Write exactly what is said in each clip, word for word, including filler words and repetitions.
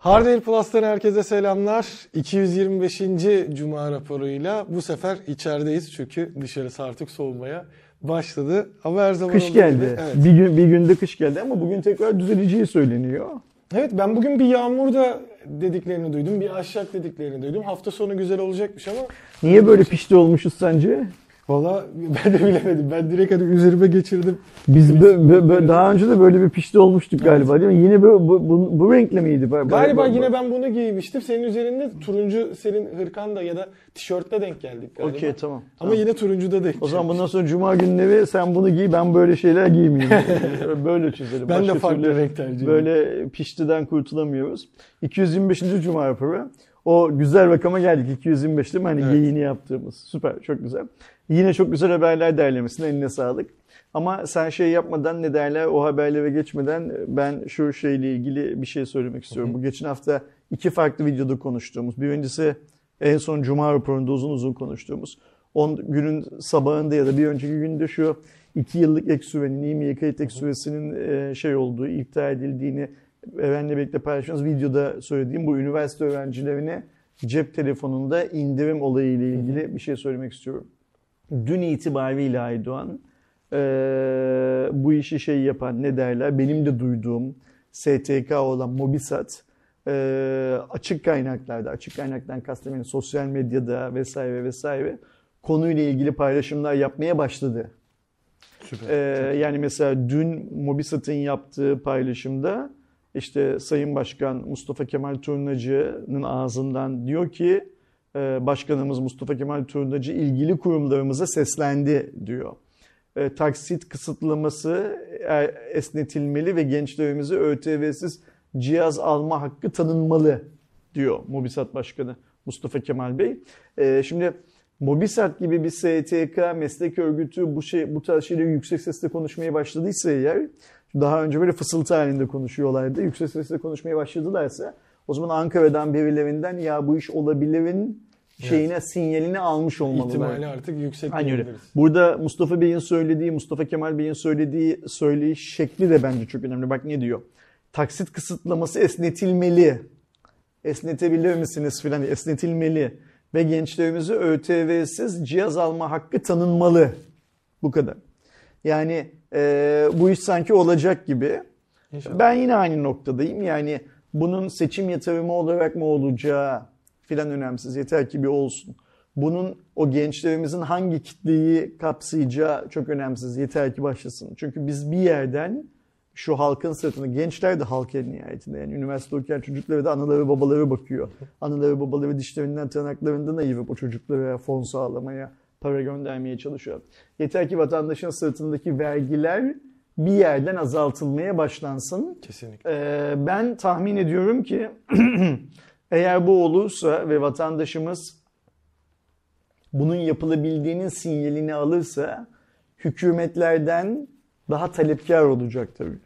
Hardware Plus'tan herkese selamlar. iki yüz yirmi beşinci Cuma raporuyla bu sefer içerideyiz çünkü dışarısı artık soğumaya başladı. Ama her zaman kış geldi. Gibi, evet. Bir gün bir günde kış geldi ama bugün tekrar düzeleceği söyleniyor. Evet, ben bugün bir yağmur da dediklerini duydum, bir aşak dediklerini duydum. Hafta sonu güzel olacakmış ama niye böyle pişti olmuşuz sence? Valla ben de bilemedim. Ben direkt hani üzerime geçirdim. Biz bö, bö, bö, daha önce de böyle bir pişti olmuştuk galiba, değil mi? Yine bu, bu, bu, bu renkle miydi? Galiba yine ben bunu giymiştim. Senin üzerinde turuncu, senin hırkanda ya da tişörtte denk geldik galiba. Okey, tamam. Ama tamam. yine turuncuda denk O zaman bundan sonra Cuma günleri sen bunu giy, ben böyle şeyler giymeyeyim. Böyle çözelim. Ben Başka de farklı türlü renk tercih ediyorum. Böyle piştiden kurtulamıyoruz. iki yüz yirmi beşinci Cuma raporu. O güzel rakama geldik. iki yüz yirmi beş değil mi? Hani evet. Geyini yaptığımız. Süper, çok güzel. Yine çok güzel haberler derlemesine eline sağlık. Ama sen şey yapmadan, ne derler, o haberlere geçmeden ben şu şeyle ilgili bir şey söylemek istiyorum. Hı hı. Bu geçen hafta iki farklı videoda konuştuğumuz. Birincisi en son Cuma raporunda uzun uzun konuştuğumuz. on günün sabahında ya da bir önceki günde şu iki yıllık ek sürenin, iyi mi kayıt ek süresinin şey olduğu, iptal edildiğini Eren'le birlikte paylaştığımız videoda söylediğim bu üniversite öğrencilerine cep telefonunda indirim olayı ile ilgili bir şey söylemek istiyorum. Dün itibariyle Aydoğan e, bu işi şey yapan, ne derler, benim de duyduğum S T K olan Mobisat e, açık kaynaklarda, açık kaynaktan kastım yani sosyal medyada vesaire vesaire konuyla ilgili paylaşımlar yapmaya başladı. Süper. E, yani mesela dün Mobisat'ın yaptığı paylaşımda işte Sayın Başkan Mustafa Kemal Turnacı'nın ağzından diyor ki Başkanımız Mustafa Kemal Turnacı ilgili kurumlarımıza seslendi diyor. E, taksit kısıtlaması esnetilmeli ve gençlerimize Ö T V'siz cihaz alma hakkı tanınmalı diyor Mobisat Başkanı Mustafa Kemal Bey. E, şimdi Mobisat gibi bir S T K meslek örgütü bu şey bu tarz şeyleri yüksek sesle konuşmaya başladıysa eğer, daha önce böyle fısıltı halinde konuşuyorlardı. Yüksek sesle konuşmaya başladılarsa o zaman Ankara'dan birilerinden ya bu iş olabilirin şeyine, evet, sinyalini almış olmalılar. İhtimali artık yüksek diyebiliriz. Burada Mustafa Bey'in söylediği, Mustafa Kemal Bey'in söylediği söyleyiş şekli de bence çok önemli. Bak ne diyor? Taksit kısıtlaması esnetilmeli. Esnetebilir misiniz filan? Esnetilmeli. Ve gençlerimize Ö T V'siz cihaz alma hakkı tanınmalı. Bu kadar. Yani e, bu iş sanki olacak gibi. İnşallah. Ben yine aynı noktadayım. Yani bunun seçim yatırımı olarak mı olacağı filan önemsiz. Yeter ki bir olsun. Bunun o gençlerimizin hangi kitleyi kapsayacağı çok önemsiz. Yeter ki başlasın. Çünkü biz bir yerden şu halkın sırtını, gençler de halk en nihayetinde. Yani üniversite okuyan çocuklara da anaları babaları bakıyor. Anaları babaları dişlerinden tırnaklarından ayırıp o çocuklara fon sağlamaya, para göndermeye çalışıyor. Yeter ki vatandaşın sırtındaki vergiler bir yerden azaltılmaya başlansın. Kesinlikle. Ee, ben tahmin ediyorum ki eğer bu olursa ve vatandaşımız bunun yapılabildiğinin sinyalini alırsa hükümetlerden daha talepkar olacak tabii.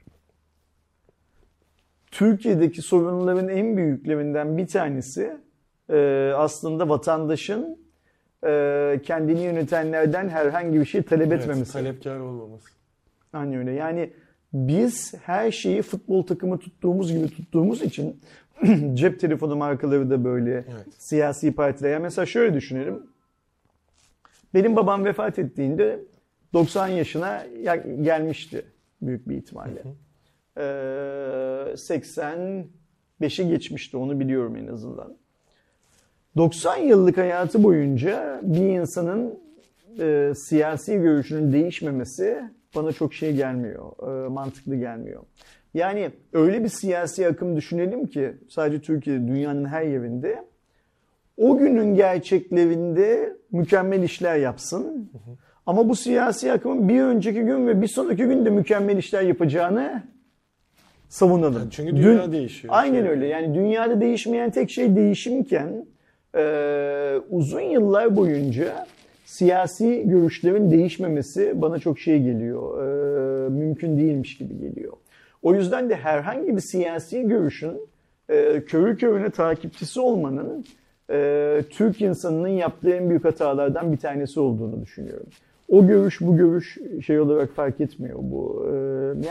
Türkiye'deki sorunların en büyüklerinden bir tanesi e, aslında vatandaşın e, kendini yönetenlerden herhangi bir şey talep evet, etmemesi. Talepkar olmaması. Aynen öyle. Yani biz her şeyi futbol takımı tuttuğumuz gibi tuttuğumuz için cep telefonu markaları da böyle, evet, siyasi partiler. Yani mesela şöyle düşünelim. Benim babam vefat ettiğinde doksan yaşına gelmişti büyük bir ihtimalle. Hı hı. Ee, seksen beşi geçmişti, onu biliyorum en azından. doksan yıllık hayatı boyunca bir insanın e, siyasi görüşünün değişmemesi bana çok şey gelmiyor, e, mantıklı gelmiyor. Yani öyle bir siyasi akım düşünelim ki sadece Türkiye'de, dünyanın her yerinde o günün gerçeklerinde mükemmel işler yapsın. Hı hı. Ama bu siyasi akımın bir önceki gün ve bir sonraki gün de mükemmel işler yapacağını savunalım. Yani çünkü dünya Dün, değişiyor. Aynen öyle. Yani dünyada değişmeyen tek şey değişimken e, uzun yıllar boyunca siyasi görüşlerin değişmemesi bana çok şey geliyor. E, mümkün değilmiş gibi geliyor. O yüzden de herhangi bir siyasi görüşün e, körü körüne takipçisi olmanın e, Türk insanının yaptığı en büyük hatalardan bir tanesi olduğunu düşünüyorum. O görüş bu görüş şey olarak fark etmiyor bu. E, yani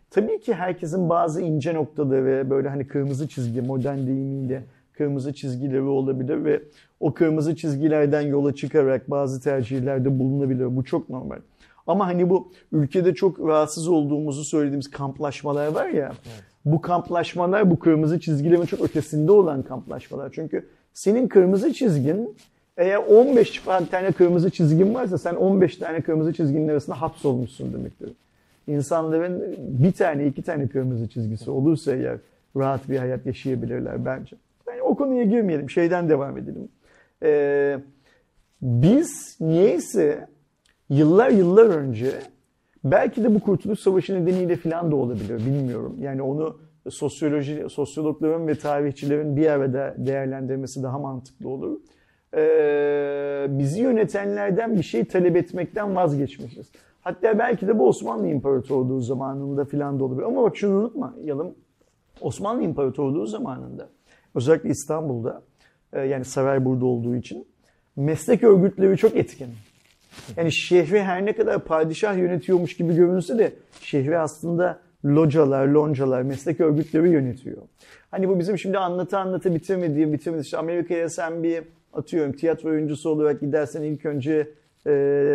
tabii ki herkesin bazı ince noktaları, böyle hani kırmızı çizgi, modern deyimiyle kırmızı çizgileri olabilir ve o kırmızı çizgilerden yola çıkarak bazı tercihlerde bulunabilir. Bu çok normal. Ama hani bu ülkede çok rahatsız olduğumuzu söylediğimiz kamplaşmalar var ya, evet. Bu kamplaşmalar bu kırmızı çizgilerin çok ötesinde olan kamplaşmalar. Çünkü senin kırmızı çizgin, eğer on beş tane kırmızı çizgin varsa sen on beş tane kırmızı çizginin arasında hapsolmuşsun demektir. İnsanların bir tane iki tane kırmızı çizgisi olursa eğer rahat bir hayat yaşayabilirler bence. Yani o konuya girmeyelim, şeyden devam edelim. Ee, biz niyeyse yıllar yıllar önce, belki de bu Kurtuluş Savaşı nedeniyle falan da olabilir, bilmiyorum. Yani onu sosyoloji, sosyologların ve tarihçilerin bir arada değerlendirmesi daha mantıklı olur. Ee, bizi yönetenlerden bir şey talep etmekten vazgeçmişiz. Hatta belki de bu Osmanlı İmparatorluğu zamanında falan da olabilir. Ama bak şunu unutmayalım. Osmanlı İmparatorluğu zamanında, özellikle İstanbul'da, yani saray burada olduğu için meslek örgütleri çok etkin. Yani şehri her ne kadar padişah yönetiyormuş gibi görünse de şehri aslında localar, loncalar, meslek örgütleri yönetiyor. Hani bu bizim şimdi anlatı anlatı bitirmediğim, bitirmediğim, işte Amerika'ya sen bir atıyorum tiyatro oyuncusu olarak gidersen ilk önce e,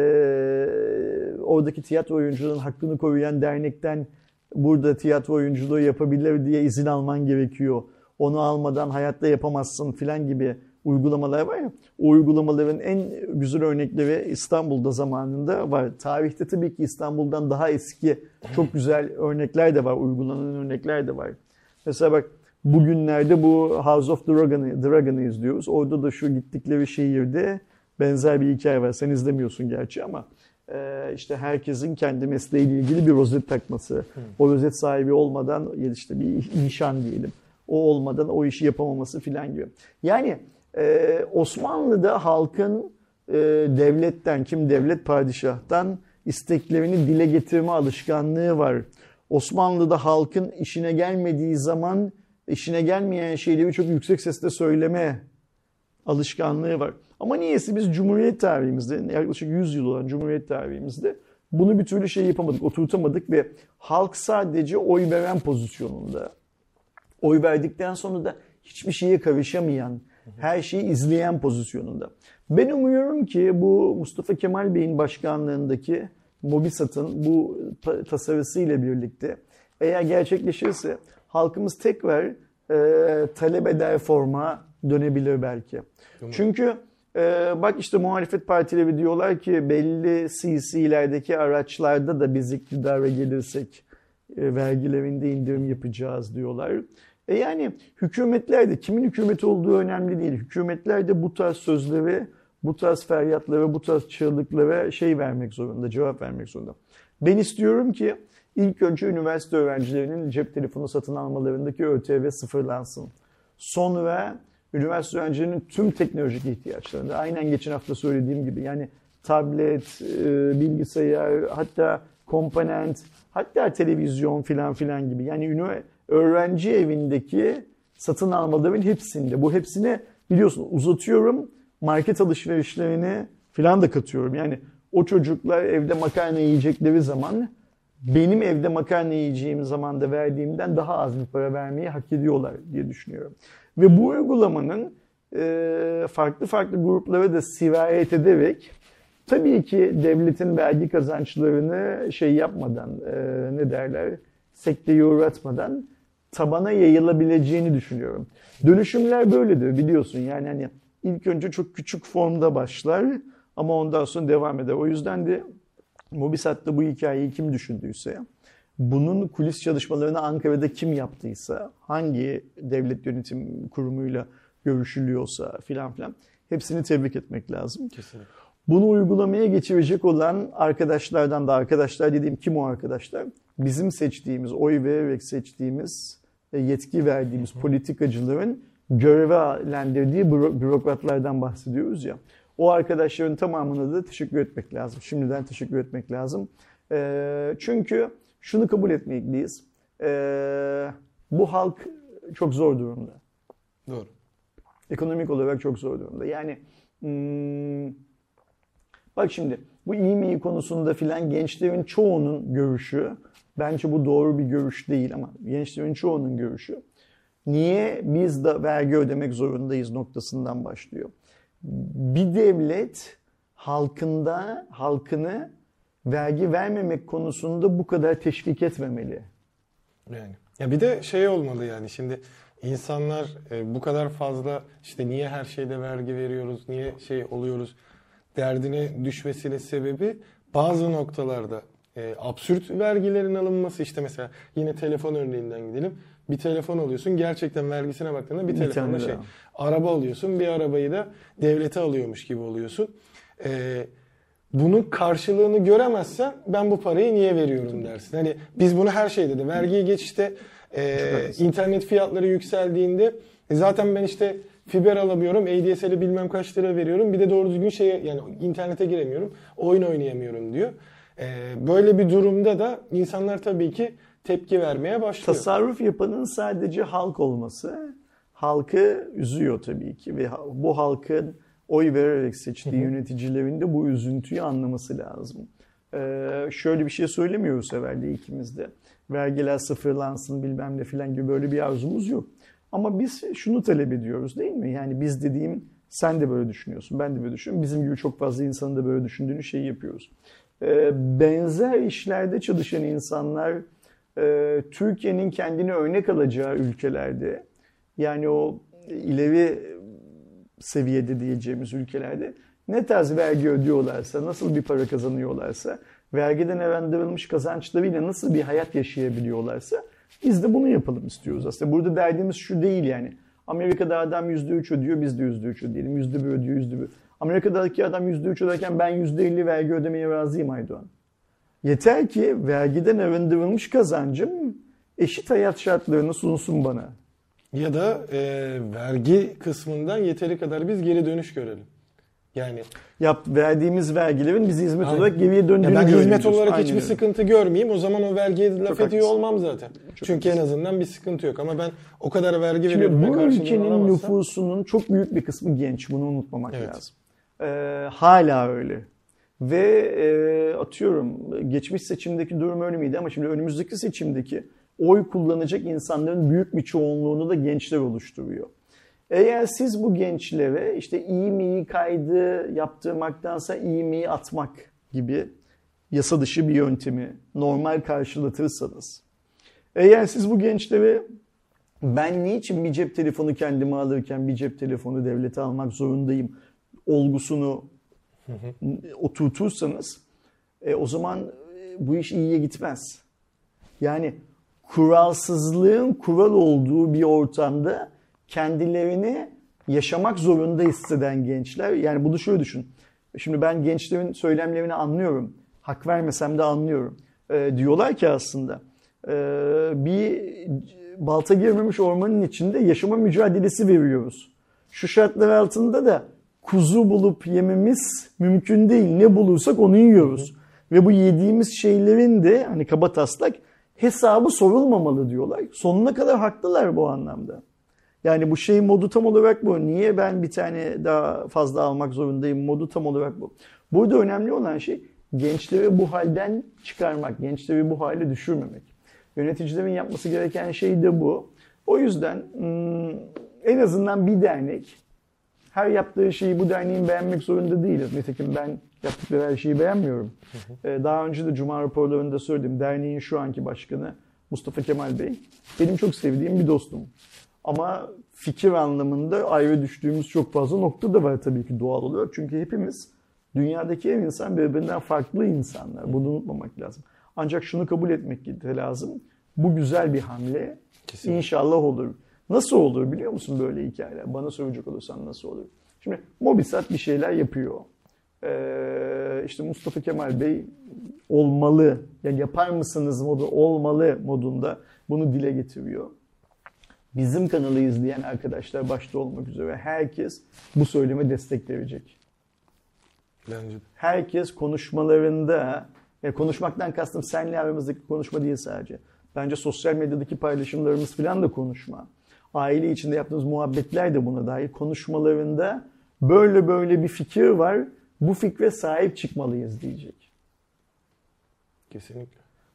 oradaki tiyatro oyuncuların hakkını koruyan dernekten burada tiyatro oyunculuğu yapabilir diye izin alman gerekiyor. Onu almadan hayatta yapamazsın filan gibi uygulamalar var ya. O uygulamaların en güzel örnekleri İstanbul'da zamanında var. Tarihte tabii ki İstanbul'dan daha eski çok güzel örnekler de var. Uygulanan örnekler de var. Mesela bak bugünlerde bu House of Dragon'ı Dragon'ı izliyoruz. Orada da şu gittikleri şehirde benzer bir hikaye var. Sen izlemiyorsun gerçi ama işte herkesin kendi mesleğiyle ilgili bir rozet takması. O rozet sahibi olmadan işte bir nişan diyelim. O olmadan o işi yapamaması filan gibi. Yani Ee, Osmanlı'da halkın e, devletten, kim devlet padişahtan isteklerini dile getirme alışkanlığı var. Osmanlı'da halkın işine gelmediği zaman işine gelmeyen şeyleri çok yüksek sesle söyleme alışkanlığı var. Ama niyeyse biz Cumhuriyet tarihimizde, yaklaşık yüz yıl olan Cumhuriyet tarihimizde bunu bir türlü şey yapamadık, oturtamadık ve halk sadece oy veren pozisyonunda. Oy verdikten sonra da hiçbir şeye karışamayan, her şeyi izleyen pozisyonunda. Ben umuyorum ki bu Mustafa Kemal Bey'in başkanlığındaki MOBİSAD'ın bu tasarısıyla birlikte eğer gerçekleşirse halkımız tekrar e, talep eder forma dönebilir belki. Çünkü e, bak işte muhalefet partileri diyorlar ki belli C C'lerdeki araçlarda da biz iktidara gelirsek e, vergilerinde indirim yapacağız diyorlar. E yani hükümetler de kimin hükümeti olduğu önemli değil. Hükümetler de bu tarz sözleri, bu tarz feryatlara, bu tarz çığlıklara şey vermek zorunda, cevap vermek zorunda. Ben istiyorum ki ilk önce üniversite öğrencilerinin cep telefonu satın almalarındaki ÖTV sıfırlansın. Sonra üniversite öğrencilerinin tüm teknolojik ihtiyaçlarında, aynen geçen hafta söylediğim gibi yani tablet, bilgisayar, hatta komponent, hatta televizyon filan filan gibi yani üniversite öğrenci evindeki satın almaların hepsinde. Bu hepsine biliyorsun uzatıyorum. Market alışverişlerini falan da katıyorum. Yani o çocuklar evde makarna yiyecekleri zaman benim evde makarna yiyeceğim zaman da verdiğimden daha az bir para vermeyi hak ediyorlar diye düşünüyorum. Ve bu uygulamanın farklı farklı gruplara da sirayet ederek tabii ki devletin vergi kazançlarını şey yapmadan ne derler sekteye uğratmadan tabana yayılabileceğini düşünüyorum. Dönüşümler böyledir biliyorsun. Yani hani ilk önce çok küçük formda başlar ama ondan sonra devam eder. O yüzden de MOBİSAD'da bu hikayeyi kim düşündüyse, bunun kulis çalışmalarını Ankara'da kim yaptıysa, hangi devlet yönetim kurumuyla görüşülüyorsa filan filan hepsini tebrik etmek lazım. Kesinlikle. Bunu uygulamaya geçirecek olan arkadaşlardan da arkadaşlar dediğim kim o arkadaşlar? Bizim seçtiğimiz, oy vererek seçtiğimiz, yetki verdiğimiz politikacıların görevlendirdiği bürokratlardan bahsediyoruz ya. O arkadaşların tamamına da teşekkür etmek lazım. Şimdiden teşekkür etmek lazım. Çünkü şunu kabul etmeliyiz. Bu halk çok zor durumda. Doğru. Ekonomik olarak çok zor durumda. Yani hmm, bak şimdi bu İ M İ konusunda filan gençlerin çoğunun görüşü Bence bu doğru bir görüş değil ama gençlerin çoğunun görüşü. Niye biz de vergi ödemek zorundayız noktasından başlıyor. Bir devlet halkında, halkını vergi vermemek konusunda bu kadar teşvik etmemeli. Yani. Ya bir de şey olmalı yani şimdi insanlar e, bu kadar fazla işte niye her şeyde vergi veriyoruz, niye şey oluyoruz derdine düşmesinin sebebi bazı noktalarda e, absürt vergilerin alınması işte mesela yine telefon örneğinden gidelim. Bir telefon alıyorsun gerçekten vergisine baktığında bir, bir telefonda şey daha. Araba alıyorsun bir arabayı da devlete alıyormuş gibi oluyorsun. Eee Bunun karşılığını göremezsen ben bu parayı niye veriyorum dersin. Hani biz bunu her şeyde de vergiyi geç işte e, internet fiyatları yükseldiğinde e, zaten ben işte fiber alamıyorum, A D S L'e bilmem kaç lira veriyorum. Bir de doğru düzgün şeye yani internete giremiyorum, oyun oynayamıyorum diyor. E, böyle bir durumda da insanlar tabii ki tepki vermeye başlıyor. Tasarruf yapanın sadece halk olması halkı üzüyor tabii ki ve bu halkın oy vererek seçtiği yöneticilerin de bu üzüntüyü anlaması lazım. Ee, şöyle bir şey söylemiyoruz evvelde ikimiz de. Vergiler sıfırlansın bilmem ne filan gibi böyle bir arzumuz yok. Ama biz şunu talep ediyoruz değil mi? Yani biz dediğim sen de böyle düşünüyorsun, ben de böyle düşünüyorum. Bizim gibi çok fazla insanın da böyle düşündüğünü şeyi yapıyoruz. Ee, benzer işlerde çalışan insanlar e, Türkiye'nin kendine örnek alacağı ülkelerde yani o ileri seviyede diyeceğimiz ülkelerde ne tarz vergi ödüyorlarsa, nasıl bir para kazanıyorlarsa, vergiden arındırılmış kazançlarıyla nasıl bir hayat yaşayabiliyorlarsa biz de bunu yapalım istiyoruz aslında. Burada derdimiz şu değil yani. Amerika'da adam yüzde üç ödüyor, biz de yüzde üç ödeyelim. yüzde bir ödüyor, yüzde bir. Amerika'daki adam yüzde üç öderken ben yüzde elli vergi ödemeye razıyım Aydoğan. Yeter ki vergiden arındırılmış kazancım eşit hayat şartlarını sunsun bana. Ya da e, vergi kısmından yeteri kadar biz geri dönüş görelim. Yani yap verdiğimiz vergilerin bizi hizmet aynen. olarak geriye döndüğünü ya ben hizmet olarak aynen hiçbir öyle. sıkıntı görmeyeyim. O zaman o vergiye laf Çok ediyor haklısın. olmam zaten. Çok Çünkü haklısın. en azından bir sıkıntı yok. Ama ben o kadar vergi Şimdi veriyorum. Bu ülkenin nüfusunun çok büyük bir kısmı genç. Bunu unutmamak evet. lazım. Ee, hala öyle. Ve e, atıyorum geçmiş seçimdeki durum öyle miydi ama şimdi önümüzdeki seçimdeki oy kullanacak insanların büyük bir çoğunluğunu da gençler oluşturuyor. Eğer siz bu gençlere işte iyi miyi kaydı yaptırmaktansa iyi miyi atmak gibi yasa dışı bir yöntemi normal karşılatırsanız, eğer siz bu gençlere ben niçin bir cep telefonu kendime alırken bir cep telefonu devlete almak zorundayım olgusunu hı hı. oturtursanız e, o zaman bu iş iyiye gitmez. Yani kuralsızlığın kural olduğu bir ortamda kendilerini yaşamak zorunda hisseden gençler, yani bunu şöyle düşün. Şimdi ben gençlerin söylemlerini anlıyorum. Hak vermesem de anlıyorum. E, diyorlar ki aslında e, bir balta girmemiş ormanın içinde yaşama mücadelesi veriyoruz. Şu şartlar altında da kuzu bulup yememiz mümkün değil. Ne bulursak onu yiyoruz. Hı hı. Ve bu yediğimiz şeylerin de hani kabataslak hesabı sorulmamalı diyorlar. Sonuna kadar haklılar bu anlamda. Yani bu şey modu tam olarak bu. Niye ben bir tane daha fazla almak zorundayım modu tam olarak bu. Burada önemli olan şey gençleri bu halden çıkarmak. Gençleri bu hale düşürmemek. Yöneticilerin yapması gereken şey de bu. O yüzden en azından bir dernek her yaptığı şeyi bu derneğin beğenmek zorunda değiliz. Nitekim ben yaptıkları her şeyi beğenmiyorum. Hı hı. Daha önce de Cuma raporlarında söyledim. Derneğin şu anki başkanı Mustafa Kemal Bey benim çok sevdiğim bir dostum. Ama fikir anlamında ayrı düştüğümüz çok fazla nokta da var tabii ki doğal olarak. Çünkü hepimiz dünyadaki her insan birbirinden farklı insanlar. Bunu unutmamak lazım. Ancak şunu kabul etmek lazım. Bu güzel bir hamle. Kesinlikle. İnşallah olur. Nasıl olur biliyor musun böyle hikayeler? Bana soracak olursan nasıl olur? Şimdi Mobisat bir şeyler yapıyor. Ee, işte Mustafa Kemal Bey olmalı, yani yapar mısınız modu olmalı modunda bunu dile getiriyor. Bizim kanalı izleyen arkadaşlar başta olmak üzere herkes bu söyleme destek verecek. Bence. Herkes konuşmalarında, yani konuşmaktan kastım seninle aramızdaki konuşma değil sadece. Bence sosyal medyadaki paylaşımlarımız falan da konuşma. Aile içinde yaptığımız muhabbetler de buna dahil. Konuşmalarında böyle böyle bir fikir var, bu fikre sahip çıkmalıyız diyecek. Kesinlikle.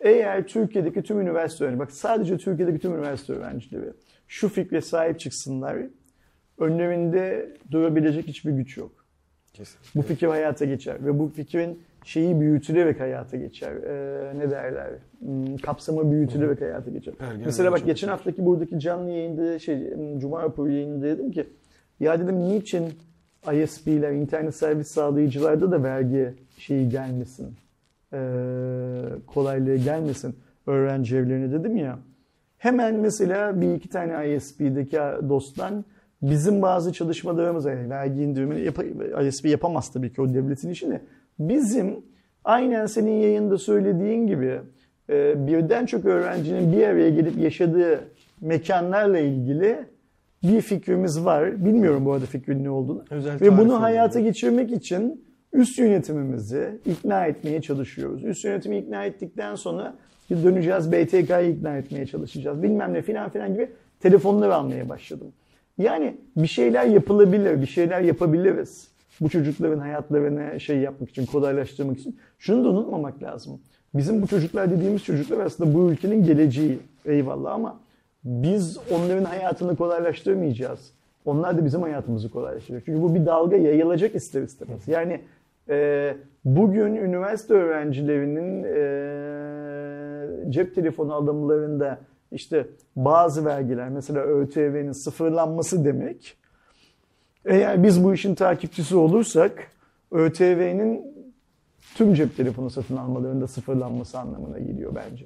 Eğer Türkiye'deki tüm üniversite öğrencileri, bak sadece Türkiye'deki tüm üniversite öğrencileri şu fikre sahip çıksınlar, önlerinde durabilecek hiçbir güç yok. Kesinlikle. Bu fikir hayata geçer ve bu fikrin şeyi büyütülerek hayata geçer. Ee, ne derler? Hmm, kapsamı büyütülerek Hı. hayata geçer. Ergen Mesela bak geçen geçer. haftaki buradaki canlı yayında şey Cuma raporu yayında dedim ki ya dedim niçin I S P'ler, internet servis sağlayıcılarda da vergi şeyi gelmesin, ee, kolaylığı gelmesin öğrenci evlerine dedim ya. Hemen mesela bir iki tane I S P'deki dosttan bizim bazı çalışmalarımız, yani vergi indirimini yap- I S P yapamaz tabii ki o devletin işini. Bizim aynen senin yayında söylediğin gibi e, birden çok öğrencinin bir araya gelip yaşadığı mekanlarla ilgili bir fikrimiz var. Bilmiyorum bu arada fikrin ne olduğunu. Özel Ve bunu tarif hayata oluyor. geçirmek için üst yönetimimizi ikna etmeye çalışıyoruz. Üst yönetimi ikna ettikten sonra döneceğiz B T K'yı ikna etmeye çalışacağız. Bilmem ne filan filan gibi telefonlar almaya başladım. Yani bir şeyler yapılabilir, bir şeyler yapabiliriz. Bu çocukların hayatlarını şey yapmak için, kolaylaştırmak için. Şunu da unutmamak lazım. Bizim bu çocuklar dediğimiz çocuklar aslında bu ülkenin geleceği. Eyvallah ama biz onların hayatını kolaylaştırmayacağız. Onlar da bizim hayatımızı kolaylaştıracak. Çünkü bu bir dalga yayılacak ister istemez. Yani e, bugün üniversite öğrencilerinin e, cep telefonu alımlarında işte bazı vergiler, mesela ÖTV'nin sıfırlanması demek. Eğer biz bu işin takipçisi olursak ÖTV'nin tüm cep telefonu satın almalarında sıfırlanması anlamına geliyor bence.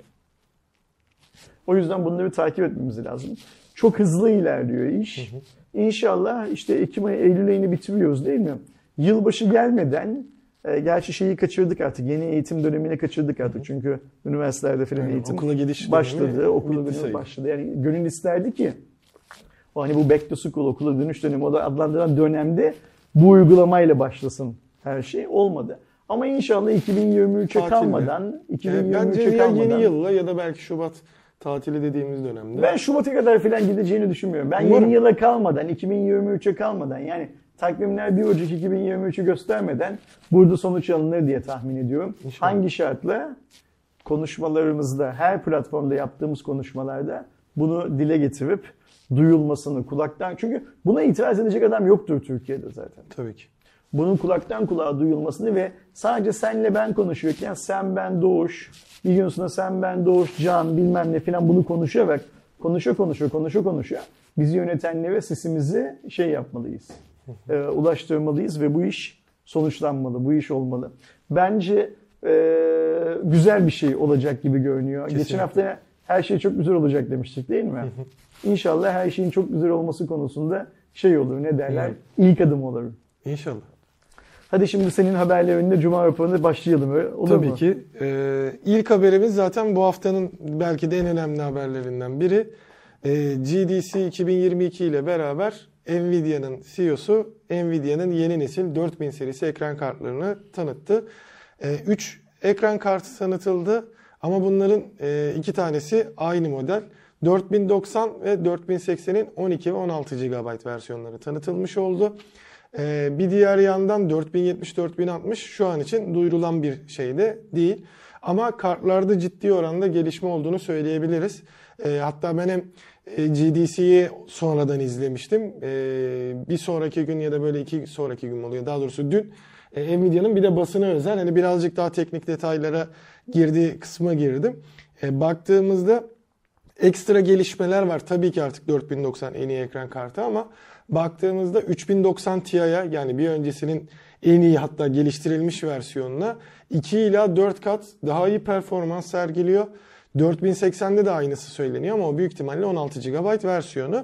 O yüzden bunları takip etmemiz lazım. Çok hızlı ilerliyor iş. Hı hı. İnşallah işte Ekim ayı, Eylül ayını bitiriyoruz değil mi? Yılbaşı gelmeden, e, gerçi şeyi kaçırdık artık, yeni eğitim dönemini kaçırdık artık. Hı hı. Çünkü üniversitelerde falan yani eğitim okula gidiş başladı, okula dönüş başladı. Yani gönül isterdi ki o hani bu back to school, okula dönüş dönemi, o da adlandıran dönemde bu uygulamayla başlasın her şey. Olmadı. Ama inşallah iki bin yirmi üçe Tatilde. kalmadan, iki bin yirmi üçe yani bence kalmadan. ya yeni yılla ya da belki Şubat tatili dediğimiz dönemde. Ben Şubat'a kadar falan gideceğini düşünmüyorum. Ben Umarım. yeni yıla kalmadan, iki bin yirmi üçe kalmadan, yani takvimler bir Ocak iki bin yirmi üçü göstermeden burada sonuç alınır diye tahmin ediyorum. İnşallah. Hangi şartla? Konuşmalarımızda, her platformda yaptığımız konuşmalarda bunu dile getirip duyulmasını kulaktan, çünkü buna itiraz edecek adam yoktur Türkiye'de zaten. Tabii ki. Bunun kulaktan kulağa duyulmasını ve sadece senle ben konuşuyorken sen ben Doğuş, bir gün sonra sen ben Doğuş, Can bilmem ne filan bunu konuşarak konuşa konuşa konuşa konuşa bizi yönetenlere sesimizi şey yapmalıyız, e, ulaştırmalıyız ve bu iş sonuçlanmalı, bu iş olmalı. Bence e, güzel bir şey olacak gibi görünüyor. Kesinlikle. Geçen hafta her şey çok güzel olacak demiştik değil mi? İnşallah her şeyin çok güzel olması konusunda şey olur, ne derler, ilk adım olur. İnşallah. Hadi şimdi senin haberlerinde Cuma raporuna başlayalım. Öyle. Olur Tabii mu? ki. Ee, ilk haberimiz zaten bu haftanın belki de en önemli haberlerinden biri. Ee, G D C iki bin yirmi iki ile beraber Nvidia'nın C E O'su Nvidia'nın yeni nesil dört bin serisi ekran kartlarını tanıttı. Ee, üç ekran kartı tanıtıldı ama bunların e, iki tanesi aynı model. dört bin doksan ve dört bin seksenin on iki ve on altı gigabayt versiyonları tanıtılmış oldu. Ee, bir diğer yandan dört bin yetmiş dört bin altmış şu an için duyurulan bir şey de değil. Ama kartlarda ciddi oranda gelişme olduğunu söyleyebiliriz. Ee, hatta ben hem G D C'yi sonradan izlemiştim. Ee, bir sonraki gün ya da böyle iki sonraki gün oluyor. Daha doğrusu dün e, Nvidia'nın bir de basına özel hani birazcık daha teknik detaylara girdiği kısma girdim. Ee, baktığımızda ekstra gelişmeler var. Tabii ki artık dört bin doksan en iyi ekran kartı ama baktığımızda üç bin doksan Ti'ye yani bir öncesinin en iyi hatta geliştirilmiş versiyonuna iki ila dört kat daha iyi performans sergiliyor. dört bin seksende de aynısı söyleniyor ama o büyük ihtimalle on altı gigabayt versiyonu.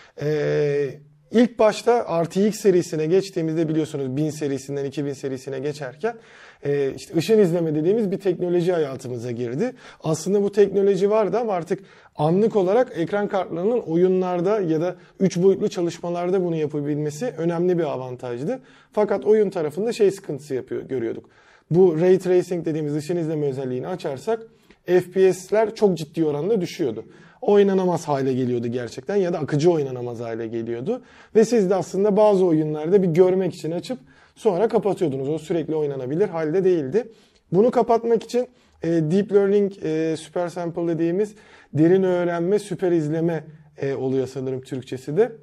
Ee, ilk başta R T X serisine geçtiğimizde biliyorsunuz bin serisinden iki bin serisine geçerken e, işte ışın izleme dediğimiz bir teknoloji hayatımıza girdi. Aslında bu teknoloji vardı ama artık anlık olarak ekran kartlarının oyunlarda ya da üç boyutlu çalışmalarda bunu yapabilmesi önemli bir avantajdı. Fakat oyun tarafında şey sıkıntısı yapıyor, görüyorduk. Bu Ray Tracing dediğimiz ışın izleme özelliğini açarsak F P S'ler çok ciddi oranda düşüyordu. Oynanamaz hale geliyordu gerçekten ya da akıcı oynanamaz hale geliyordu. Ve siz de aslında bazı oyunlarda bir görmek için açıp sonra kapatıyordunuz. O sürekli oynanabilir halde değildi. Bunu kapatmak için e, Deep Learning e, Super Sample dediğimiz derin öğrenme, süper izleme e, oluyor sanırım Türkçesi de.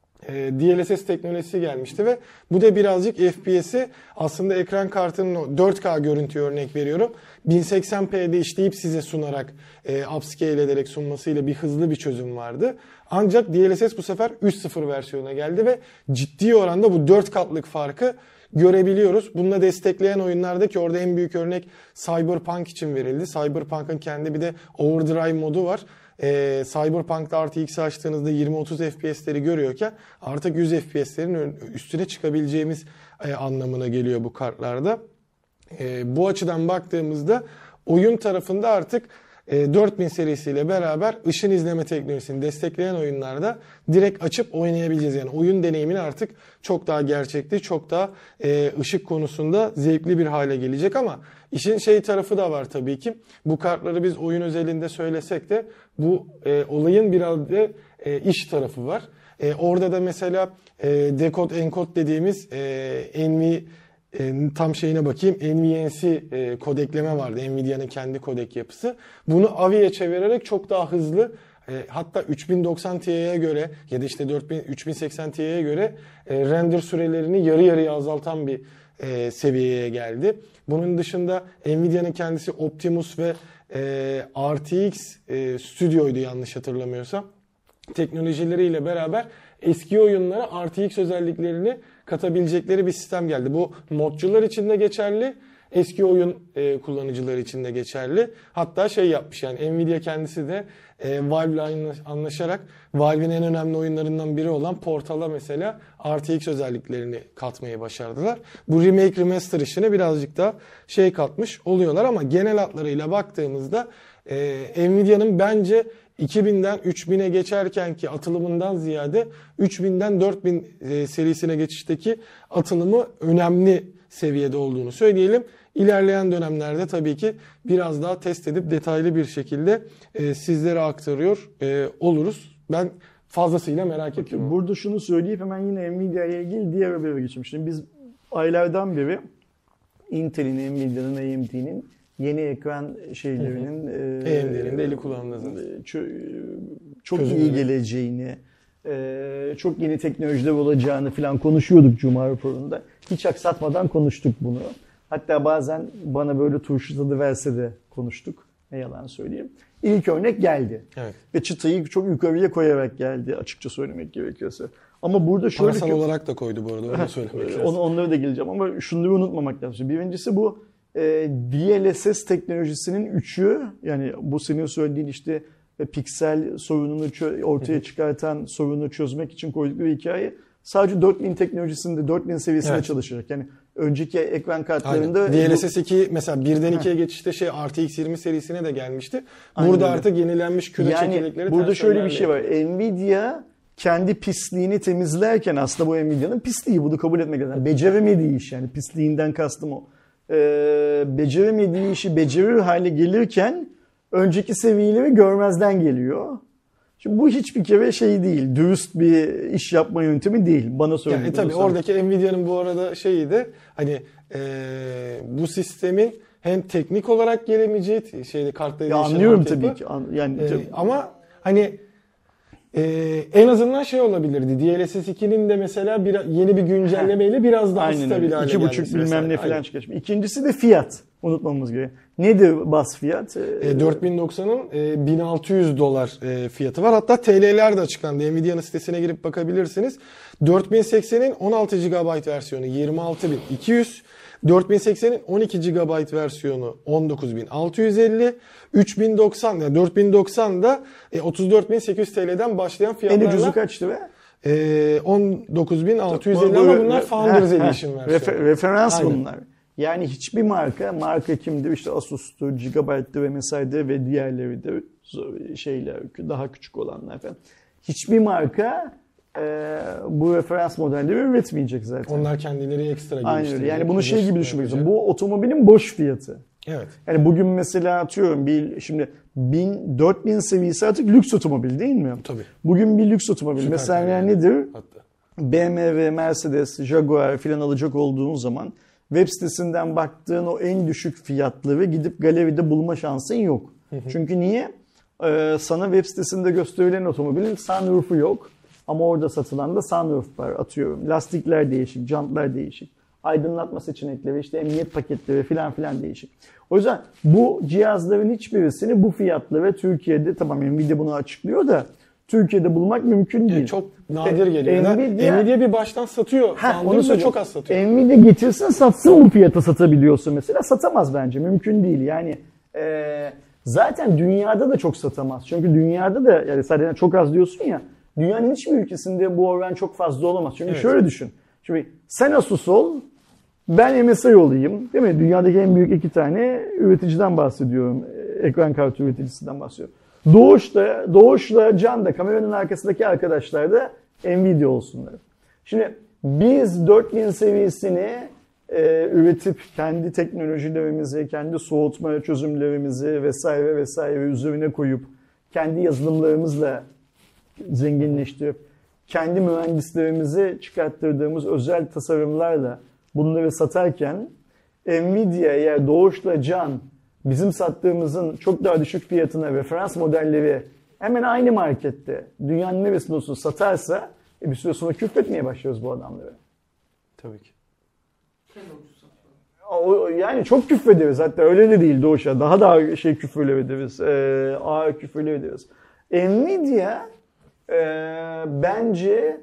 D L S S teknolojisi gelmişti ve bu da birazcık F P S'i aslında ekran kartının dört K görüntüyü örnek veriyorum. bin seksen p'de işleyip size sunarak e, upscale ederek sunmasıyla bir hızlı bir çözüm vardı. Ancak D L S S bu sefer üç nokta sıfır versiyona geldi ve ciddi oranda bu dört katlık farkı görebiliyoruz. Bununla destekleyen oyunlarda ki orada en büyük örnek Cyberpunk için verildi. Cyberpunk'ın kendi bir de overdrive modu var. Ee, Cyberpunk'ta R T X'i açtığınızda yirmi otuz F P S'leri görüyorken artık yüz F P S'lerin üstüne çıkabileceğimiz e, anlamına geliyor bu kartlarda. E, bu açıdan baktığımızda oyun tarafında artık e, dört bin serisiyle beraber ışın izleme teknolojisini destekleyen oyunlarda direkt açıp oynayabileceğiz. Yani oyun deneyimini artık çok daha gerçekçi, çok daha e, ışık konusunda zevkli bir hale gelecek ama İşin şey tarafı da var tabii ki. Bu kartları biz oyun özelinde söylesek de bu e, olayın biraz da e, iş tarafı var. E, orada da mesela e, decode encode dediğimiz e, N V e, tam şeyine bakayım N V N C e, kodekleme vardı. Nvidia'nın kendi kodek yapısı. Bunu A V I'ye çevirerek çok daha hızlı e, hatta üç bin doksan Ti'ye göre ya da işte dört bin, üç bin seksen Ti'ye göre e, render sürelerini yarı yarıya azaltan bir E, seviyeye geldi. Bunun dışında Nvidia'nın kendisi Optimus ve e, R T X e, Studio'ydu yanlış hatırlamıyorsam. Teknolojileriyle beraber eski oyunlara R T X özelliklerini katabilecekleri bir sistem geldi. Bu modcular için de geçerli, eski oyun e, kullanıcıları için de geçerli. Hatta şey yapmış yani Nvidia kendisi de e, Valve'le anlaşarak Valve'in en önemli oyunlarından biri olan Portal'a mesela R T X özelliklerini katmayı başardılar. Bu remake remaster işine birazcık da şey katmış oluyorlar ama genel hatlarıyla baktığımızda e, Nvidia'nın bence iki binden üç bine geçerkenki atılımından ziyade üç binden dört bin e, serisine geçişteki atılımı önemli seviyede olduğunu söyleyelim. İlerleyen dönemlerde tabii ki biraz daha test edip detaylı bir şekilde e, sizlere aktarıyor e, oluruz. Ben fazlasıyla merak ediyorum. Burada şunu söyleyip hemen yine Nvidia ile ilgili diğer habere geçeyim. Şimdi biz aylardan beri Intel'in, Nvidia'nın, A M D'nin yeni ekran şeylerinin A M D'nin de eli kulağında zaten. Çok Çözümleri. iyi geleceğini, çok yeni teknolojiler olacağını falan konuşuyorduk Cuma raporunda. Hiç aksatmadan konuştuk bunu. Hatta bazen bana böyle turşu tadı verse de konuştuk. Ne yalan söyleyeyim. İlk örnek geldi. Evet. Ve çıtayı çok yukarıya koyarak geldi açıkça söylemek gerekiyorsa. Ama burada şöyle Parasal ki, olarak da koydu bu arada onu söylemek lazım. On, onlara da geleceğim ama şunları unutmamak lazım. Birincisi bu e, D L S S teknolojisinin üçü yani bu senin söylediğin işte piksel sorununu çö- ortaya çıkartan sorunu çözmek için koydukları hikaye sadece dört bin teknolojisinde dört bin seviyesinde evet. çalışacak. Yani önceki ekran kartlarında Aynen. D L S S iki mesela birden ikiye geçişte şey R T X yirmi serisine de gelmişti. Burada Aynen. artık yenilenmiş küre yani çekirdekleri burada şöyle bir şey var. Nvidia kendi pisliğini temizlerken aslında bu Nvidia'nın pisliği bunu kabul etmek lazım. Beceremediği iş yani pisliğinden kastım o. Ee, beceremediği işi becerir hale gelirken önceki seviyeleri görmezden geliyor. Şimdi bu hiçbir kere şey değil, dürüst bir iş yapma yöntemi değil. Bana söylediğin yani, tabii oradaki Nvidia'nın bu arada şeyi de hani e, bu sistemin hem teknik olarak gelemeyeceği şeyde kartları ya anlıyorum tabii ki. Yani e, ama hani e, en azından şey olabilirdi. D L S S ikinin de mesela bir, yeni bir güncellemeyle biraz daha stabil hale gelmesi. iki buçuk bilmem ne falan çıkıyor. İkincisi de fiyat. Unutmamamız gerekiyor. Nedir bas fiyat? E, dört bin doksanın e, bin altı yüz dolar e, fiyatı var. Hatta T L'ler de açıklandı. Nvidia'nın sitesine girip bakabilirsiniz. dört bin seksenin on altı gigabayt versiyonu yirmi altı bin iki yüz. dört bin seksenin on iki gigabayt versiyonu on dokuz bin altı yüz elli. üç bin doksan yani dört bin doksan da e, otuz dört bin sekiz yüz T L'den başlayan fiyatlarla. En ucuzu kaçtı be? E, on dokuz bin altı yüz elli ama bunlar Founders Edition versiyonu. Refer, referans Aynen. bunlar. Yani hiçbir marka, marka kimdir? İşte Asus'tur, Gigabyte'dır ve M S I'dir ve diğerleridir. Şeyler, daha küçük olanlar falan. Hiçbir marka e, bu referans modelleri üretmeyecek zaten. Onlar kendileri ekstra geliştiriyor. Aynen öyle. Yani bunu şey gibi düşünmek lazım. Bu otomobilin boş fiyatı. Evet. Yani bugün mesela atıyorum bir şimdi bin, dört bin seviyesi artık lüks otomobil değil mi? Tabii. Bugün bir lüks otomobil. Süper mesela yani nedir? Hatta. B M W, Mercedes, Jaguar falan alacak olduğun zaman web sitesinden baktığın o en düşük fiyatları gidip galeride bulma şansın yok. Hı hı. Çünkü niye? Ee, sana web sitesinde gösterilen otomobilin sunroof'u yok. Ama orada satılan da sunroof var, atıyorum. Lastikler değişik, jantlar değişik. Aydınlatma seçenekleri, işte emniyet paketleri filan filan değişik. O yüzden bu cihazların hiçbirisini bu fiyatla ve Türkiye'de, tamam Nvidia bunu açıklıyor da Türkiye'de bulmak mümkün değil. Yani çok nadir geliyor. Nvidia, Nvidia bir baştan satıyor. Heh, onu da çok az satıyor. Nvidia getirsin satsın, bu fiyata satabiliyorsun mesela. Satamaz bence. Mümkün değil. Yani e, zaten dünyada da çok satamaz. Çünkü dünyada da, yani sadece çok az diyorsun ya, dünyanın hiçbir ülkesinde bu oran çok fazla olamaz. Çünkü evet. Şöyle düşün. Şimdi sen Asus ol, ben M S I olayım. Değil mi? Dünyadaki en büyük iki tane üreticiden bahsediyorum. Ekran kartı üreticisinden bahsediyorum. Doğuş'ta, Doğuş'la Can da, kameranın arkasındaki arkadaşlar da Nvidia olsunlar. Şimdi biz dört bin seviyesini e, üretip kendi teknolojilerimizi, kendi soğutma çözümlerimizi vesaire vesaire üzerine koyup kendi yazılımlarımızla zenginleştirip kendi mühendislerimizi çıkarttırdığımız özel tasarımlarla bunları satarken Nvidia eğer Doğuş'la Can bizim sattığımızın çok daha düşük fiyatına referans modelleri hemen aynı markette dünyanın neresinde olsun satarsa e bir süre sonra küfretmeye başlıyoruz bu adamları. Tabii ki. O, yani çok küfrederiz, hatta öyle de değil Doğuş'a. Daha da şey küfürler ederiz. E, ağır küfürler ederiz. Nvidia e, bence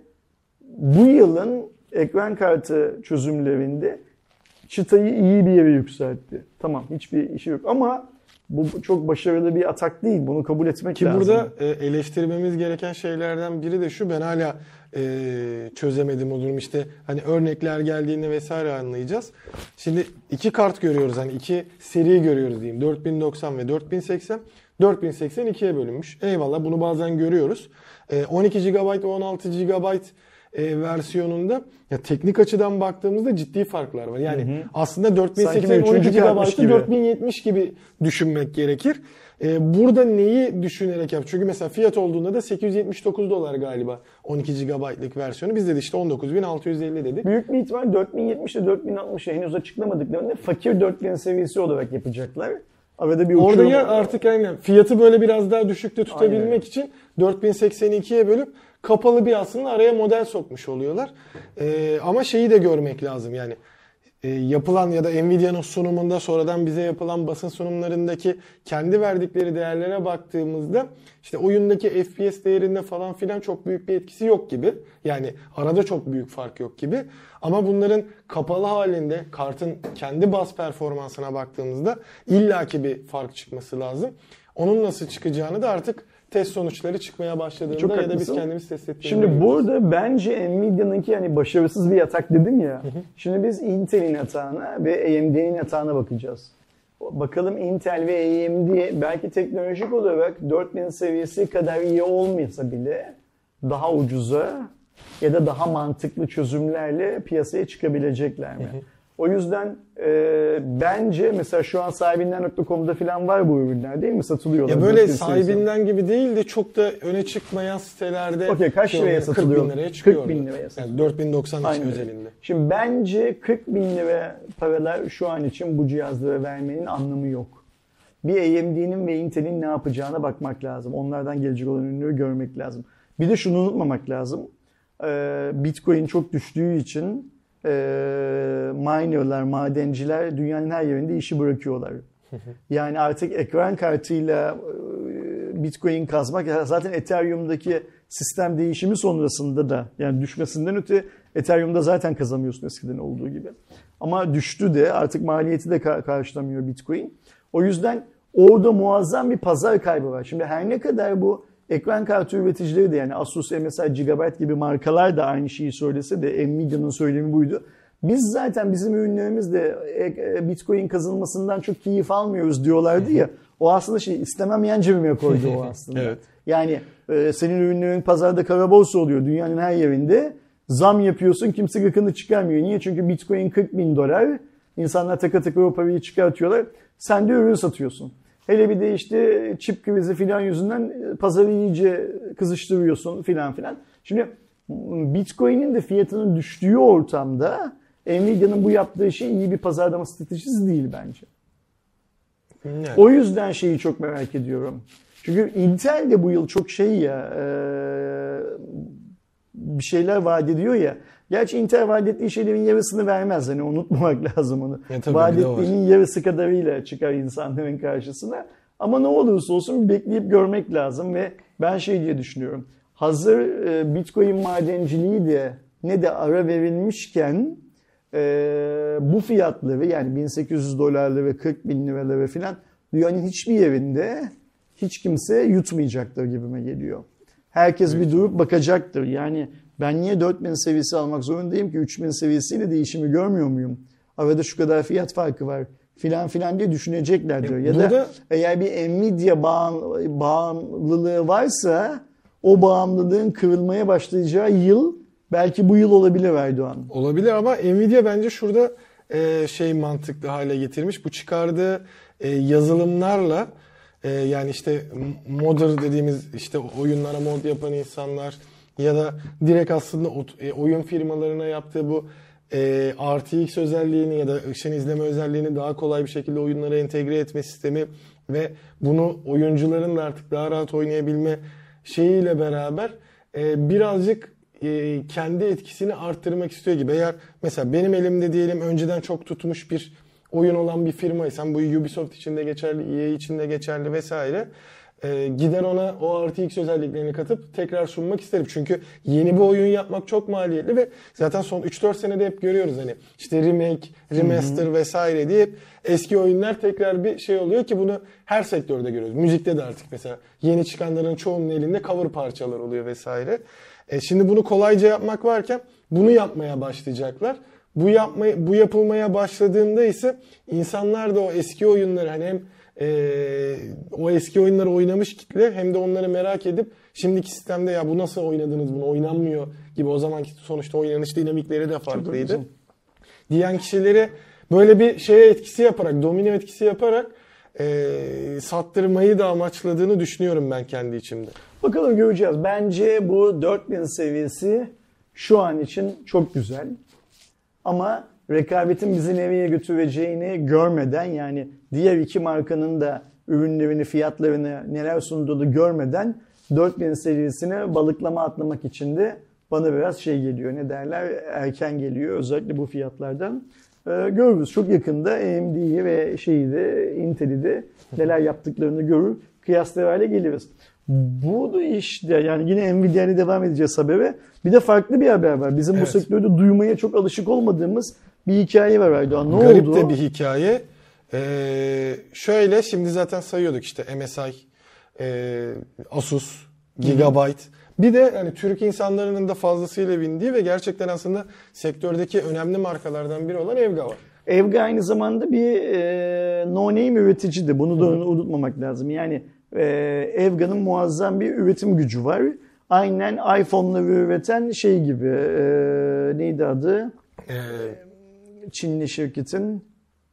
bu yılın ekran kartı çözümlerinde çıtayı iyi bir yere yükseltti. Tamam, hiçbir işi yok ama bu çok başarılı bir atak değil. Bunu kabul etmek Ki lazım. Ki burada eleştirmemiz gereken şeylerden biri de şu: ben hala e, çözemedim o durum. İşte hani örnekler geldiğinde vesaire anlayacağız. Şimdi iki kart görüyoruz, hani iki seri görüyoruz diyeyim. dört bin doksan ve dört bin seksen. dört bin seksen ikiye bölünmüş. Eyvallah, bunu bazen görüyoruz. E, on iki gigabayt ve on altı gigabayt E, versiyonunda ya teknik açıdan baktığımızda ciddi farklar var. Yani hı hı. aslında dört bin seksen on iki gigabaytı dört bin yetmiş gibi düşünmek gerekir. E, burada neyi düşünerek yap? Çünkü mesela fiyat olduğunda da sekiz yüz yetmiş dokuz dolar galiba on iki gigabaytlık versiyonu. Biz de işte on dokuz bin altı yüz elli dedik. Büyük bir ihtimal dört bin yetmiş ile dört bin altmışı henüz açıklamadıklarında fakir dört bin seviyesi olarak yapacaklar. Arada bir orada ya artık aynen fiyatı böyle biraz daha düşükte tutabilmek aynen. için dört bin seksen ikiye bölüp kapalı bir aslında araya model sokmuş oluyorlar. Ee, ama şeyi de görmek lazım yani e, yapılan ya da Nvidia'nın sunumunda sonradan bize yapılan basın sunumlarındaki kendi verdikleri değerlere baktığımızda işte oyundaki F P S değerinde falan filan çok büyük bir etkisi yok gibi. Yani arada çok büyük fark yok gibi. Ama bunların kapalı halinde kartın kendi bas performansına baktığımızda illaki bir fark çıkması lazım. Onun nasıl çıkacağını da artık test sonuçları çıkmaya başladığında çok ya haklısın. Da biz kendimiz test ettiğimizde. Şimdi görüyoruz. Burada bence Nvidia'nınki yani başarısız bir atak dedim ya. Hı hı. Şimdi biz Intel'in atağına ve A M D'nin atağına bakacağız. Bakalım Intel ve A M D belki teknolojik olarak dört bin seviyesi kadar iyi olmasa bile daha ucuza ya da daha mantıklı çözümlerle piyasaya çıkabilecekler mi? Hı hı. O yüzden e, bence mesela şu an sahibinden nokta com'da falan var bu ürünler değil mi? Satılıyorlar. Ya böyle sahibinden gibi değil de çok da öne çıkmayan sitelerde okay, kaç liraya satılıyor? kırk bin liraya çıkıyor. kırk bin liraya satılıyor. Yani dört bin doksan iki özelinde. Şimdi bence kırk bin lira paralar şu an için bu cihazları vermenin anlamı yok. Bir A M D'nin ve Intel'in ne yapacağına bakmak lazım. Onlardan gelecek olan ürünleri görmek lazım. Bir de şunu unutmamak lazım. Bitcoin çok düştüğü için e, minerlar, madenciler dünyanın her yerinde işi bırakıyorlar. Yani artık ekran kartıyla e, Bitcoin kazmak, zaten Ethereum'daki sistem değişimi sonrasında da, yani düşmesinden öte Ethereum'da zaten kazanmıyorsun eskiden olduğu gibi. Ama düştü de artık maliyeti de ka- karşılamıyor Bitcoin. O yüzden orada muazzam bir pazar kaybı var. Şimdi her ne kadar bu ekran kartı üreticileri de, yani Asus, M S I, Gigabyte gibi markalar da aynı şeyi söylese de Nvidia'nın söylemi buydu. Biz zaten bizim ürünlerimiz de Bitcoin kazanmasından çok keyif almıyoruz diyorlardı ya. O aslında şey, istememeyen cebime koydu o aslında. Evet. Yani senin ürünlerin pazarda kara borsa oluyor dünyanın her yerinde. Zam yapıyorsun, kimse gıkını çıkarmıyor. Niye? Çünkü Bitcoin kırk bin dolar. İnsanlar taka taka o parayı çıkartıyorlar. Sen de ürün satıyorsun. Hele bir de işte çip krizi filan yüzünden pazarı iyice kızıştırıyorsun filan filan. Şimdi Bitcoin'in de fiyatının düştüğü ortamda Nvidia'nın bu yaptığı şey iyi bir pazarlama stratejisi değil bence. Yani. O yüzden şeyi çok merak ediyorum. Çünkü Intel de bu yıl çok şey ya e, bir şeyler vaat ediyor ya. Gerçi Intel vaat ettiği şeylerin yarısını vermez. Hani unutmamak lazım onu. E, vaat ettiğinin yarısı kadarıyla çıkar insanların karşısına. Ama ne olursa olsun bekleyip görmek lazım ve ben şey diye düşünüyorum. Hazır e, Bitcoin madenciliği de ne de ara verilmişken e, bu fiyatları yani bin sekiz yüz dolarları ve kırk bin liraları falan dünyanın hiçbir yerinde hiç kimse yutmayacaktır gibime geliyor. Herkes bir durup bakacaktır. Yani ben niye dört bin seviyesi almak zorundayım ki üç bin seviyesiyle değişimi görmüyor muyum? Arada şu kadar fiyat farkı var filan filan diye düşüneceklerdir. Ya, ya da burada... eğer bir Nvidia bağımlılığı varsa o bağımlılığın kırılmaya başlayacağı yıl belki bu yıl olabilir Erdoğan. Olabilir ama Nvidia bence şurada e, şey mantıklı hale getirmiş. Bu çıkardığı e, yazılımlarla e, yani işte modder dediğimiz işte oyunlara mod yapan insanlar ya da direkt aslında e, oyun firmalarına yaptığı bu e, R T X özelliğini ya da ışın izleme özelliğini daha kolay bir şekilde oyunlara entegre etme sistemi ve bunu oyuncuların da artık daha rahat oynayabilme şeyiyle beraber e, birazcık e, kendi etkisini arttırmak istiyor gibi. Eğer mesela benim elimde diyelim önceden çok tutmuş bir oyun olan bir firmaysam, bu Ubisoft için de geçerli, E A için de geçerli vesaire, e, gider ona o R T X özelliklerini katıp tekrar sunmak isterim. Çünkü yeni bir oyun yapmak çok maliyetli ve zaten son üç dört senede hep görüyoruz hani işte remake, remaster Hı-hı. vesaire diye hep eski oyunlar tekrar bir şey oluyor ki bunu her sektörde görüyoruz. Müzikte de artık mesela yeni çıkanların çoğunun elinde cover parçalar oluyor vesaire. E şimdi bunu kolayca yapmak varken bunu yapmaya başlayacaklar. Bu yapmaya, bu yapılmaya başladığında ise insanlar da o eski oyunları hani hem e, o eski oyunları oynamış kitle hem de onları merak edip şimdiki sistemde ya bu nasıl oynadınız bunu oynanmıyor gibi, o zamanki sonuçta oynanış dinamikleri de farklıydı diyen kişileri böyle bir şeye etkisi yaparak, domino etkisi yaparak e, sattırmayı da amaçladığını düşünüyorum ben kendi içimde. Bakalım, göreceğiz. Bence bu dört bin seviyesi şu an için çok güzel. Ama rekabetin bizi nereye götüreceğini görmeden, yani diğer iki markanın da ürünlerini, fiyatlarını neler sunduğunu görmeden dört bin seviyesine balıklama atlamak için de bana biraz şey geliyor. Ne derler? Erken geliyor. Özellikle bu fiyatlardan. Ee, görürüz. Çok yakında A M D'yi ve şeyi de, Intel'i de neler yaptıklarını görür. Kıyaslı hale geliriz. Bu da işte yani yine Nvidia'ya devam edeceğiz habere. Bir de farklı bir haber var. Bizim evet. bu sektörde duymaya çok alışık olmadığımız bir hikaye var Erdoğan. Ne Garip oldu? de bir hikaye. Ee, şöyle şimdi zaten sayıyorduk işte M S I, e, Asus, Gigabyte. Hı-hı. Bir de hani Türk insanların da fazlasıyla bindiği ve gerçekten aslında sektördeki önemli markalardan biri olan Evga var. Evga aynı zamanda bir e, no-name üreticiydi. Bunu da Hı-hı. unutmamak lazım. Yani e, Evga'nın muazzam bir üretim gücü var. Aynen iPhone'ları üreten şey gibi. E, neydi adı? Ee, Çinli şirketin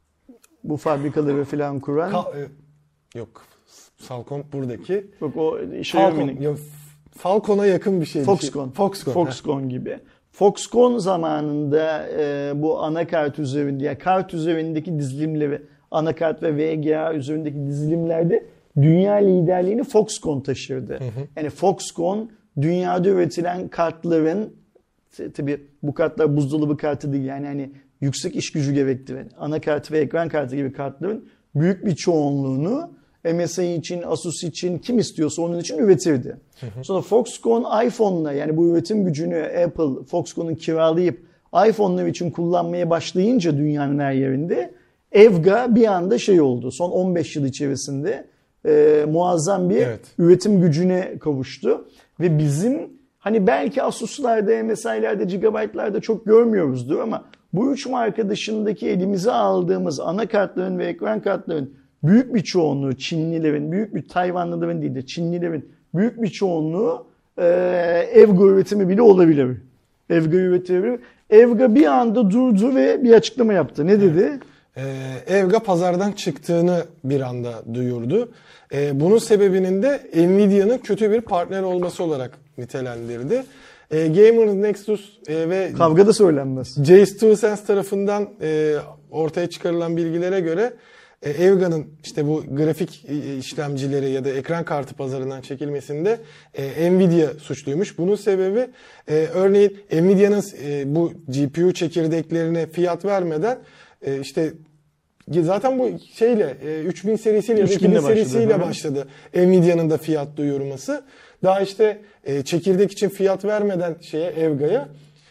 bu fabrikaları falan kuran. Ka- e, yok. Falcon buradaki. Yok o Falcon. Ya, Falcon'a yakın bir şey. Foxconn. Foxconn. Foxconn gibi. Foxconn zamanında e, bu anakart üzerinde, yani kart üzerindeki dizilimleri, anakart ve V G A üzerindeki dizilimlerde dünya liderliğini Foxconn taşırdı. Hı hı. Yani Foxconn dünyada üretilen kartların, tabii bu kartlar buzdolabı kartı değil, yani hani yüksek iş gücü gerektiren anakart ve ekran kartı gibi kartların büyük bir çoğunluğunu M S I için, Asus için, kim istiyorsa onun için üretirdi. Hı hı. Sonra Foxconn iPhone'la, yani bu üretim gücünü Apple, Foxconn'un kiralayıp iPhone'lar için kullanmaya başlayınca dünyanın her yerinde Evga bir anda şey oldu. Son on beş yıl içerisinde e, muazzam bir evet. üretim gücüne kavuştu. Ve bizim hani belki Asus'larda, M S I'lerde, Gigabyte'larda çok görmüyoruzdur ama bu üç marka dışındaki elimize aldığımız anakartların ve ekran kartların büyük bir çoğunluğu Çinlilerin, büyük bir Tayvanlıların değil de Çinlilerin büyük bir çoğunluğu e, Evga üretimi bile olabilir. Evga üretimi. Evga bir anda durdu ve bir açıklama yaptı. Ne dedi? e, Evga pazardan çıktığını bir anda duyurdu. E, bunun sebebinin de Nvidia'nın kötü bir partner olması olarak nitelendirdi. E, Gamers Nexus e, ve Kavga da söylenmez. Jace TwoSense tarafından e, ortaya çıkarılan bilgilere göre e, Evga'nın işte bu grafik işlemcileri ya da ekran kartı pazarından çekilmesinde e, Nvidia suçluymuş. Bunun sebebi e, örneğin Nvidia'nın e, bu G P U çekirdeklerine fiyat vermeden e, işte zaten bu şeyle e, üç bin serisiyle ya da iki bin serisiyle başladı Nvidia'nın da fiyat duyurması. Daha işte e, çekirdek için fiyat vermeden şeye Evga'ya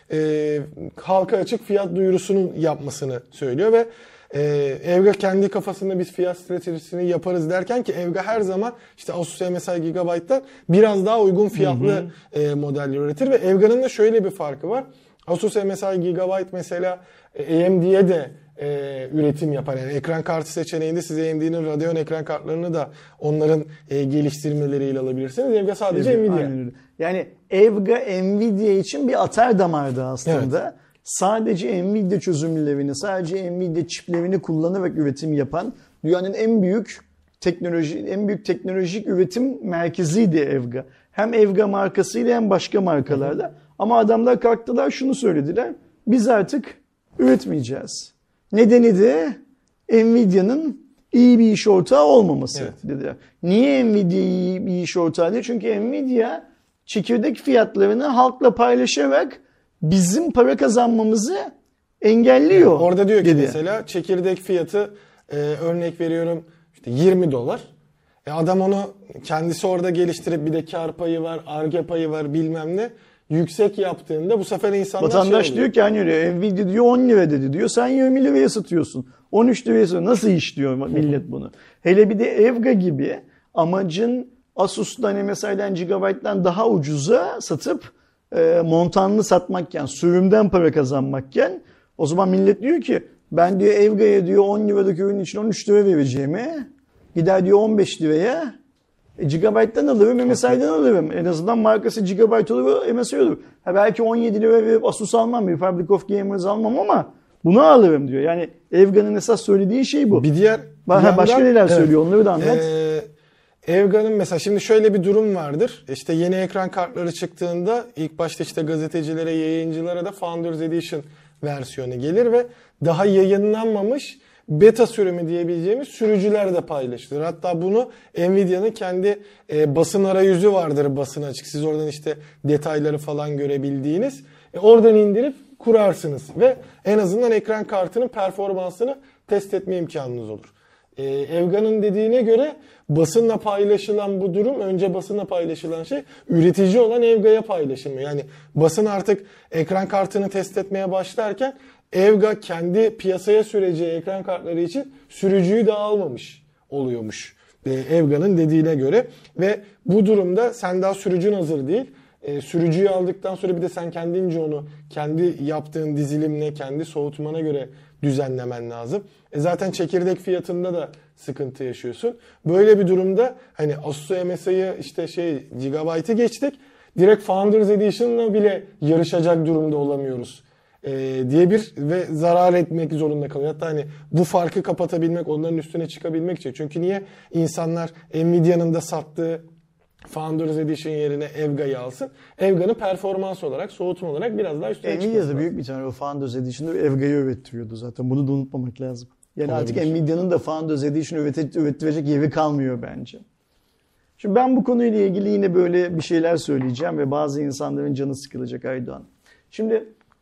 e, halka açık fiyat duyurusunu yapmasını söylüyor ve e, Evga kendi kafasında biz fiyat stratejisini yaparız derken ki Evga her zaman işte Asus M S I Gigabyte'dan biraz daha uygun fiyatlı hı hı. E, modeller üretir ve Evga'nın da şöyle bir farkı var. Asus M S I Gigabyte mesela e, A M D'ye de e, üretim yapar. Yani ekran kartı seçeneğinde siz A M D'nin Radeon ekran kartlarını da onların e, geliştirmeleriyle alabilirsiniz. Evga sadece evet, Nvidia. Yani Evga Nvidia için bir atar damardı aslında. Evet. Sadece Nvidia çözümlerini, sadece Nvidia çiplerini kullanarak üretim yapan dünyanın en büyük teknoloji, en büyük teknolojik üretim merkeziydi Evga. Hem Evga markasıyla hem başka markalarla. Hı hı. Ama adamlar kalktılar şunu söylediler. Biz artık üretmeyeceğiz. Nedeni de Nvidia'nın iyi bir iş ortağı olmaması evet. dediler. Niye Nvidia iyi bir iş ortağı değil? Çünkü Nvidia çekirdek fiyatlarını halkla paylaşarak bizim para kazanmamızı engelliyor. Evet, orada diyor ki dedi. Mesela çekirdek fiyatı e, örnek veriyorum işte yirmi dolar. E, adam onu kendisi orada geliştirip bir de kar payı var, Ar-Ge payı var bilmem ne. Yüksek yaptığında bu sefer insanlar vatandaş şey diyor ki hani öyle Nvidia diyor on lira dedi diyor. Sen yirmi liraya satıyorsun. on üç liraya satıyorsun. Nasıl iş diyor millet bunu. Hele bir de Evga gibi amacın Asus'tan M S I'den Gigabyte'dan daha ucuza satıp e, montanlı satmakken, sürümden para kazanmakken o zaman millet diyor ki ben diyor Evga'ya diyor on liralık ürün için on üç lira vereceğime gider diyor on beş liraya E, Gigabyte'dan alırım, M S I'den alırım. En azından markası Gigabyte olur, M S I olur. Ha, belki on yedi lira verip Asus almam, Republic of Gamers almam ama bunu alırım diyor. Yani Evga'nın esas söylediği şey bu. Bir diğer Ba- yandan, başka neler evet, söylüyor onları da anlat. Ee, Evga'nın mesela şimdi şöyle bir durum vardır. İşte yeni ekran kartları çıktığında ilk başta işte gazetecilere, yayıncılara da Founders Edition versiyonu gelir ve daha yayınlanmamış beta sürümü diyebileceğimiz sürücüler de paylaşılır. Hatta bunu Nvidia'nın kendi e, basın arayüzü vardır, basın açık. Siz oradan işte detayları falan görebildiğiniz. E, oradan indirip kurarsınız ve en azından ekran kartının performansını test etme imkanınız olur. E, Evga'nın dediğine göre basınla paylaşılan bu durum, önce basınla paylaşılan şey üretici olan Evga'ya paylaşılmıyor. Yani basın artık ekran kartını test etmeye başlarken Evga kendi piyasaya süreceği ekran kartları için sürücüyü de almamış oluyormuş Evga'nın dediğine göre. Ve bu durumda sen daha sürücün hazır değil. E, sürücüyü aldıktan sonra bir de sen kendince onu kendi yaptığın dizilimle, kendi soğutmana göre düzenlemen lazım. E, zaten çekirdek fiyatında da sıkıntı yaşıyorsun. Böyle bir durumda hani Asus M S I'yi işte şey Gigabyte'ı geçtik. Direkt Founders Edition'la bile yarışacak durumda olamıyoruz. Ee, diye bir ve zarar etmek zorunda kalıyor. Hatta hani bu farkı kapatabilmek, onların üstüne çıkabilmek için. Çünkü niye insanlar Nvidia'nın da sattığı Founders Edition yerine Evga'yı alsın? Evga'nın performans olarak, soğutma olarak biraz daha üstüne çıkması Nvidia'da büyük bir tane o Founders Edition'da Evga'yı ürettiriyordu zaten. Bunu da unutmamak lazım. Yani olabilir. Artık Nvidia'nın da Founders Edition ürettirecek yeri kalmıyor bence. Şimdi ben bu konuyla ilgili yine böyle bir şeyler söyleyeceğim ve bazı insanların canı sıkılacak Aydoğan. Şimdi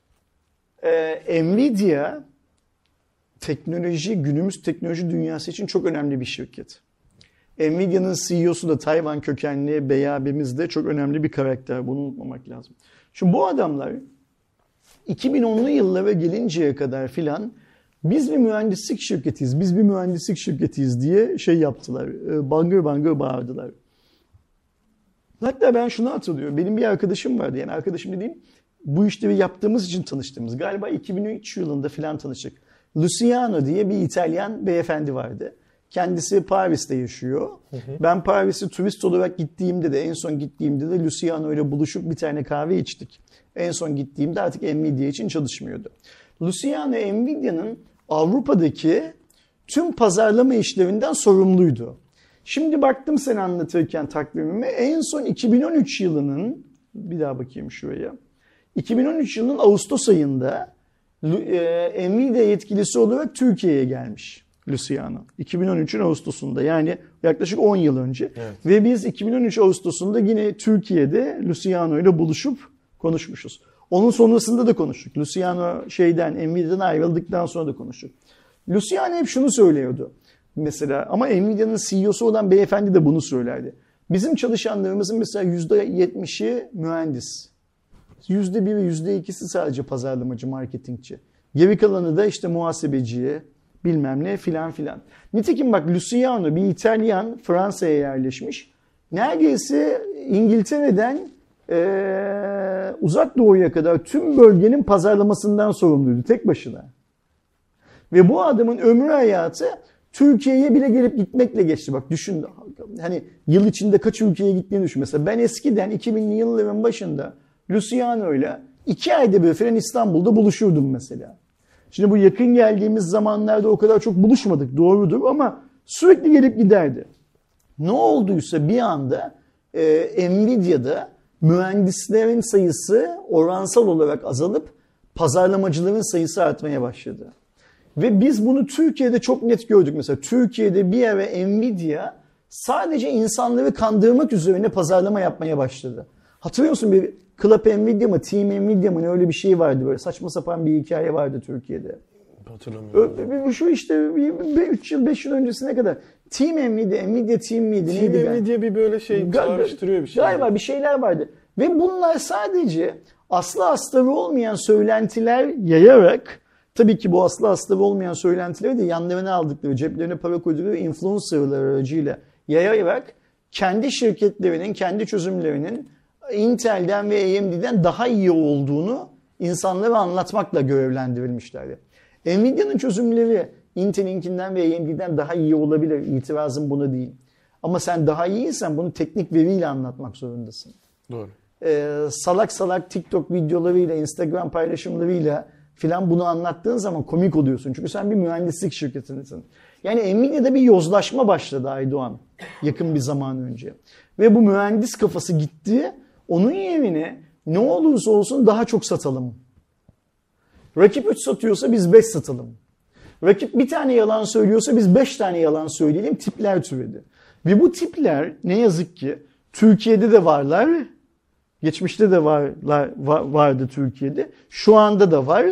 Ee, Nvidia teknoloji, günümüz teknoloji dünyası için çok önemli bir şirket. Nvidia'nın C E O'su da Tayvan kökenli bey abimiz de çok önemli bir karakter. Bunu unutmamak lazım. Şimdi bu adamlar iki bin onlu yıllara gelinceye kadar filan biz bir mühendislik şirketiyiz, biz bir mühendislik şirketiyiz diye şey yaptılar. Bangır bangır bağırdılar. Hatta ben şunu hatırlıyorum. Benim bir arkadaşım vardı. Yani arkadaşım dediğim bu işleri yaptığımız için tanıştığımız. Galiba iki bin üç yılında filan tanıştık. Luciano diye bir İtalyan beyefendi vardı. Kendisi Paris'te yaşıyor. Hı hı. Ben Paris'e turist olarak gittiğimde de en son gittiğimde de Luciano ile buluşup bir tane kahve içtik. En son gittiğimde artık Nvidia için çalışmıyordu. Luciano Nvidia'nın Avrupa'daki tüm pazarlama işlerinden sorumluydu. Şimdi baktım sen anlatırken takvimime, en son iki bin on üç yılının, bir daha bakayım şuraya, iki bin on üç yılının Ağustos ayında e, Nvidia yetkilisi olarak Türkiye'ye gelmiş Luciano. iki bin on üçün Ağustos'unda, yani yaklaşık on yıl önce. Evet. Ve biz iki bin on üç Ağustos'unda yine Türkiye'de Luciano ile buluşup konuşmuşuz. Onun sonrasında da konuştuk. Luciano şeyden, Nvidia'dan ayrıldıktan sonra da konuştuk. Luciano hep şunu söylüyordu. Mesela, ama Nvidia'nın C E O'su olan beyefendi de bunu söylerdi. Bizim çalışanlarımızın mesela yüzde yetmişi mühendis. yüzde biri, yüzde ikisi sadece pazarlamacı, marketingçi. Geri kalanı da işte muhasebeciye, bilmem ne filan filan. Nitekim bak, Luciano bir İtalyan, Fransa'ya yerleşmiş. Neredeyse İngiltere'den ee, Uzak Doğu'ya kadar tüm bölgenin pazarlamasından sorumluydu tek başına. Ve bu adamın ömrü hayatı Türkiye'ye bile gelip gitmekle geçti. Bak düşün, hani yıl içinde kaç ülkeye gittiğini düşün. Mesela ben eskiden iki binli yılların başında Luciano'yla iki ayda bir falan İstanbul'da buluşurdum mesela. Şimdi bu yakın geldiğimiz zamanlarda o kadar çok buluşmadık, doğrudur, ama sürekli gelip giderdi. Ne olduysa bir anda e, Nvidia'da mühendislerin sayısı oransal olarak azalıp pazarlamacıların sayısı artmaya başladı. Ve biz bunu Türkiye'de çok net gördük. Mesela Türkiye'de bir ara Nvidia sadece insanları kandırmak üzerine pazarlama yapmaya başladı. Hatırlıyor musun, bir Club Nvidia mı, Team Nvidia mı, öyle bir şey vardı, böyle saçma sapan bir hikaye vardı Türkiye'de. Hatırlamıyorum. Şu işte üç yıl beş yıl öncesine kadar Team Nvidia, Nvidia Team miydi? Team neydi Nvidia bir böyle şey çağrıştırıyor bir şey. Galiba bir şeyler vardı. Ve bunlar sadece aslı astarı olmayan söylentiler yayarak, tabii ki bu aslı astarı olmayan söylentileri de yanlarına aldıkları, ceplerine para koydukları influencerlar aracıyla yayarak kendi şirketlerinin, kendi çözümlerinin Intel'den ve A M D'den daha iyi olduğunu insanlara anlatmakla görevlendirilmişlerdi. Nvidia'nın çözümleri Intel'inkinden ve A M D'den daha iyi olabilir. İtirazım buna değil. Ama sen daha iyiysen bunu teknik veriyle anlatmak zorundasın. Doğru. Ee, salak salak TikTok videolarıyla, Instagram paylaşımlarıyla filan bunu anlattığın zaman komik oluyorsun. Çünkü sen bir mühendislik şirketindesin. Yani Nvidia'da bir yozlaşma başladı Aydoğan yakın bir zaman önce. Ve bu mühendis kafası gitti. Onun yerine ne olursa olsun daha çok satalım. Rakip üç satıyorsa biz beş satalım. Rakip bir tane yalan söylüyorsa biz beş tane yalan söyleyelim, tipler türedi. Ve bu tipler ne yazık ki Türkiye'de de varlar. Geçmişte de varlar, vardı Türkiye'de. Şu anda da var.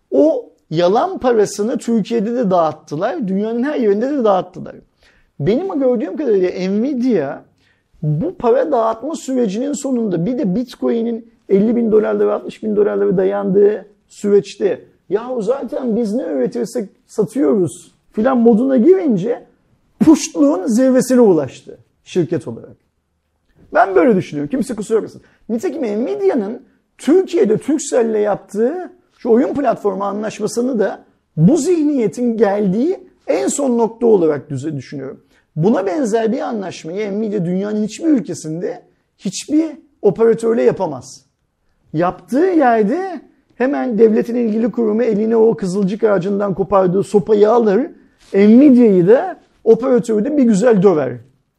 O yalan parasını Türkiye'de de dağıttılar. Dünyanın her yerinde de dağıttılar. Benim gördüğüm kadarıyla Nvidia bu para dağıtma sürecinin sonunda bir de Bitcoin'in elli bin dolarlara, altmış bin dolarlara dayandığı süreçte yahu zaten biz ne üretirsek satıyoruz filan moduna girince puştluğun zirvesine ulaştı şirket olarak. Ben böyle düşünüyorum. Kimse kusura bakmasın. Nitekim Nvidia'nın Türkiye'de Turkcell'le yaptığı şu oyun platformu anlaşmasını da bu zihniyetin geldiği en son nokta olarak düşünüyorum. Buna benzer bir anlaşmayı Nvidia dünyanın hiçbir ülkesinde hiçbir operatörle yapamaz. Yaptığı yerde hemen devletin ilgili kurumu eline o kızılcık ağacından kopardığı sopayı alır, Nvidia'yı da operatörü de bir güzel döver.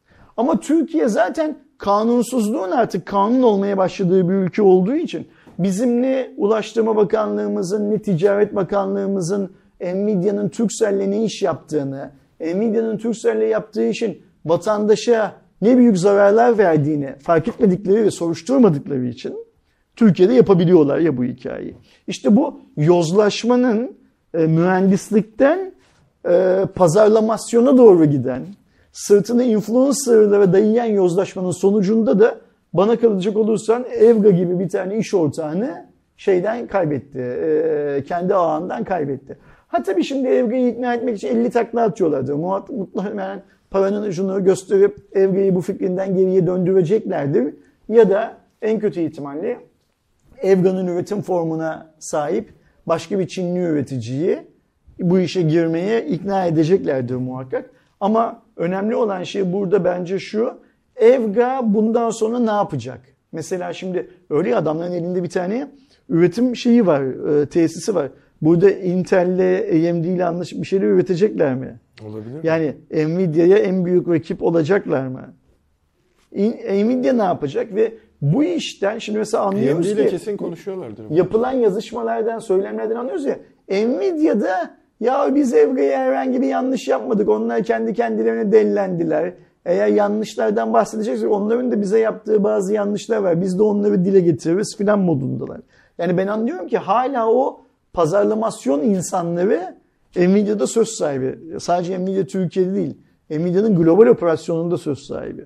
Ama Türkiye zaten kanunsuzluğun artık kanun olmaya başladığı bir ülke olduğu için bizim ne Ulaştırma Bakanlığımızın ne Ticaret Bakanlığımızın Nvidia'nın Turkcell'le ne iş yaptığını, Nvidia'nın Turkcell'le yaptığı işin vatandaşa ne büyük zararlar verdiğini fark etmedikleri ve soruşturmadıkları için Türkiye'de yapabiliyorlar ya bu hikayeyi. İşte bu yozlaşmanın e, mühendislikten e, pazarlamasyona doğru giden, sırtını influencerlara dayayan yozlaşmanın sonucunda da bana kalacak olursan Evga gibi bir tane iş ortağını şeyden kaybetti, e, kendi ağından kaybetti. Ha tabii şimdi Evga'yı ikna etmek için elli takla atıyorlardı. Muhtemelen paranın ucunu gösterip Evga'yı bu fikrinden geriye döndüreceklerdir. Ya da en kötü ihtimalle Evga'nın üretim formuna sahip başka bir Çinli üreticiyi bu işe girmeye ikna edeceklerdir muhakkak. Ama önemli olan şey burada bence şu: Evga bundan sonra ne yapacak? Mesela şimdi öyle adamların elinde bir tane üretim şeyi var, tesisi var. Burada Intel'le A M D ile anlaşıp bir şeyler üretecekler mi? Olabilir. Yani Nvidia'ya en büyük rakip olacaklar mı? Nvidia ne yapacak ve bu işten şimdi mesela anlıyoruz A M D ile ki kesin konuşuyorlardır. yapılan yazışmalardan, söylemlerden anlıyoruz ya. Nvidia'da ya biz Evga'ya herhangi bir yanlış yapmadık. Onlar kendi kendilerine dellendiler. Eğer yanlışlardan bahsedeceksek onların da bize yaptığı bazı yanlışlar var. Biz de onları dile getiririz filan modundalar. Yani ben anlıyorum ki hala o pazarlamasyon insanları Nvidia'da söz sahibi. Sadece Nvidia Türkiye'de değil. Nvidia'nın global operasyonunda söz sahibi.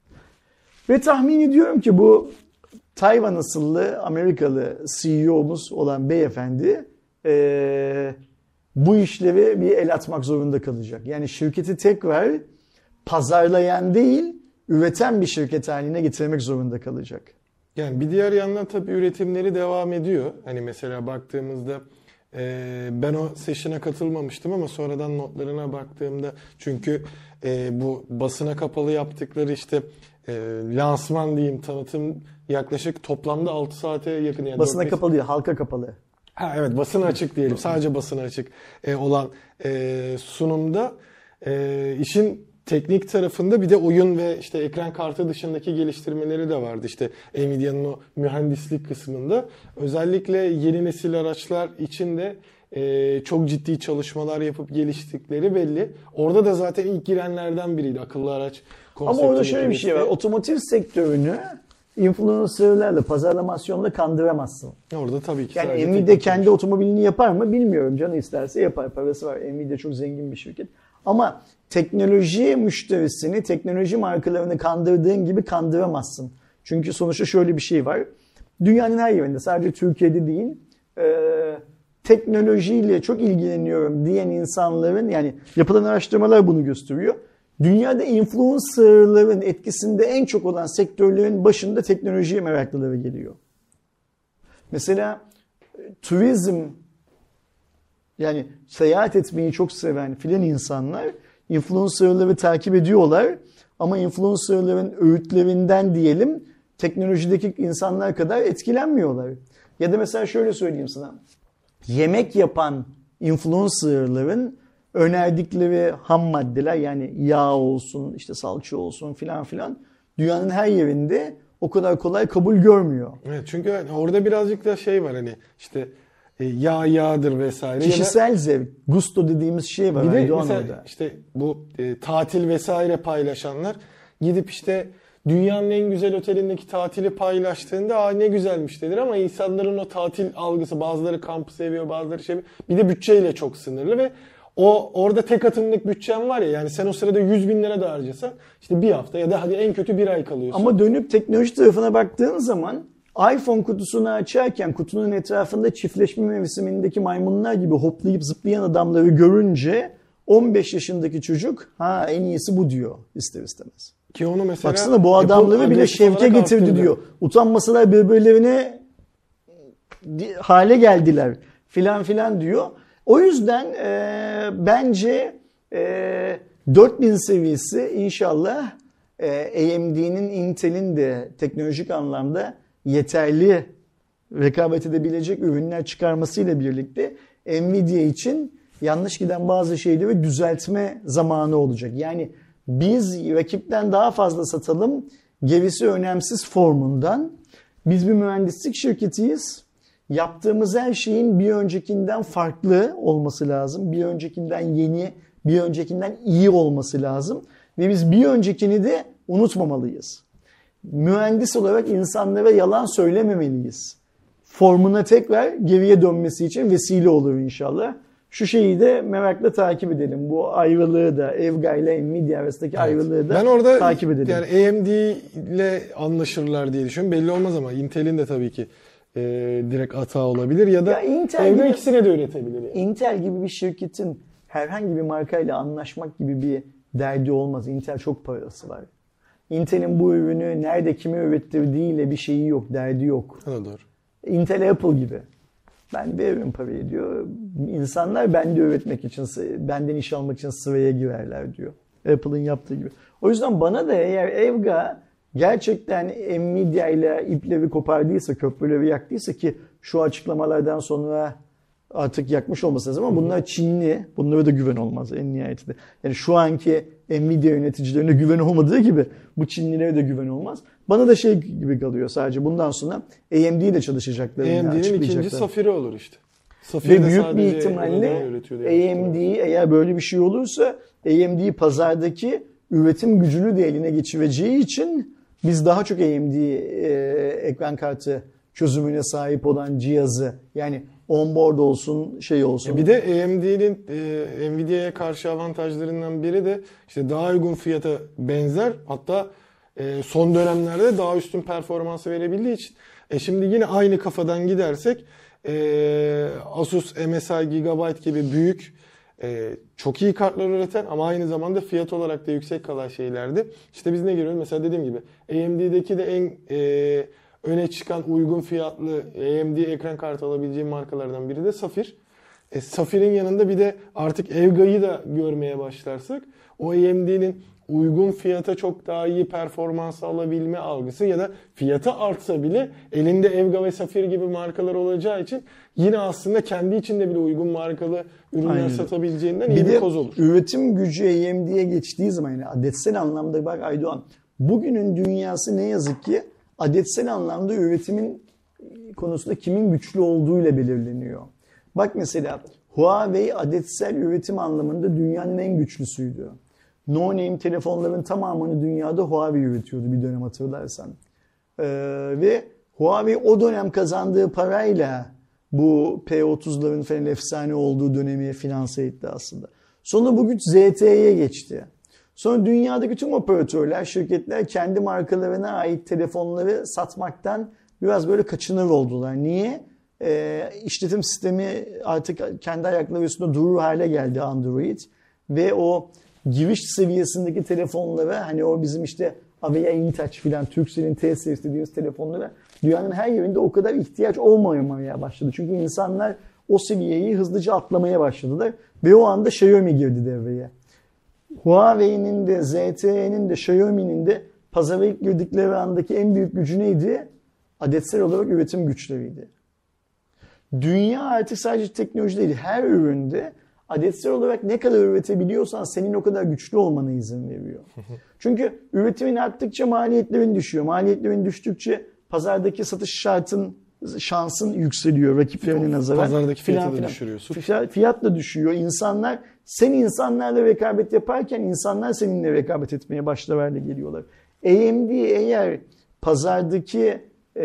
Ve tahmin ediyorum ki bu Tayvan asıllı Amerikalı C E O'muz olan beyefendi ee, bu işleri bir el atmak zorunda kalacak. Yani şirketi tekrar pazarlayan değil, üreten bir şirket haline getirmek zorunda kalacak. Yani bir diğer yandan tabii üretimleri devam ediyor. Hani mesela baktığımızda e, ben o session'a katılmamıştım ama sonradan notlarına baktığımda çünkü e, bu basına kapalı yaptıkları işte e, lansman diyeyim tanıtım yaklaşık toplamda altı saate yakın. Yani basına dört beş kapalı değil, halka kapalı. Ha evet basına açık diyelim. Sadece basına açık e, olan e, sunumda e, işin teknik tarafında bir de oyun ve işte ekran kartı dışındaki geliştirmeleri de vardı. İşte Nvidia'nın o mühendislik kısmında. Özellikle yeni nesil araçlar için de e, çok ciddi çalışmalar yapıp geliştikleri belli. Orada da zaten ilk girenlerden biriydi akıllı araç konseptini. Ama orada şöyle bir şey var. Otomotiv sektörünü influencerlarla, pazarlamasyonla kandıramazsın. Orada tabii ki. Yani Nvidia kendi otomobilini yapar mı bilmiyorum. Canı isterse yapar. Parası var. Nvidia çok zengin bir şirket. Ama teknoloji müşterisini, teknoloji markalarını kandırdığın gibi kandıramazsın. Çünkü sonuçta şöyle bir şey var. Dünyanın her yerinde, sadece Türkiye'de değil, e, teknolojiyle çok ilgileniyorum diyen insanların, yani yapılan araştırmalar bunu gösteriyor. Dünyada influencerların etkisinde en çok olan sektörlerin başında teknolojiye meraklıları geliyor. Mesela turizm, yani seyahat etmeyi çok seven filan insanlar influencerları takip ediyorlar. Ama influencerların öğütlerinden diyelim teknolojideki insanlar kadar etkilenmiyorlar. Ya da mesela şöyle söyleyeyim sana. Yemek yapan influencerların önerdikleri ham maddeler, yani yağ olsun, işte salça olsun filan filan dünyanın her yerinde o kadar kolay kabul görmüyor. Evet, çünkü orada birazcık da şey var, hani işte yağ yağdır vesaire. Kişisel ya da, zevk, gusto dediğimiz şey var. Bir de Aydoğan mesela orada. işte bu e, tatil vesaire paylaşanlar gidip işte dünyanın en güzel otelindeki tatili paylaştığında aa ne güzelmiş denir ama insanların o tatil algısı, bazıları kampı seviyor, bazıları şey, bir de bütçeyle çok sınırlı ve o orada tek atımlık bütçen var ya, yani sen o sırada yüz bin lira da harcasan işte bir hafta ya da hadi en kötü bir ay kalıyorsun. Ama dönüp teknoloji tarafına baktığın zaman iPhone kutusunu açarken kutunun etrafında çiftleşme mevsimindeki maymunlar gibi hoplayıp zıplayan adamları görünce on beş yaşındaki çocuk ha en iyisi bu diyor ister istemez. Ki onu mesela baksana bu adamları bile şevke getirdi arttırdı. Diyor. Utanmasalar birbirlerine hale geldiler filan filan diyor. O yüzden e, bence e, dört bin seviyesi inşallah e, A M D'nin, Intel'in de teknolojik anlamda yeterli rekabet edebilecek ürünler çıkarmasıyla birlikte Nvidia için yanlış giden bazı şeyleri düzeltme zamanı olacak. Yani biz rakipten daha fazla satalım, gerisi önemsiz formundan. Biz bir mühendislik şirketiyiz. Yaptığımız her şeyin bir öncekinden farklı olması lazım. Bir öncekinden yeni, bir öncekinden iyi olması lazım. Ve biz bir öncekini de unutmamalıyız. Mühendis olarak insanlara yalan söylememeliyiz. Formuna tekrar geriye dönmesi için vesile olur inşallah. Şu şeyi de merakla takip edelim. Bu ayrılığı da, Evga ile Nvidia arasındaki evet. ayrılığı da ben orada takip edelim. Yani A M D ile anlaşırlar diye düşünüyorum. Belli olmaz ama Intel'in de tabii ki e, direkt hata olabilir ya da ya Evga ikisine de üretebilir. Yani. Intel gibi bir şirketin herhangi bir markayla anlaşmak gibi bir derdi olmaz. Intel çok parası var. Intel'in bu ürünü nerede kime ürettirdiğiyle bir şeyi yok, derdi yok. O da doğru. Intel Apple gibi. Ben veririm parayı diyor. İnsanlar bende üretmek için, benden iş almak için sıraya girerler diyor. Apple'ın yaptığı gibi. O yüzden bana da eğer Evga gerçekten Nvidia ile ipleri kopardıysa, köprüleri yaktıysa ki şu açıklamalardan sonra artık yakmış olması lazım ama bunlar Çinli. Bunlara da güven olmaz en nihayetinde. Yani şu anki Nvidia yöneticilerine güven olmadığı gibi bu Çinlilere de güven olmaz. Bana da şey gibi kalıyor sadece bundan sonra A M D ile çalışacaklarını A M D'nin açıklayacaklar. ikinci Safir'i olur işte. Safir Ve de büyük bir sadece ihtimalle A A M D eğer böyle bir şey olursa A M D pazardaki üretim gücünü de eline geçireceği için biz daha çok A M D e, ekran kartı çözümüne sahip olan cihazı yani onboard olsun şey olsun. Bir de A M D'nin e, Nvidia'ya karşı avantajlarından biri de işte daha uygun fiyata benzer hatta e, son dönemlerde daha üstün performansı verebildiği için. E şimdi yine aynı kafadan gidersek e, Asus M S I Gigabyte gibi büyük e, çok iyi kartlar üreten ama aynı zamanda fiyat olarak da yüksek kalan şeylerdi. İşte biz ne görüyoruz? Mesela dediğim gibi A M D'deki de en e, öne çıkan uygun fiyatlı A M D ekran kartı alabileceğim markalardan biri de Safir. E, Safir'in yanında bir de artık Evga'yı da görmeye başlarsak o A M D'nin uygun fiyata çok daha iyi performans alabilme algısı ya da fiyatı artsa bile elinde Evga ve Safir gibi markalar olacağı için yine aslında kendi içinde bile uygun markalı ürünler Aynen. satabileceğinden Bir iyi bir de koz olur. üretim gücü A M D'ye geçtiği zaman yani adetsel anlamda bak Aydoğan bugünün dünyası ne yazık ki adetsel anlamda üretimin konusunda kimin güçlü olduğuyla belirleniyor. Bak mesela Huawei adetsel üretim anlamında dünyanın en güçlüsüydü. No name telefonların tamamını dünyada Huawei üretiyordu bir dönem hatırlarsan. Ee, ve Huawei o dönem kazandığı parayla bu P otuzların falan efsane olduğu dönemi finanse etti aslında. Sonra bu güç Z T E'ye geçti. Sonra dünyadaki tüm operatörler, şirketler kendi markalarına ait telefonları satmaktan biraz böyle kaçınır oldular. Niye? Ee, işletim sistemi artık kendi ayakları üstünde durur hale geldi Android. Ve o giriş seviyesindeki telefonlara hani o bizim işte Avaya InTouch filan Turkcell'in T S S dediğimiz telefonlara dünyanın her yerinde o kadar ihtiyaç olmamaya başladı. Çünkü insanlar o seviyeyi hızlıca atlamaya başladılar. Ve o anda Xiaomi girdi devreye. Huawei'nin de Z T E'nin de Xiaomi'nin de pazara ilk girdikleri andaki en büyük gücü neydi? Adetsel olarak üretim güçleriydi. Dünya artık sadece teknoloji değil, her üründe adetsel olarak ne kadar üretebiliyorsan senin o kadar güçlü olmana izin veriyor. Çünkü üretimin arttıkça maliyetlerin düşüyor. Maliyetlerin düştükçe pazardaki satış şartın, şansın yükseliyor rakiplerine nazaran. Pazardaki fiyatı filan da filan. düşürüyorsun. Fiyat da düşüyor. İnsanlar, sen insanlarla rekabet yaparken insanlar seninle rekabet etmeye başlar hale geliyorlar. A M D eğer pazardaki e,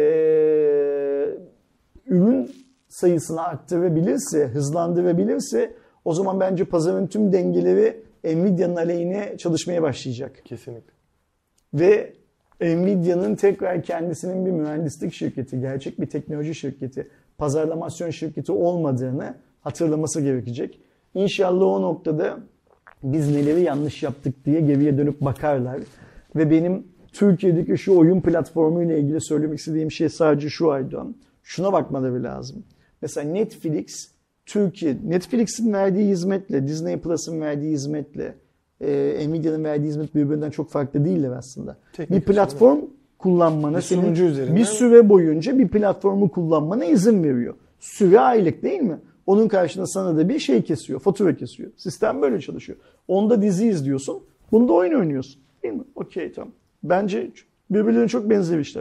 ürün sayısını arttırabilirse, hızlandırabilirse o zaman bence pazarın tüm dengeleri Nvidia'nın aleyhine çalışmaya başlayacak. Kesinlikle. Ve Nvidia'nın tekrar kendisinin bir mühendislik şirketi, gerçek bir teknoloji şirketi, pazarlamasyon şirketi olmadığını hatırlaması gerekecek. İnşallah o noktada biz neleri yanlış yaptık diye geriye dönüp bakarlar. Ve benim Türkiye'deki şu oyun platformu ile ilgili söylemek istediğim şey sadece şu Aydoğan. Şuna bakmaları lazım. Mesela Netflix, Türkiye, Netflix'in verdiği hizmetle, Disney Plus'ın verdiği hizmetle, e, Nvidia'nın verdiği hizmet birbirinden çok farklı değiller aslında. Teknik bir platform kullanmana, bir senin üzerinden... bir süre boyunca bir platformu kullanmana izin veriyor. Süre aylık değil mi? Onun karşılığında sana da bir şey kesiyor, fatura kesiyor. Sistem böyle çalışıyor. Onda dizi izliyorsun, bunda oyun oynuyorsun. Değil mi? Okey, tamam. Bence birbirlerine çok benzer işler.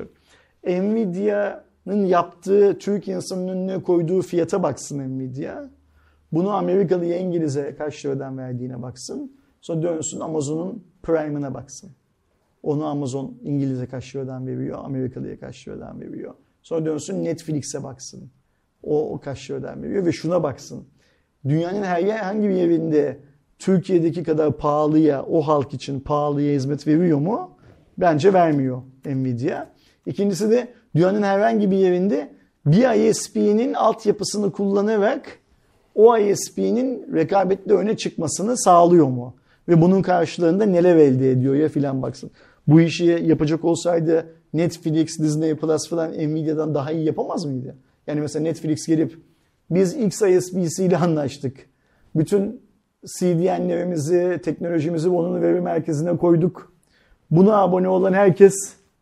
Nvidia'nın yaptığı, Türk insanının önüne koyduğu fiyata baksın Nvidia. Bunu Amerikalı'ya, İngiliz'e kaç liradan verdiğine baksın. Sonra dönsün Amazon'un Prime'ına baksın. Onu Amazon İngiliz'e kaç liradan veriyor, Amerikalı'ya kaç liradan veriyor. Sonra dönsün Netflix'e baksın. O, o kaç liradan veriyor ve şuna baksın. Dünyanın herhangi bir yerinde Türkiye'deki kadar pahalıya, o halk için pahalıya hizmet veriyor mu? Bence vermiyor Nvidia. İkincisi de dünyanın herhangi bir yerinde bir I S P'nin altyapısını kullanarak o I S P'nin rekabetle öne çıkmasını sağlıyor mu? Ve bunun karşılığında neler elde ediyor ya filan baksın. Bu işi yapacak olsaydı Netflix, Disney Plus falan Nvidia'dan daha iyi yapamaz mıydı? Yani mesela Netflix gelip biz X I S P'si ile anlaştık. Bütün C D N'lerimizi, teknolojimizi onun veri merkezine koyduk. Buna abone olan herkes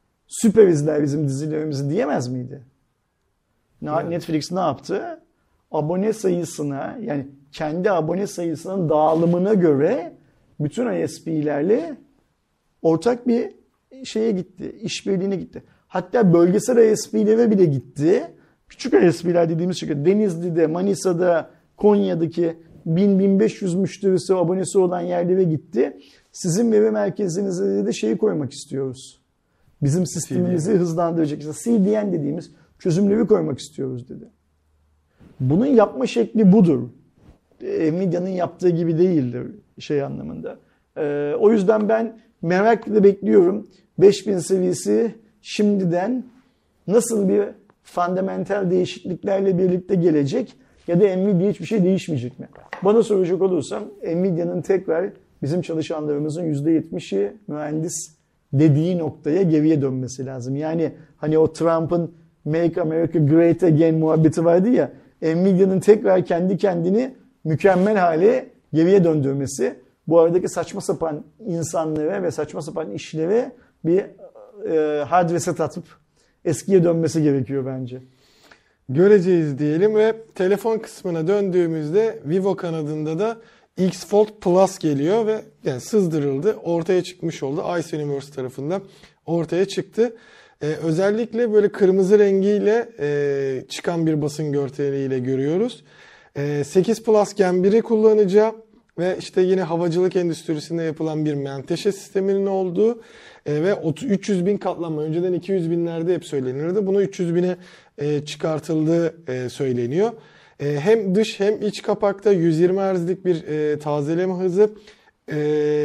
süper izler bizim dizilerimizi diyemez miydi? Evet. Netflix ne yaptı? abone sayısına, yani kendi abone sayısının dağılımına göre bütün I S P'lerle ortak bir şeye gitti, işbirliğine gitti. Hatta bölgesel I S P'lere bile gitti. Küçük I S P'ler dediğimiz şey, Denizli'de, Manisa'da, Konya'daki bin bin beş yüz müşterisi, abonesi olan yerlere gitti. Sizin veri merkezinize de şeyi koymak istiyoruz. Bizim sistemimizi C D N hızlandıracak, işte C D N dediğimiz çözümleri koymak istiyoruz dedi. Bunun yapma şekli budur. Nvidia'nın yaptığı gibi değildir şey anlamında. Ee, o yüzden ben merakla bekliyorum. beş bin seviyesi şimdiden nasıl bir fundamental değişikliklerle birlikte gelecek ya da Nvidia hiçbir şey değişmeyecek mi? Bana soracak olursam Nvidia'nın tekrar bizim çalışanlarımızın yüzde yetmişi mühendis dediği noktaya geriye dönmesi lazım. Yani hani o Trump'ın Make America Great Again muhabbeti vardı ya, Nvidia'nın tekrar kendi kendini mükemmel hale geriye döndürmesi, bu aradaki saçma sapan insanlara ve saçma sapan işlere bir e, hard reset atıp eskiye dönmesi gerekiyor bence. Göreceğiz diyelim ve telefon kısmına döndüğümüzde Vivo kanadında da X Fold Plus geliyor ve yani sızdırıldı, ortaya çıkmış oldu. Ice Universe tarafından ortaya çıktı. Ee, özellikle böyle kırmızı rengiyle e, çıkan bir basın görseliyle görüyoruz. E, sekiz Plus Gen biri kullanacağı ve işte yine havacılık endüstrisinde yapılan bir menteşe sisteminin olduğu e, ve üç yüz bin katlanma, önceden iki yüz binlerde hep söylenirdi. Bunu üç yüz bine e, çıkartıldığı e, söyleniyor. E, hem dış hem iç kapakta yüz yirmi hertzlik bir e, tazeleme hızı, e,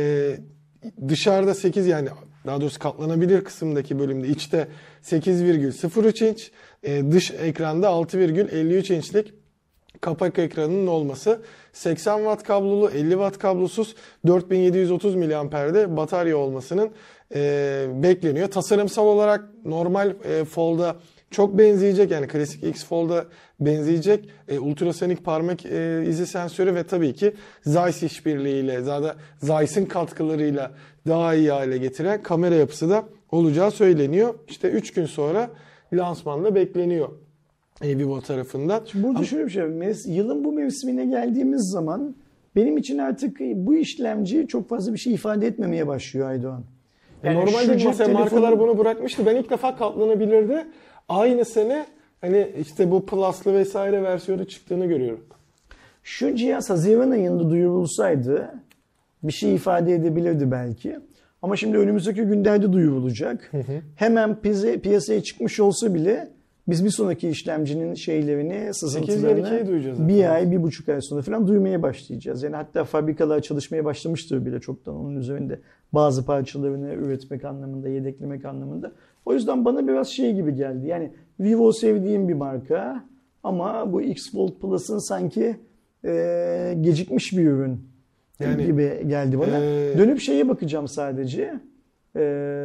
dışarıda sekiz, yani daha doğrusu katlanabilir kısımdaki bölümde içte sekiz virgül sıfır üç inç, e, dış ekranda altı virgül elli üç inçlik kapak ekranının olması, seksen watt kablolu, elli watt kablosuz, dört bin yedi yüz otuz miliamper'de batarya olmasının e, bekleniyor. Tasarımsal olarak normal e, Fold'a çok benzeyecek, yani klasik X Fold'a benzeyecek. E, ultrasonik parmak e, izi sensörü ve tabii ki Zeiss işbirliğiyle, zaten Zeiss'in katkılarıyla daha iyi hale getiren kamera yapısı da olacağı söyleniyor. İşte üç gün sonra lansmanda bekleniyor Vivo tarafından. Şimdi burada Ama... şöyle bir şey var. Yılın bu mevsimine geldiğimiz zaman benim için artık bu işlemci çok fazla bir şey ifade etmemeye başlıyor Aydoğan. Yani normalde mesela telefonu... markalar bunu bırakmıştı. Ben ilk defa katlanabilirdi. Aynı sene hani işte bu Plus'lı vesaire versiyonu çıktığını görüyorum. Şu cihaz Haziran ayında duyurulsaydı bir şey ifade edebilirdi belki. Ama şimdi önümüzdeki günlerde duyurulacak. Hı hı. Hemen piyasaya çıkmış olsa bile biz bir sonraki işlemcinin şeylerini, sızıntılarını bir ay, bir buçuk ay sonra falan duymaya başlayacağız. Yani hatta fabrikalar çalışmaya başlamıştır bile çoktan onun üzerinde. Bazı parçalarını üretmek anlamında, yedeklemek anlamında. O yüzden bana biraz şey gibi geldi. Yani Vivo sevdiğim bir marka ama bu X Fold Plus'ın sanki e, gecikmiş bir ürün yani, gibi geldi bana. Ee... Dönüp şeye bakacağım sadece. E,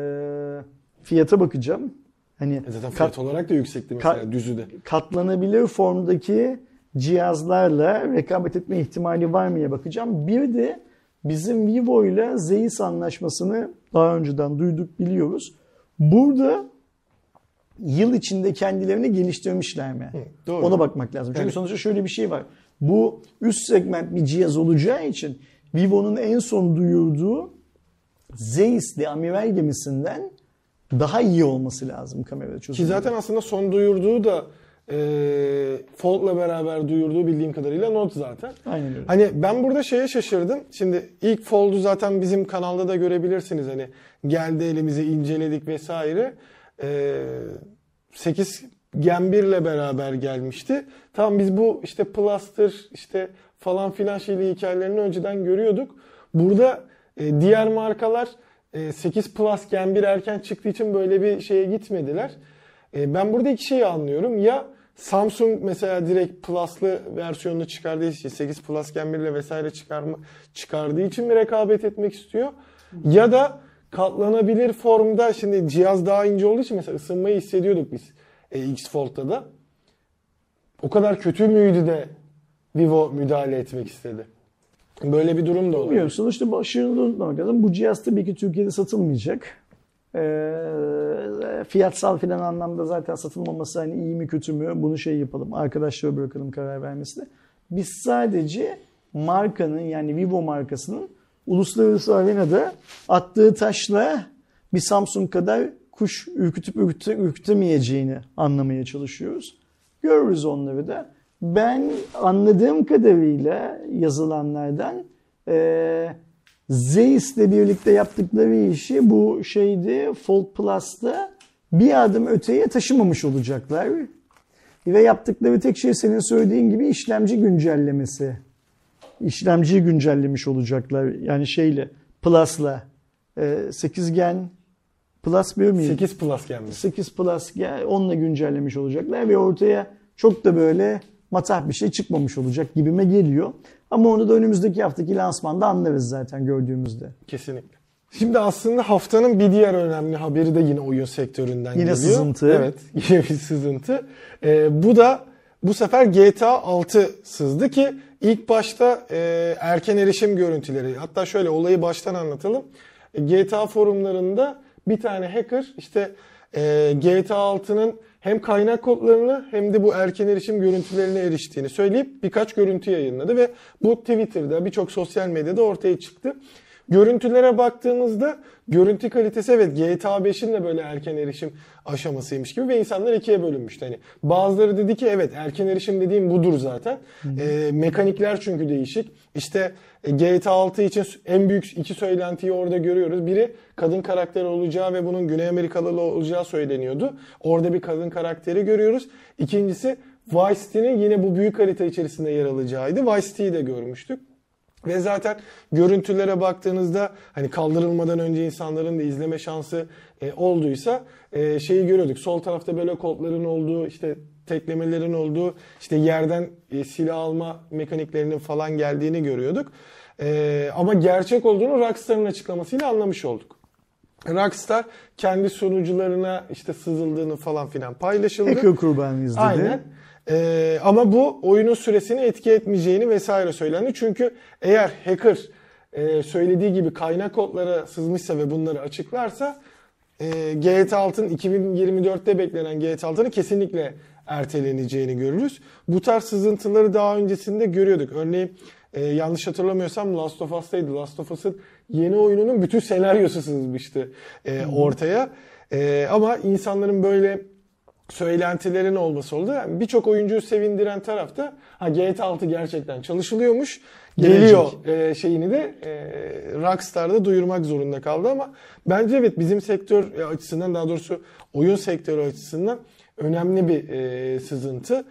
fiyata bakacağım. Hani zaten fiyat kat, olarak da yüksekti mesela kat, düzüde. Katlanabilir formdaki cihazlarla rekabet etme ihtimali var mıya bakacağım. Bir de bizim Vivo ile Zeiss anlaşmasını daha önceden duyduk, biliyoruz. Burada yıl içinde kendilerini geliştirmişler mi? Hı, doğru. Ona bakmak lazım. Çünkü evet. Sonuçta şöyle bir şey var. Bu üst segment bir cihaz olacağı için Vivo'nun en son duyurduğu Zeiss'li amiral gemisinden daha iyi olması lazım kamera çözümü. Ki zaten aslında son duyurduğu da e, Fold'la beraber duyurduğu bildiğim kadarıyla Note zaten. Aynen öyle. Hani ben burada şeye şaşırdım. Şimdi ilk Fold'u zaten bizim kanalda da görebilirsiniz. Hani geldi elimize, inceledik vesaire. E, sekiz Gen bir ile beraber gelmişti. Tamam, biz bu işte Plus'tır işte falan filan şeyli hikayelerini önceden görüyorduk. Burada e, diğer markalar sekiz Plus Gen bir erken çıktığı için böyle bir şeye gitmediler. Ben burada iki şeyi anlıyorum. Ya Samsung mesela direkt Plus'lı versiyonunu çıkardığı için, sekiz Plus Gen bir ile vesaire çıkarma, çıkardığı için mi rekabet etmek istiyor? Ya da katlanabilir formda, şimdi cihaz daha ince olduğu için mesela ısınmayı hissediyorduk biz X Fold'da da. O kadar kötü müydü de Vivo müdahale etmek istedi? Böyle bir durum da olabilir. Bilmiyorum. Sonuçta başarılı olmak lazım. Bu cihaz tabii ki Türkiye'de satılmayacak. Ee, fiyatsal filan anlamda zaten satılmaması hani iyi mi kötü mü bunu şey yapalım. Arkadaşlara bırakalım karar vermesini. Biz sadece markanın yani Vivo markasının uluslararası arenada attığı taşla bir Samsung kadar kuş ürkütüp ürkütü, ürkütemeyeceğini anlamaya çalışıyoruz. Görürüz onları da. Ben anladığım kadarıyla yazılanlardan e, Zeiss'le birlikte yaptıkları işi bu şeyde Fold Plus'ta bir adım öteye taşımamış olacaklar. Ve yaptıkları tek şey senin söylediğin gibi işlemci güncellemesi. İşlemciyi güncellemiş olacaklar. Yani şeyle Plus'la e, sekiz gen Plus bir miydi? sekiz Plus gelmiş. sekiz Plus onunla güncellemiş olacaklar ve ortaya çok da böyle matah bir şey çıkmamış olacak gibime geliyor. Ama onu da önümüzdeki haftaki lansmanda anlarız zaten gördüğümüzde. Kesinlikle. Şimdi aslında haftanın bir diğer önemli haberi de yine oyun sektöründen yine geliyor. Yine sızıntı. Evet, yine bir sızıntı. Ee, bu da bu sefer G T A altı sızdı ki ilk başta e, erken erişim görüntüleri. Hatta şöyle olayı baştan anlatalım. E, G T A forumlarında bir tane hacker işte e, G T A altının hem kaynak kodlarını hem de bu erken erişim görüntülerine eriştiğini söyleyip birkaç görüntü yayınladı ve bu Twitter'da birçok sosyal medyada ortaya çıktı. Görüntülere baktığımızda görüntü kalitesi evet G T A beşin de böyle erken erişim aşamasıymış gibi ve insanlar ikiye bölünmüştü. Hani bazıları dedi ki evet erken erişim dediğim budur zaten. E, mekanikler çünkü değişik. İşte G T A altı için en büyük iki söylentiyi orada görüyoruz. Biri kadın karakteri olacağı ve bunun Güney Amerikalı olacağı söyleniyordu. Orada bir kadın karakteri görüyoruz. İkincisi Vice City'nin yine bu büyük harita içerisinde yer alacağıydı. Vice City'yi de görmüştük. Ve zaten görüntülere baktığınızda hani kaldırılmadan önce insanların da izleme şansı e, olduysa e, şeyi görüyorduk. Sol tarafta böyle kodların olduğu, işte teklemelerin olduğu, işte yerden e, silah alma mekaniklerinin falan geldiğini görüyorduk. E, ama gerçek olduğunu Rockstar'ın açıklamasıyla anlamış olduk. Rockstar kendi sunucularına işte sızıldığını falan filan paylaşıldı. Hacker kurbanıyız dedi. Aynen. Ee, ama bu oyunun süresini etki etmeyeceğini vesaire söylendi. Çünkü eğer hacker e, söylediği gibi kaynak kodlara sızmışsa ve bunları açıklarsa e, G T A altının iki bin yirmi dörtte beklenen G T A altının kesinlikle erteleneceğini görürüz. Bu tarz sızıntıları daha öncesinde görüyorduk. Örneğin e, yanlış hatırlamıyorsam Last of Us'taydı. Last of Us'ın yeni oyununun bütün senaryosu sızmıştı e, ortaya. E, ama insanların böyle söylentilerin olması oldu. Yani birçok oyuncuyu sevindiren taraf da ha G T A altı gerçekten çalışılıyormuş. Geliyor e, şeyini de e, Rockstar'da duyurmak zorunda kaldı ama bence evet bizim sektör açısından daha doğrusu oyun sektörü açısından önemli bir e, sızıntı.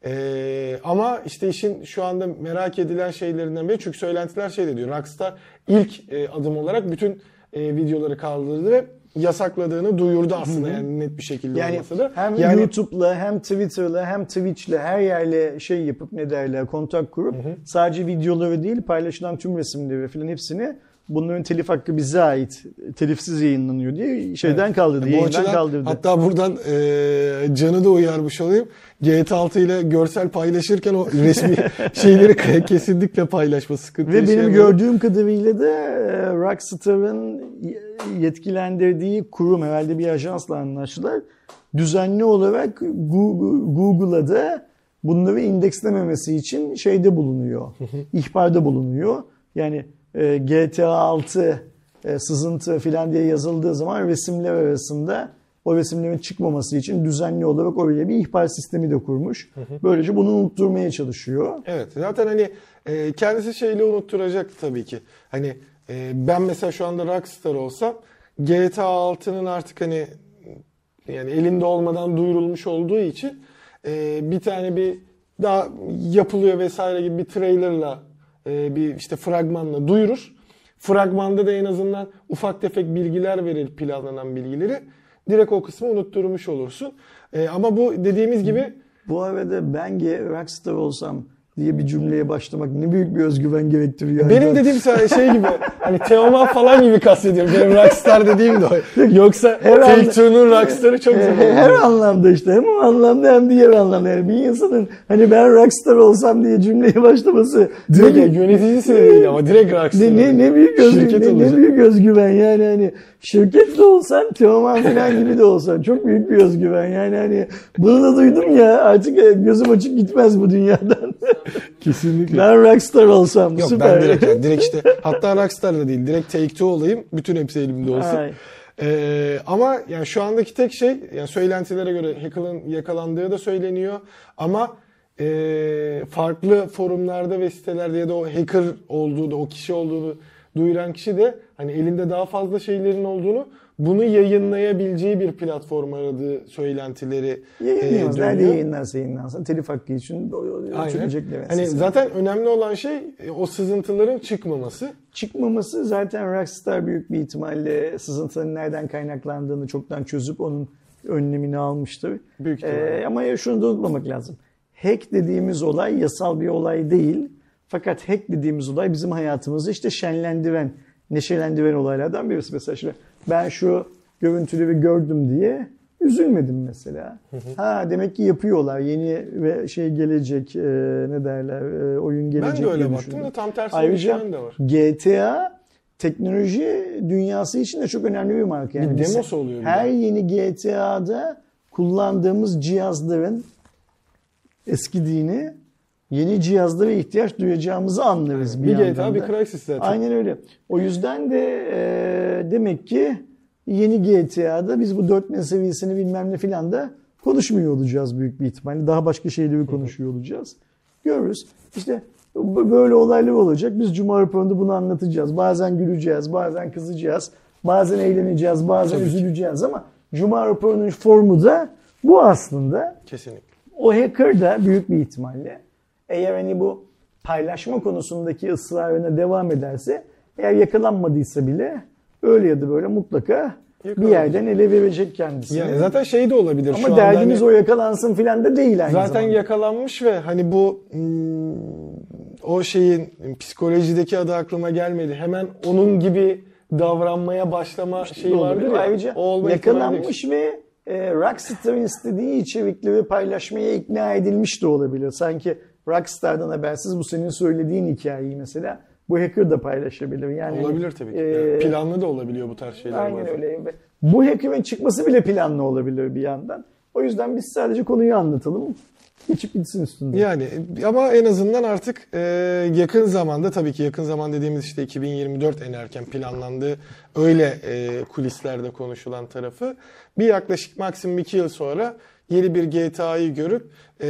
E, ama işte işin şu anda merak edilen şeylerinden biri çünkü söylentiler şey de diyor. Rockstar ilk e, adım olarak bütün e, videoları kaldırdı ve yasakladığını duyurdu aslında. Hı-hı. Yani net bir şekilde yani olmasa da. Hem yani, YouTube'la hem Twitter'la hem Twitch'le her yerle şey yapıp ne derler kontak kurup Hı-hı. sadece videoları değil paylaşılan tüm resimleri falan hepsini bunların telif hakkı bize ait telifsiz yayınlanıyor diye şeyden evet. kaldırdı. Yani yayından kaldırdı. Hatta buradan e, Can'ı da uyarmış olayım. G T A altı ile görsel paylaşırken o resmi şeyleri kesinlikle paylaşma sıkıntı. Ve benim gördüğüm kadarıyla da Rockstar'ın yetkilendirdiği kurum herhalde bir ajansla anlaştılar. Düzenli olarak Google'a da bunları indekslememesi için şeyde bulunuyor. ihbarda bulunuyor. Yani G T A altı sızıntı filan diye yazıldığı zaman resimler arasında o resimlerin çıkmaması için düzenli olarak oraya bir ihbar sistemi de kurmuş. Böylece bunu unutturmaya çalışıyor. Evet zaten hani kendisi şeyle unutturacak tabii ki. Hani ben mesela şu anda Rockstar olsam G T A altının artık hani yani elinde olmadan duyurulmuş olduğu için bir tane bir daha yapılıyor vesaire gibi bir trailerla bir işte fragmanla duyurur. Fragmanda da en azından ufak tefek bilgiler verir planlanan bilgileri. Direkt o kısmı unutturmuş olursun. Ama bu dediğimiz gibi bu arada ben Rockstar olsam diye bir cümleye başlamak ne büyük bir özgüven gerektiriyor. Benim yani. Dediğim şey gibi hani Teoman falan gibi kastediyorum. Benim rockstar dediğim de o. Yoksa Take-Two'nun rockstarı çok zor. Her anlamda işte hem o anlamda hem diğer anlamda. Yani bir insanın hani ben rockstar olsam diye cümleye başlaması. Direkt yani yöneticisi de değil ama direkt rockstar. Ne, ne, ne, büyük özgüven, ne, ne büyük özgüven yani hani şirket de olsan Teoman falan gibi de olsan çok büyük bir özgüven yani hani bunu da duydum ya artık gözüm açık gitmez bu dünyadan. Kesinlikle. Ben rockstar olsam Yok, süper. Ben direkt, yani, direkt işte hatta rockstar da değil direkt Take-Two olayım bütün hepsi elimde olsun. Ee, ama yani şu andaki tek şey yani söylentilere göre hacker'ın yakalandığı da söyleniyor ama e, farklı forumlarda ve sitelerde ya da o hacker olduğu da o kişi olduğunu duyuran kişi de hani elinde daha fazla şeylerin olduğunu bunu yayınlayabileceği bir platform aradığı söylentileri yayınlayamaz. E, Nerede yayınlarsa yayınlansın. Telif hakkı için çıkacak demesi. Hani zaten önemli olan şey o sızıntıların çıkmaması. Çıkmaması zaten Rockstar büyük bir ihtimalle sızıntıların nereden kaynaklandığını çoktan çözüp onun önlemini almıştır. Büyük ihtimalle. Ee, ama şunu da unutmamak lazım. Hack dediğimiz olay yasal bir olay değil. Fakat hack dediğimiz olay bizim hayatımızı işte şenlendiren, neşelendiren olaylardan birisi. Mesela şimdi ben şu görüntüleri gördüm diye üzülmedim mesela. Hı hı. Ha demek ki yapıyorlar. Yeni ve şey gelecek, e, ne derler, e, oyun gelecek. Ben de öyle baktım da tam tersi Ayrıca bir de var. G T A teknoloji dünyası için de çok önemli bir marka. Yani bir demosu oluyor. Her yeni G T A'da kullandığımız cihazların eskidiğini, yeni cihazlara ihtiyaç duyacağımızı anlarız. Bir, bir G T A bir Crysis zaten. Aynen öyle. O yüzden de e, demek ki yeni G T A'da biz bu dört bin seviyesini bilmem ne filan da konuşmuyor olacağız büyük bir ihtimalle. Daha başka şeyleri konuşuyor olacağız. Görürüz. İşte böyle olaylar olacak. Biz Cuma raporunda bunu anlatacağız. Bazen güleceğiz, bazen kızacağız, bazen eğleneceğiz, bazen Tabii üzüleceğiz ki. Ama Cuma raporunun formu da bu aslında. Kesinlikle. O hacker da büyük bir ihtimalle eğer hani bu paylaşma konusundaki ısrarına devam ederse, eğer yakalanmadıysa bile öyle ya da böyle mutlaka bir yerden ele verecek kendisini. Yani zaten şey de olabilir. Ama şu derdimiz hani, o yakalansın filan da değil aynı zaten zamanda. Zaten yakalanmış ve hani bu hmm, o şeyin psikolojideki adı aklıma gelmedi. Hemen onun gibi davranmaya başlama işte şeyi vardır ya. Ayrıca yakalanmış ve e, Rockstar'ın istediği içerikleri paylaşmaya ikna edilmiş de olabilir. Sanki Rockstar'dan habersiz bu senin söylediğin hikayeyi mesela bu hacker da paylaşabilir. Yani olabilir tabii ki. E, yani planlı da olabiliyor bu tarz şeyler. Aynen öyle. Bu hacker'ın çıkması bile planlı olabilir bir yandan. O yüzden biz sadece konuyu anlatalım. Geçip gitsin üstünde. Yani ama en azından artık e, yakın zamanda, tabii ki yakın zaman dediğimiz işte iki bin yirmi dört en erken planlandığı öyle e, kulislerde konuşulan tarafı, bir yaklaşık maksimum iki yıl sonra yeni bir G T A'yı görüp e,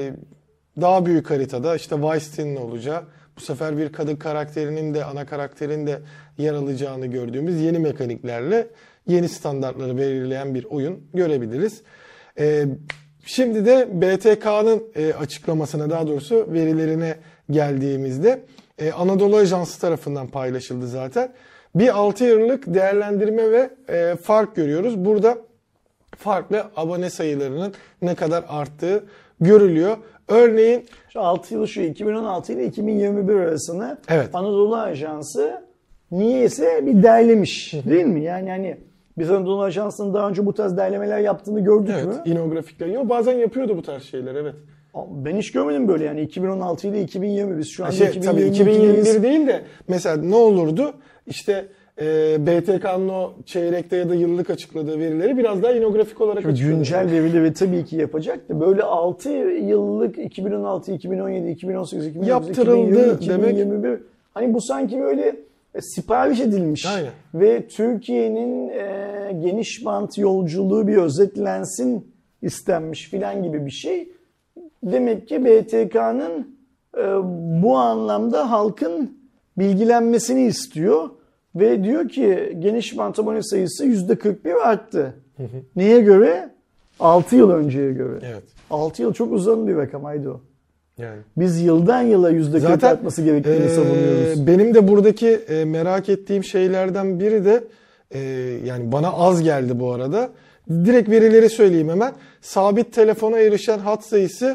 daha büyük haritada işte Vice City'nin olacağı, bu sefer bir kadın karakterinin de ana karakterin de yer alacağını gördüğümüz yeni mekaniklerle yeni standartları belirleyen bir oyun görebiliriz. E, şimdi de B T K'nın e, açıklamasına, daha doğrusu verilerine geldiğimizde e, Anadolu Ajansı tarafından paylaşıldı zaten. Bir altı yıllık değerlendirme ve e, fark görüyoruz. Burada farklı abone sayılarının ne kadar arttığı görülüyor. Örneğin şu altı yılı şu iki bin on altı ile iki bin yirmi bir arasını evet. Anadolu Ajansı niyeyse bir derlemiş, değil mi? Yani hani biz Anadolu Ajansı'nın daha önce bu tarz derlemeler yaptığını gördük evet, mü? İnografikler. Yo, bazen yapıyordu bu tarz şeyler, evet. Ben hiç görmedim böyle yani iki bin on altı ile iki bin yirmi, biz şu an şey, iki bin yirmi, iki bin yirmi bir değil de mesela ne olurdu? İşte e, B T K'nın o çeyrekte ya da yıllık açıkladığı verileri biraz daha inografik olarak açıklıyor. Güncel verileri tabii ki yapacak da böyle altı yıllık iki bin on altı, iki bin on yedi, iki bin on sekiz, iki bin on dokuz, yaptırıldı iki bin yirmi bir demek. Hani bu sanki böyle sipariş edilmiş. Aynen. Ve Türkiye'nin e, geniş bant yolculuğu bir özetlensin istenmiş filan gibi bir şey. Demek ki B T K'nın e, bu anlamda halkın bilgilenmesini istiyor ve diyor ki geniş bant abone sayısı yüzde kırk bir arttı. Hı hı. Neye göre? altı yıl önceye göre. Evet. altı yıl çok uzun bir rakam, haydi o. Yani. Biz yıldan yıla yüzde kırk artması gerektiğini e, savunuyoruz. Benim de buradaki e, merak ettiğim şeylerden biri de e, yani bana az geldi bu arada. Direkt verileri söyleyeyim hemen. Sabit telefona erişen hat sayısı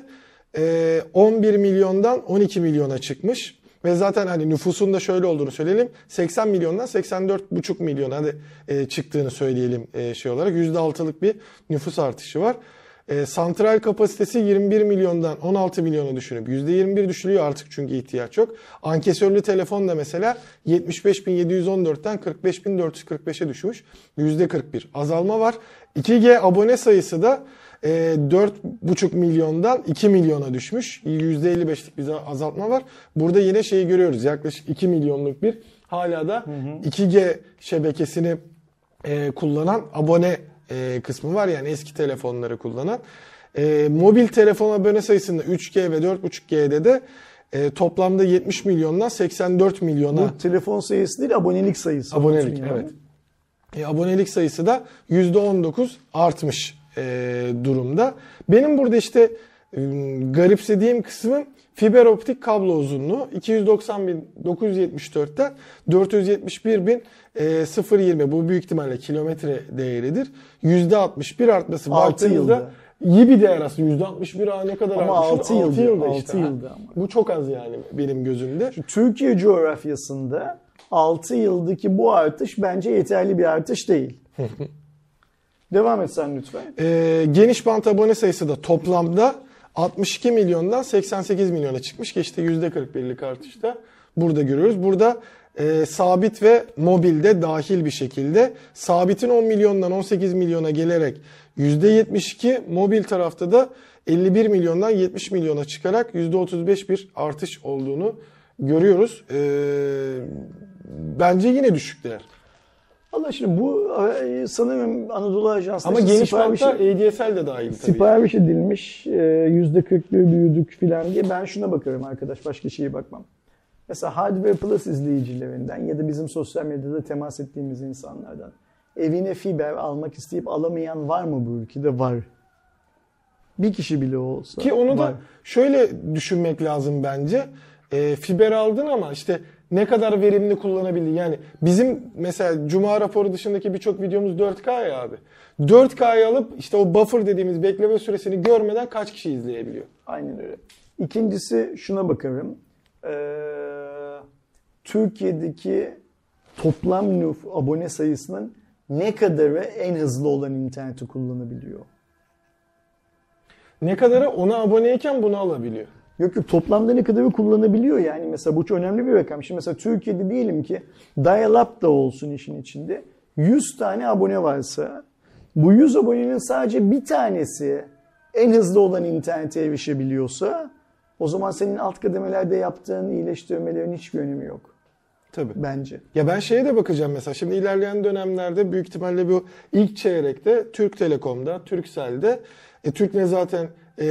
e, on bir milyondan on iki milyona çıkmış. Ve zaten hani nüfusun da şöyle olduğunu söyleyelim. seksen milyondan seksen dört buçuk milyona hadi, e, çıktığını söyleyelim e, şey olarak. yüzde altılık bir nüfus artışı var. E, santral kapasitesi yirmi bir milyondan on altı milyona düşünüp yüzde yirmi bir düşülüyor artık çünkü ihtiyaç yok. Ankesörlü telefon da mesela yetmiş beş bin yedi yüz on dörtten kırk beş bin dört yüz kırk beşe düşmüş. yüzde kırk bir azalma var. iki G abone sayısı da e, dört buçuk milyondan iki milyona düşmüş. yüzde elli beşlik bir azaltma var. Burada yine şeyi görüyoruz. Yaklaşık iki milyonluk bir hala da hı hı. iki G şebekesini e, kullanan abone e, kısmı var. Yani eski telefonları kullanan. E, mobil telefon abone sayısında üç G ve dört buçuk G'de de e, toplamda yetmiş milyondan seksen dört milyona. Bu telefon sayısı değil, abonelik sayısı. Abonelik, evet. E, abonelik sayısı da yüzde on dokuz artmış e, durumda. Benim burada işte e, garipsediğim kısmı fiber optik kablo uzunluğu iki yüz doksan bin dokuz yüz yetmiş dörtten dört yüz yetmiş bir bin sıfır virgül yirmi, bu büyük ihtimalle kilometre değeridir. yüzde altmış bir artması baktığınızda iyi bir değer aslında. yüzde altmış bir ne kadar ama artmış? altı yılda, yılda altı işte. yılda ama. Bu çok az yani benim gözümde. Şu Türkiye coğrafyasında altı yıldaki bu artış bence yeterli bir artış değil. Devam et sen lütfen. Ee, geniş bant abone sayısı da toplamda altmış iki milyondan seksen sekiz milyona çıkmış ki işte yüzde kırk birlik artışta burada görüyoruz. Burada e, sabit ve mobilde dahil bir şekilde sabitin on milyondan on sekiz milyona gelerek yüzde yetmiş iki, mobil tarafta da elli bir milyondan yetmiş milyona çıkarak yüzde otuz beş bir artış olduğunu görüyoruz. Ee, bence yine düşük değer. Allah şimdi bu sanırım Anadolu Ajansı'nda ama geniş bantta A D S L de dahil tabii. Sipariş edilmiş yüzde kırk bir büyüdük filan diye ben şuna bakıyorum arkadaş, başka şeye bakmam. Mesela Hardware Plus izleyicilerinden ya da bizim sosyal medyada temas ettiğimiz insanlardan evine fiber almak isteyip alamayan var mı bu ülkede? Var. Bir kişi bile olsa ki onu var. Da şöyle düşünmek lazım bence. E, fiber aldın ama işte ne kadar verimli kullanabildin. Yani bizim mesela Cuma raporu dışındaki birçok videomuz dört K ya abi. dört K'yı alıp işte o buffer dediğimiz bekleme süresini görmeden kaç kişi izleyebiliyor? Aynen öyle. İkincisi şuna bakarım. Ee, Türkiye'deki toplam nüf abone sayısının ne kadarı en hızlı olan interneti kullanabiliyor? Ne kadarı ona aboneyken bunu alabiliyor? Yok yok, toplamda ne kadarı kullanabiliyor yani, mesela bu çok önemli bir rakam. Şimdi mesela Türkiye'de diyelim ki dial-up da olsun işin içinde. yüz tane abone varsa bu yüz abonenin sadece bir tanesi en hızlı olan internete erişebiliyorsa o zaman senin alt kademelerde yaptığın iyileştirmelerin hiçbir önemi yok. Tabii. Bence. Ya ben şeye de bakacağım mesela. Şimdi ilerleyen dönemlerde büyük ihtimalle bu ilk çeyrekte Türk Telekom'da, Turkcell'de, e, Türknet zaten e,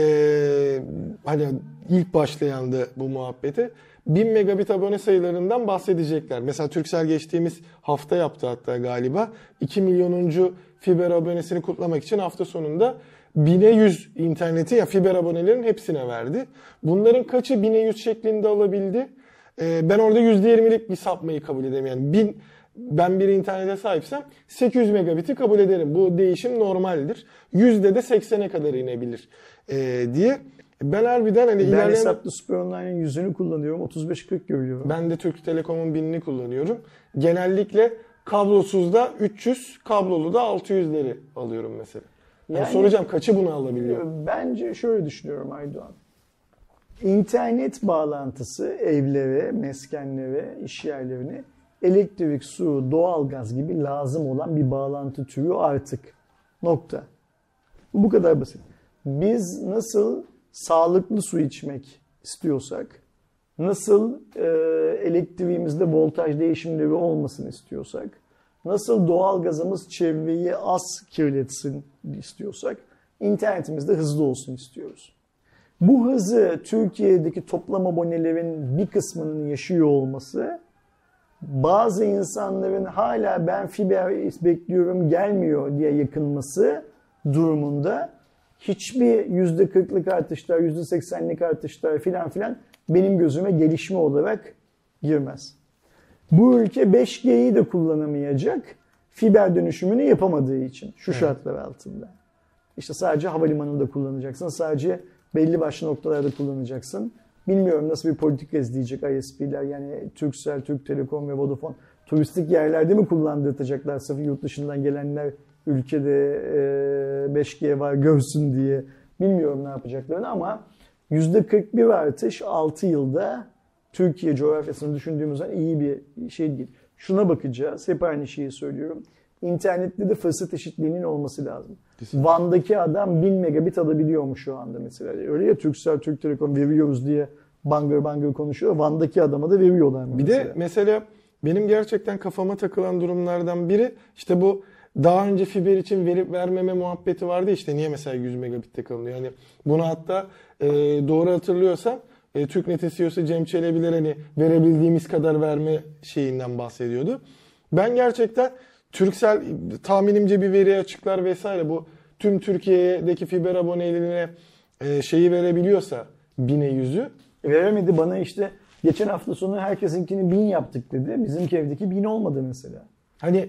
hani ilk başlayandı bu muhabbeti. bin megabit abone sayılarından bahsedecekler. Mesela Turkcell geçtiğimiz hafta yaptı hatta galiba. iki milyonuncu fiber abonesini kutlamak için hafta sonunda bine yüz interneti ya fiber abonelerin hepsine verdi. Bunların kaçı bine yüz şeklinde alabildi? Ben orada yüzde yirmilik bir sapmayı kabul ederim. Yani bin, ben bir internete sahipsem sekiz yüz megabit'i kabul ederim. Bu değişim normaldir. Yüzde de seksene kadar inebilir ee, diye. Ben harbiden hani ben ilerleyen... hesaplı Süper Online'ın yüzünü kullanıyorum. otuz beş kırk görüyorum. Ben de Türk Telekom'un binini kullanıyorum. Genellikle kablosuzda üç yüz, kablolu da altı yüzleri alıyorum mesela. Yani yani soracağım kaçı bunu alabiliyor? Bence şöyle düşünüyorum Aydoğan. İnternet bağlantısı evlere, meskenlere, iş yerlerine elektrik, su, doğalgaz gibi lazım olan bir bağlantı türü artık. Nokta. Bu kadar basit. Biz nasıl sağlıklı su içmek istiyorsak, nasıl e, elektriğimizde voltaj değişimleri olmasını istiyorsak, nasıl doğalgazımız çevreyi az kirletsin istiyorsak, internetimiz de hızlı olsun istiyoruz. Bu hızı Türkiye'deki toplam abonelerin bir kısmının yaşıyor olması, bazı insanların hala ben fiber bekliyorum gelmiyor diye yakınması durumunda hiçbir yüzde kırklık artışlar, yüzde seksenlik artışlar filan filan benim gözüme gelişme olarak girmez. Bu ülke beş G'yi de kullanamayacak fiber dönüşümünü yapamadığı için şu şartlar altında. İşte sadece havalimanında kullanacaksın, sadece belli başlı noktalarda kullanacaksın. Bilmiyorum nasıl bir politika izleyecek I S P'ler, yani Turkcell, Türk Telekom ve Vodafone turistik yerlerde mi kullandırtacaklar sırf yurt dışından gelenler ülkede beş G var görsün diye. Bilmiyorum ne yapacaklarını ama yüzde kırk bir artış altı yılda Türkiye coğrafyasını düşündüğümüzden iyi bir şey değil. Şuna bakacağız. Hep aynı şeyi söylüyorum. İnternette de fırsat eşitliğinin olması lazım. Kesinlikle. Van'daki adam bin megabit alabiliyor mu şu anda mesela? Öyle ya, Turkcell, Türk Telekom veriyoruz diye bangır bangır konuşuyor. Van'daki adama da veriyorlar mı? Bir mesela? de mesela benim gerçekten kafama takılan durumlardan biri işte bu daha önce fiber için verip vermeme muhabbeti vardı, işte niye mesela yüz megabitte kalınıyor? Yani bunu hatta e, doğru hatırlıyorsam e, TürkNet'in C E O'su Cem Çelebi'ler hani verebildiğimiz kadar verme şeyinden bahsediyordu. Ben gerçekten Turkcell tahminimce bir veri açıklar vesaire, bu tüm Türkiye'deki fiber abonelerine e, şeyi verebiliyorsa bine yüzü. Veremedi bana işte geçen hafta sonu herkesinkini bin yaptık dedi. Bizimki evdeki bin olmadı mesela. Hani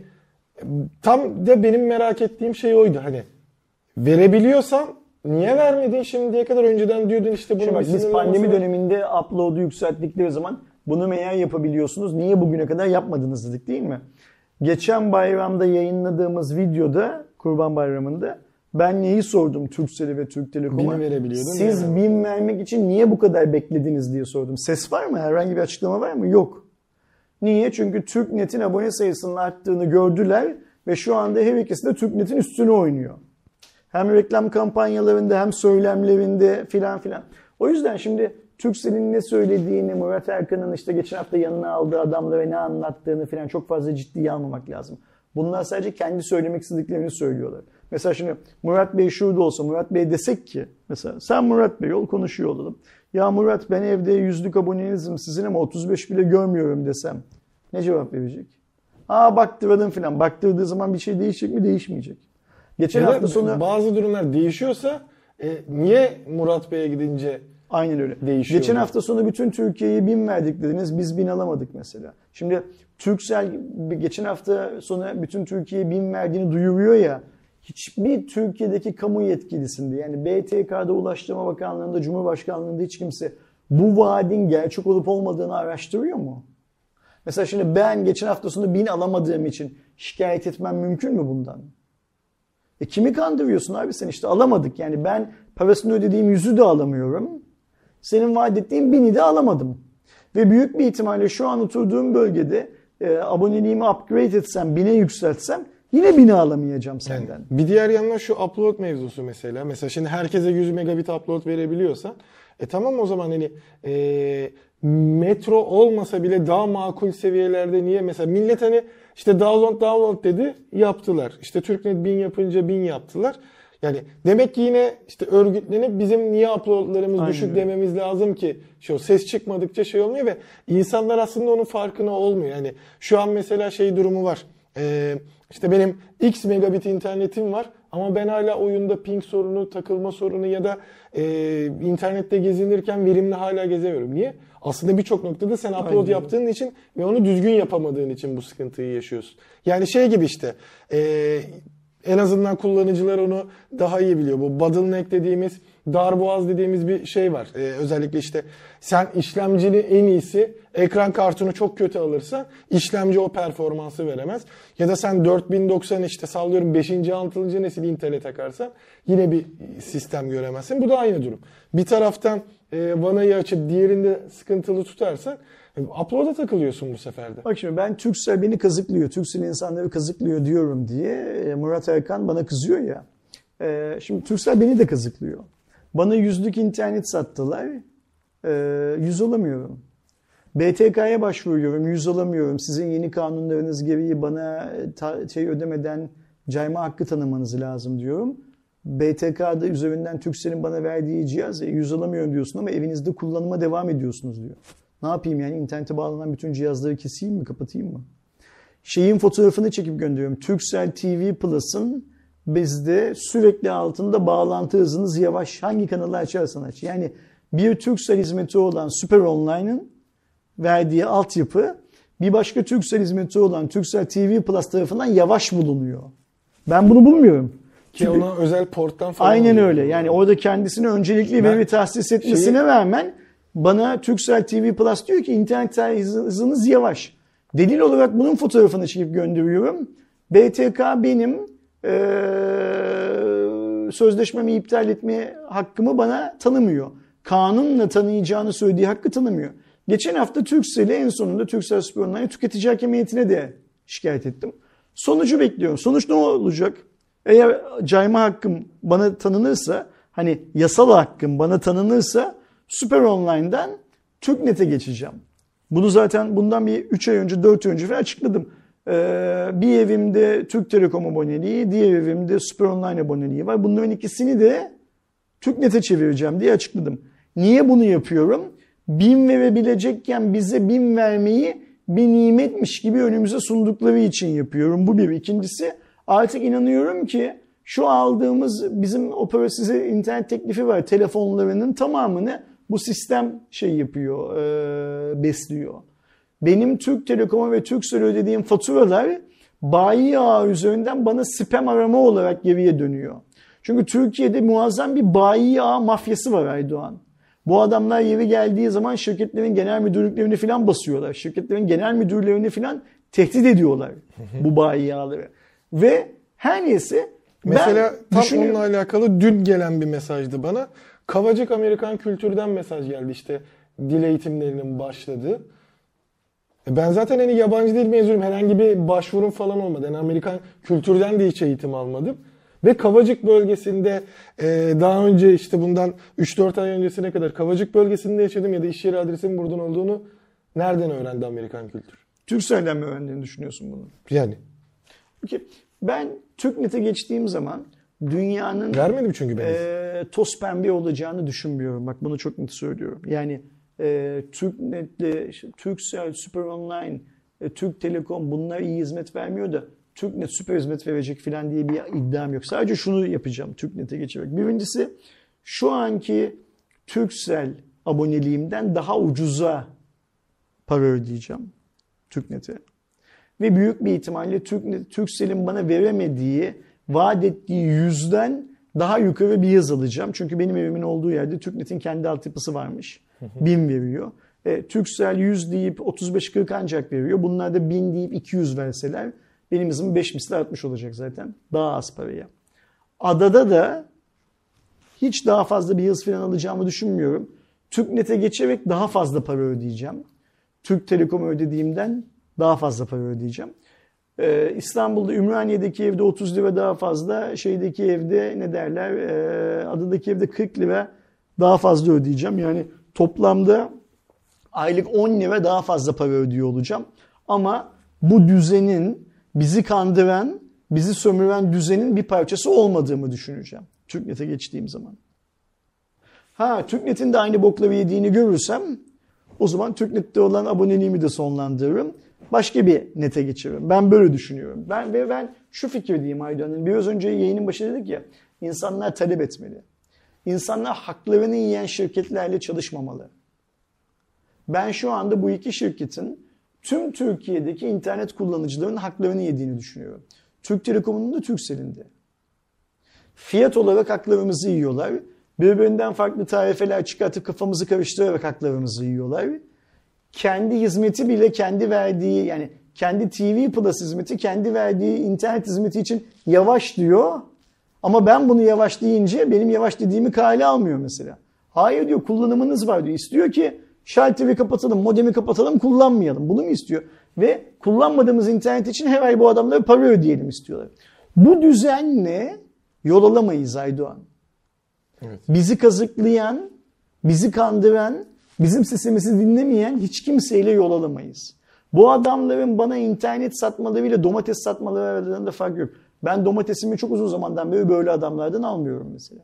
tam da benim merak ettiğim şey oydu. Hani verebiliyorsan niye vermedin şimdiye kadar, önceden diyordun işte bunu. Bak, biz pandemi döneminde upload'u yükselttikleri zaman bunu meğer yapabiliyorsunuz, niye bugüne kadar yapmadınız dedik değil mi? Geçen bayramda yayınladığımız videoda, Kurban Bayramı'nda ben neyi sordum Turkcell'e ve Türk Telekom'a? Bini verebiliyordun. Siz yani bin vermek için niye bu kadar beklediniz diye sordum. Ses var mı? Herhangi bir açıklama var mı? Yok. Niye? Çünkü TürkNet'in abone sayısının arttığını gördüler ve şu anda her ikisi de TürkNet'in üstüne oynuyor. Hem reklam kampanyalarında hem söylemlerinde filan filan. O yüzden şimdi Turkcell'in ne söylediğini, Murat Erkan'ın işte geçen hafta yanına aldığı adamlara ne anlattığını filan çok fazla ciddiye almamak lazım. Bunlar sadece kendi söylemek istediklerini söylüyorlar. Mesela şimdi Murat Bey şurada olsa, Murat Bey desek ki mesela sen Murat Bey ol, konuşuyor olalım. Ya Murat, ben evde yüzlük abonenizim sizin ama otuz beş bile görmüyorum desem ne cevap verecek? Aa baktıralım filan. Baktırdığı zaman bir şey değişecek mi? Değişmeyecek. Geçen hafta sonu bazı durumlar değişiyorsa e, niye Murat Bey'e gidince aynen öyle değişiyor? Geçen hafta sonu bütün Türkiye'yi bin verdik dediniz. Biz bin alamadık mesela. Şimdi Turkcell geçen hafta sonu bütün Türkiye'yi bin verdiğini duyuruyor ya. Hiçbir Türkiye'deki kamu yetkilisinde, yani B T K'da, Ulaştırma Bakanlığı'nda, Cumhurbaşkanlığı'nda hiç kimse bu vaadin gerçek olup olmadığını araştırıyor mu? Mesela şimdi ben geçen hafta sonu bin alamadığım için şikayet etmem mümkün mü bundan? E kimi kandırıyorsun abi sen? İşte alamadık. Yani ben parasını ödediğim yüzü de alamıyorum. Senin vaat ettiğin bini de alamadım. Ve büyük bir ihtimalle şu an oturduğum bölgede e, aboneliğimi upgrade etsem, bine yükseltsem yine bini alamayacağım senden. Yani bir diğer yandan şu upload mevzusu mesela. Mesela şimdi herkese yüz megabit upload verebiliyorsan e tamam o zaman hani e, metro olmasa bile daha makul seviyelerde niye mesela millet hani işte download download dedi, yaptılar. İşte TürkNet bin yapınca bin yaptılar. Yani demek ki yine işte örgütlenip bizim niye uploadlarımız aynen düşük öyle dememiz lazım ki şu ses çıkmadıkça şey olmuyor ve insanlar aslında onun farkına olmuyor. Yani şu an mesela şey durumu var. Ee, işte benim X megabit internetim var ama ben hala oyunda ping sorunu, takılma sorunu ya da e, internette gezinirken verimli hala gezemiyorum. Niye? Aslında birçok noktada sen upload aynen yaptığın için ve onu düzgün yapamadığın için bu sıkıntıyı yaşıyorsun. Yani şey gibi işte e, en azından kullanıcılar onu daha iyi biliyor. Bu bottleneck dediğimiz, darboğaz dediğimiz bir şey var. Ee, özellikle işte sen işlemcini en iyisi, ekran kartını çok kötü alırsan işlemci o performansı veremez. Ya da sen dört bin doksan işte sallıyorum beşinci altıncı nesil Intel'e takarsan yine bir sistem göremezsin. Bu da aynı durum. Bir taraftan e, vanayı açıp diğerinde sıkıntılı tutarsan upload'a takılıyorsun bu sefer de. Bak şimdi ben Turkcell beni kazıklıyor, Turkcell insanları kazıklıyor diyorum diye Murat Erkan bana kızıyor ya. Ee, şimdi Turkcell beni de kazıklıyor. Bana yüzlük internet sattılar, ee, yüz olamıyorum. B T K'ya başvuruyorum, yüz olamıyorum. Sizin yeni kanunlarınız gereği bana ta, şey ödemeden cayma hakkı tanımanız lazım diyorum. B T K'da üzerinden Turkcell'in bana verdiği cihaz yüz alamıyorum diyorsun ama evinizde kullanıma devam ediyorsunuz diyor. Ne yapayım yani, internete bağlanan bütün cihazları keseyim mi, kapatayım mı? Şeyin fotoğrafını çekip gönderiyorum. Turkcell T V Plus'ın bizde sürekli altında bağlantı hızınız yavaş. Hangi kanalı açarsan aç. Yani bir Turkcell hizmeti olan Süper Online'ın verdiği altyapı bir başka Turkcell hizmeti olan Turkcell T V Plus tarafından yavaş bulunuyor. Ben bunu bulmuyorum. Ki ona özel porttan falan. Aynen öyle. Yani orada kendisine öncelikli veri tahsis etmesine şeyi... rağmen bana Turkcell T V Plus diyor ki internet hızınız yavaş. Delil olarak bunun fotoğrafını çekip gönderiyorum. B T K benim ee, sözleşmemi iptal etme hakkımı bana tanımıyor. Kanunla tanıyacağını söylediği hakkı tanımıyor. Geçen hafta Turkcell'i en sonunda Turkcell Süper Online tüketici hakemiyetine de şikayet ettim. Sonucu bekliyorum. Sonuç ne olacak? Eğer cayma hakkım bana tanınırsa, hani yasal hakkım bana tanınırsa Süper Online'dan TürkNet'e geçeceğim. Bunu zaten bundan bir üç ay önce, dört ay önce falan açıkladım. Ee, bir evimde Türk Telekom aboneliği, diğer evimde Süper Online aboneliği var. Bunların ikisini de TürkNet'e çevireceğim diye açıkladım. Niye bunu yapıyorum? Bin verebilecekken bize bin vermeyi bir nimetmiş gibi önümüze sundukları için yapıyorum. Bu bir. İkincisi, artık inanıyorum ki şu aldığımız bizim operasyon internet teklifi var. Telefonlarının tamamını bu sistem şey yapıyor, e, besliyor. Benim Türk Telekom'a ve Turkcell'e ödediğim faturalar bayi ağı üzerinden bana spam arama olarak geriye dönüyor. Çünkü Türkiye'de muazzam bir bayi ağı mafyası var Aydoğan. Bu adamlar yeri geldiği zaman şirketlerin genel müdürlüklerini falan basıyorlar. Şirketlerin genel müdürlerini falan tehdit ediyorlar bu bayi ağları. Ve her neyse mesela tam onunla alakalı dün gelen bir mesajdı bana. Kavacık Amerikan Kültür'den mesaj geldi, işte dil eğitimlerinin başladığı. Ben zaten hani yabancı dil mezunuyum. Herhangi bir başvurum falan olmadı. Yani Amerikan Kültür'den de hiç eğitim almadım. Ve Kavacık bölgesinde daha önce işte bundan üç dört ay öncesine kadar Kavacık bölgesinde yaşadım ya da iş yeri adresimin buradan olduğunu nereden öğrendi Amerikan Kültür? Turkcell'den mi öğrendiğini düşünüyorsun bunu? Yani. Peki ben TürkNet'e geçtiğim zaman dünyanın vermedim çünkü ben. E, toz pembe olacağını düşünmüyorum. Bak bunu çok net söylüyorum. Yani e, TürkNet'le işte, Turkcell, Süper Online, e, Türk Telekom bunlar iyi hizmet vermiyor da TürkNet süper hizmet verecek falan diye bir iddiam yok. Sadece şunu yapacağım TürkNet'e geçerek. Birincisi, şu anki Turkcell aboneliğimden daha ucuza para ödeyeceğim TürkNet'e. Ve büyük bir ihtimalle TürkNet, Turkcell'in bana veremediği, vaat ettiği yüzden daha yukarı bir hız alacağım. Çünkü benim evimin olduğu yerde TürkNet'in kendi altyapısı varmış. bin veriyor. E, Turkcell yüz deyip otuz beş kırk ancak veriyor. Bunlar da bin deyip iki yüz verseler benim hızım beş misli artmış olacak zaten. Daha az paraya. Adada da hiç daha fazla bir hız falan alacağımı düşünmüyorum. TürkNet'e geçerek daha fazla para ödeyeceğim. Türk Telekom'a ödediğimden daha fazla para ödeyeceğim. Ee, İstanbul'da Ümraniye'deki evde otuz lira daha fazla, şeydeki evde ne derler, e, adadaki evde kırk lira daha fazla ödeyeceğim. Yani toplamda aylık on lira daha fazla para ödüyor olacağım. Ama bu düzenin bizi kandıran, bizi sömüren düzenin bir parçası olmadığımı düşüneceğim TürkNet'e geçtiğim zaman. Ha, TürkNet'in de aynı bokları yediğini görürsem o zaman TürkNet'te olan aboneliğimi de sonlandırırım. Başka bir nete geçiririm. Ben böyle düşünüyorum. Ben ve ben şu fikirdeyim Aydoğan'ın. Biraz önce yayının başında dedik ya, insanlar talep etmeli. İnsanlar haklarını yiyen şirketlerle çalışmamalı. Ben şu anda bu iki şirketin tüm Türkiye'deki internet kullanıcıların haklarını yediğini düşünüyorum. Türk Telekom'un da Turkcell'in de. Fiyat olarak haklarımızı yiyorlar. Birbirinden farklı tarifeler çıkartıp kafamızı karıştırarak haklarımızı yiyorlar. Kendi hizmeti bile kendi verdiği, yani kendi T V Plus hizmeti kendi verdiği internet hizmeti için yavaş diyor. Ama ben bunu yavaş deyince benim yavaş dediğimi kale almıyor mesela. Hayır diyor, kullanımınız var diyor. İstiyor ki şalteri kapatalım, modemi kapatalım, kullanmayalım. Bunu mu istiyor? Ve kullanmadığımız internet için her ay bu adamlara para ödeyelim istiyorlar. Bu düzenle yol alamayız Aydoğan. Evet. Bizi kazıklayan, bizi kandıran, bizim sesimizi dinlemeyen hiç kimseyle yol alamayız. Bu adamların bana internet satmalarıyla domates satmaları aralarında fark yok. Ben domatesimi çok uzun zamandan beri böyle adamlardan almıyorum mesela.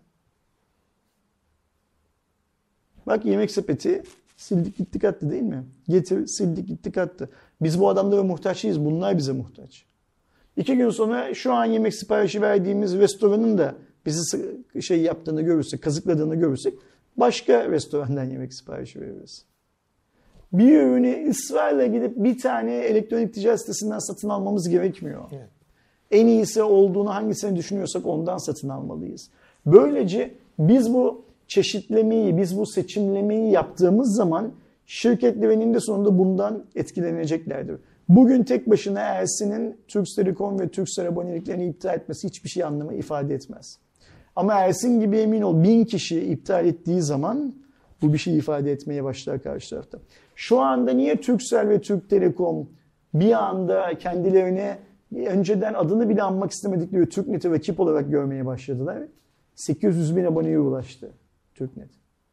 Bak Yemek Sepeti sildik gittik attı değil mi? Getir sildik gittik attı. Biz bu adamlara muhtaç değiliz. Bunlar bize muhtaç. İki gün sonra şu an yemek siparişi verdiğimiz restoranın da bizi şey yaptığını görürsek, kazıkladığını görürsek başka restorandan yemek siparişi veririz. Bir ürünü ısrarla gidip bir tane elektronik ticaret sitesinden satın almamız gerekmiyor. Evet. En iyisi olduğunu hangisini düşünüyorsak ondan satın almalıyız. Böylece biz bu çeşitlemeyi, biz bu seçimlemeyi yaptığımız zaman şirketler eninde sonunda bundan etkileneceklerdir. Bugün tek başına Ersin'in Turkcell Telekom ve Turkcell aboneliklerini iptal etmesi hiçbir şey anlamı ifade etmez. Ama Ersin gibi emin ol bin kişi iptal ettiği zaman bu bir şey ifade etmeye başlar karşı tarafta. Şu anda niye Turkcell ve Türk Telekom bir anda kendilerine önceden adını bile anmak istemedikleri TürkNet'i rakip olarak görmeye başladılar? sekiz yüz bin aboneye ulaştı TürkNet.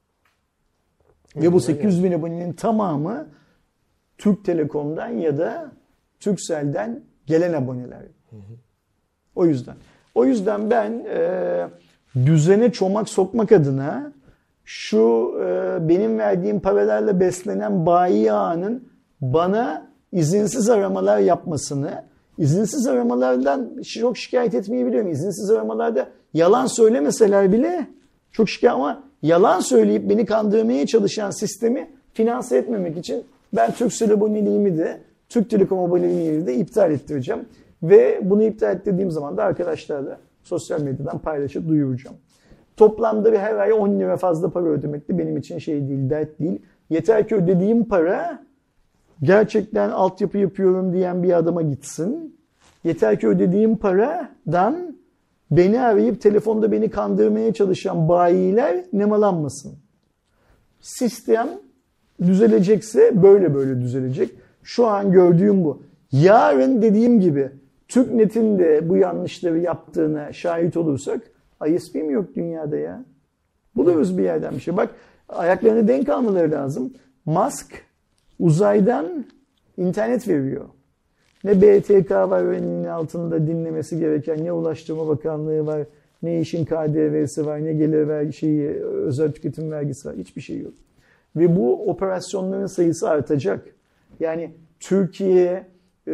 Ve bu sekiz yüz bin abonenin tamamı Türk Telekom'dan ya da Turkcell'den gelen aboneler. Hı hı. O yüzden. O yüzden ben e, düzene çomak sokmak adına şu e, benim verdiğim paralarla beslenen bayi ağanın bana izinsiz aramalar yapmasını, izinsiz aramalardan çok şikayet etmeyi biliyorum. İzinsiz aramalarda yalan söylemeseler bile çok şikayet ama yalan söyleyip beni kandırmaya çalışan sistemi finanse etmemek için ben Turkcell aboneliğimi de Türk Telekom aboneliğimi de iptal ettireceğim. Ve bunu iptal ettirdiğim zaman da arkadaşlarla sosyal medyadan paylaşıp duyuracağım. Toplamda bir her ay on lira fazla para ödemek de benim için şey değil, dert değil. Yeter ki ödediğim para gerçekten altyapı yapıyorum diyen bir adama gitsin. Yeter ki ödediğim paradan beni arayıp telefonda beni kandırmaya çalışan bayiler nemalanmasın. Sistem düzelecekse böyle böyle düzelecek. Şu an gördüğüm bu. Yarın dediğim gibi TürkNet'in de bu yanlışları yaptığına şahit olursak I S P mi yok dünyada ya? Buluruz bir yerden bir şey. Bak ayaklarını denk almaları lazım. Musk uzaydan internet veriyor. Ne B T K var önünün altında dinlemesi gereken, ne Ulaştırma Bakanlığı var, ne işin K D V'si var, ne gelir vergi şeyi, özel tüketim vergisi var. Hiçbir şey yok. Ve bu operasyonların sayısı artacak. Yani Türkiye e,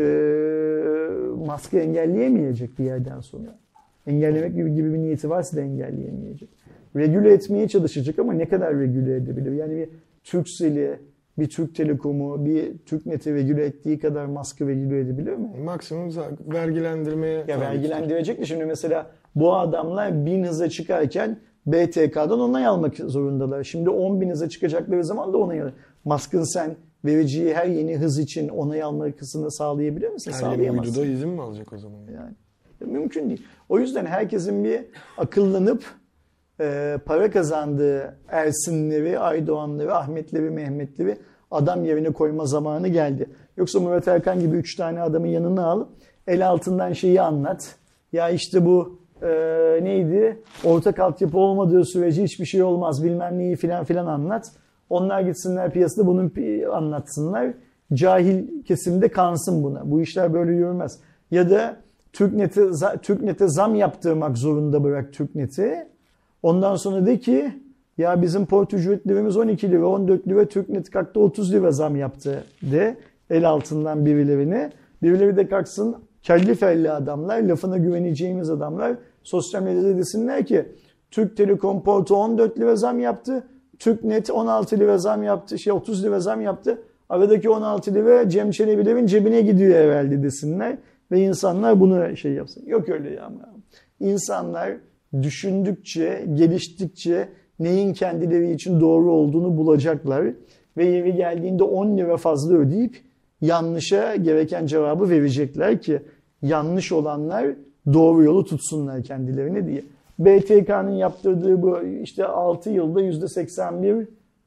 Musk'ı engelleyemeyecek bir yerden sonra. Engellemek gibi, gibi bir niyeti varsa da engelleyemeyecek. Regüle etmeye çalışacak ama ne kadar regüle edebilir? Yani bir Turkcell'i, bir Türk Telekom'u, bir TürkNet'i regüle ettiği kadar Musk'ı regüle edebilir mi? Maksimum vergilendirmeye... Ya vergilendirecek de şimdi mesela bu adamlar bin hıza çıkarken B T K'dan onay almak zorundalar. Şimdi on bin hıza çıkacakları zaman da onay alır. Musk'ın sen vereceği her yeni hız için onay almasını sağlayabilir misin? Her yeni uyduda izin mi alacak o zaman? Yani mümkün değil. O yüzden herkesin bir akıllanıp e, para kazandığı Ersinleri, Aydoğanları, Ahmetleri, Mehmetleri adam yerine koyma zamanı geldi. Yoksa Murat Erkan gibi üç tane adamın yanına al, el altından şeyi anlat. Ya işte bu e, neydi? Ortak altyapı olmadığı sürece hiçbir şey olmaz bilmem neyi filan filan anlat. Onlar gitsinler piyasada bunu anlatsınlar. Cahil kesimde kansın buna. Bu işler böyle yürümez. Ya da TürkNet'e TürkNet'e zam yaptırmak zorunda bırak TürkNet'i. Ondan sonra de ki ya bizim port ücretlerimiz on iki lira, on dört lira, TürkNet kalktı otuz lira zam yaptı de el altından birilerine. Birileri de kalksın kelli felli adamlar, lafına güveneceğimiz adamlar sosyal medyada desinler ki Türk Telekom portu on dört lira zam yaptı. TürkNet on altı lira zam yaptı, şey otuz lira zam yaptı. Aradaki on altı lira Cem Çelebi'lerin cebine gidiyor herhalde desinler. Ve insanlar bunu şey yapsın. Yok öyle ya. İnsanlar düşündükçe, geliştikçe neyin kendileri için doğru olduğunu bulacaklar. Ve yeri geldiğinde on lira fazla ödeyip yanlışa gereken cevabı verecekler ki yanlış olanlar doğru yolu tutsunlar kendilerine diye. B T K'nın yaptırdığı bu işte altı yılda yüzde seksen bir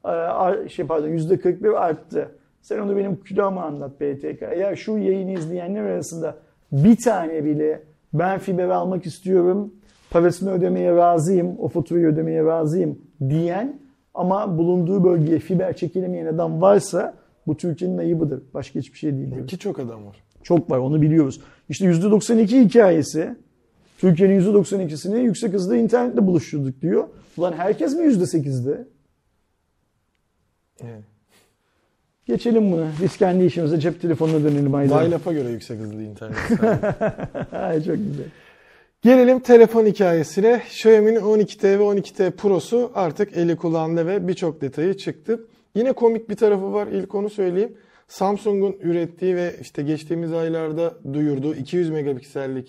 şey pardon yüzde kırk bir arttı. Sen onu benim külahıma anlat B T K. Ya şu yayını izleyenler arasında bir tane bile ben fiber almak istiyorum, parasını ödemeye razıyım, o faturayı ödemeye razıyım diyen ama bulunduğu bölgeye fiber çekilemeyen adam varsa bu Türkiye'nin ayıbıdır. Başka hiçbir şey değil. Ki çok adam var. Çok var, onu biliyoruz. İşte yüzde doksan iki hikayesi. Türkiye'nin yüzde doksan ikisini yüksek hızda internetle buluşturduk diyor. Ulan herkes mi yüzde sekizde? Evet. Geçelim bunu. Biz kendi işimize cep telefonuna dönelim. Dial-up'a göre yüksek hızlı internet. Çok güzel. Gelelim telefon hikayesine. Xiaomi'nin on iki T ve on iki T Pro'su artık eli kulağında ve birçok detayı çıktı. Yine komik bir tarafı var. İlk onu söyleyeyim. Samsung'un ürettiği ve işte geçtiğimiz aylarda duyurduğu iki yüz megapiksellik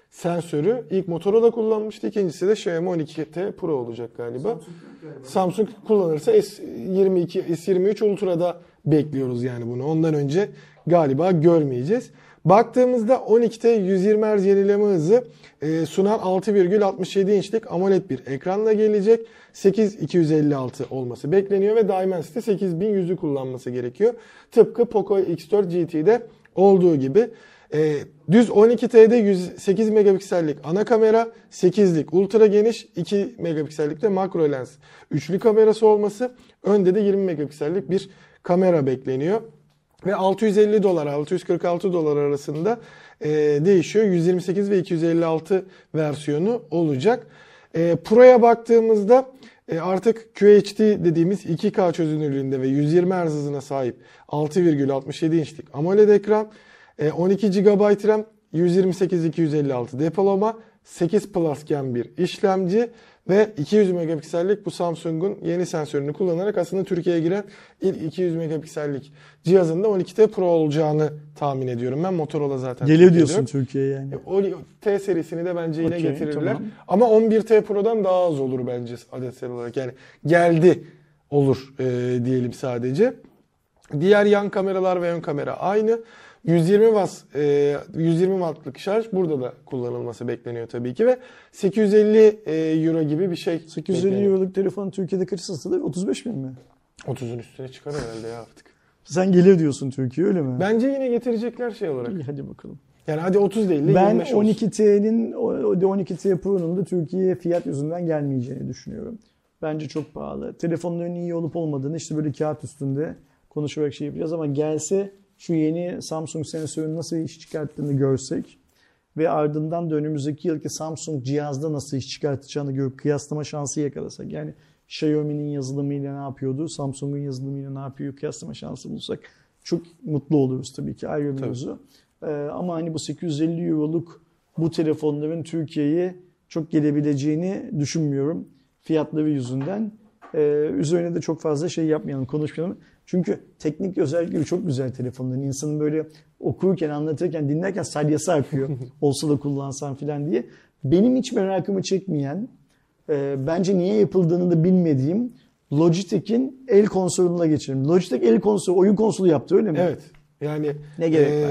sensörü. İlk Motorola kullanmıştı. İkincisi de Xiaomi on iki T Pro olacak galiba. Samsung, galiba. Samsung kullanırsa S yirmi iki, S yirmi üç Ultra'da bekliyoruz yani bunu. Ondan önce galiba görmeyeceğiz. Baktığımızda on iki T yüz yirmi hertz yenileme hızı e, sunan altı virgül altmış yedi inçlik AMOLED bir ekranla gelecek. sekiz bin iki yüz elli altı olması bekleniyor ve Dimensity sekiz bin yüzü kullanması gerekiyor. Tıpkı Poco X dört G T'de olduğu gibi. E, düz on iki T'de yüz sekiz megapiksellik ana kamera, sekizlik ultra geniş, iki megapiksellik de makro lens üçlü kamerası olması, önde de yirmi megapiksellik bir kamera bekleniyor. Ve altı yüz elli dolar, altı yüz kırk altı dolar arasında e, değişiyor. yüz yirmi sekiz ve iki yüz elli altı versiyonu olacak. E, Pro'ya baktığımızda e, artık Q H D dediğimiz iki K çözünürlüğünde ve yüz yirmi hertz hızına sahip altı virgül altmış yedi inçlik AMOLED ekran, e, on iki gigabayt RAM, yüz yirmi sekiz iki yüz elli altı depolama, sekiz Plus Gen bir işlemci ve iki yüz megapiksellik bu Samsung'un yeni sensörünü kullanarak aslında Türkiye'ye giren ilk iki yüz megapiksellik cihazında on iki T Pro olacağını tahmin ediyorum ben. Motorola zaten geliyor diyorsun Türkiye'ye yani. O T serisini de bence yine okay, getirirler. tamam. Ama on bir T Pro'dan daha az olur bence adetsel olarak. Yani geldi olur e, diyelim sadece. Diğer yan kameralar ve ön kamera aynı. yüz yirmi watt e, yüz yirmi wattlık şarj burada da kullanılması bekleniyor tabii ki ve sekiz yüz elli euro gibi bir şey. sekiz yüz elli euroluk telefon Türkiye'de kaç satılır? otuz beş bin mi? otuzun üstüne çıkar herhalde ya artık. Sen geliyor diyorsun Türkiye öyle mi? Bence yine getirecekler şey olarak. İyi, hadi bakalım. Yani hadi otuz değil de ben yirmi beş olsun. on iki T'nin on iki T Pro'nun da Türkiye'ye fiyat yüzünden gelmeyeceğini düşünüyorum. Bence çok pahalı. Telefonların iyi olup olmadığını işte böyle kağıt üstünde konuşarak şey yapacağız ama gelse şu yeni Samsung sensörün nasıl iş çıkarttığını görsek ve ardından da önümüzdeki yılki Samsung cihazda nasıl iş çıkartacağını görüp kıyaslama şansı yakalasak. Yani Xiaomi'nin yazılımıyla ne yapıyordu, Samsung'un yazılımıyla ne yapıyor kıyaslama şansı bulsak çok mutlu oluruz tabii ki ayrı mevzu. Ee, ama hani bu sekiz yüz elli euroluk bu telefonların Türkiye'ye çok gelebileceğini düşünmüyorum fiyatları yüzünden. Ee, üzerine de çok fazla şey yapmayalım, konuşmayalım. Çünkü teknik özellikleri çok güzel telefonların. İnsanın böyle okurken, anlatırken, dinlerken salyası akıyor. Olsa da kullansam falan diye. Benim hiç merakımı çekmeyen, e, bence niye yapıldığını da bilmediğim Logitech'in el konsoluna geçelim. Logitech el konsolu, oyun konsolu yaptı öyle mi? Evet. Yani ne gerek e, var?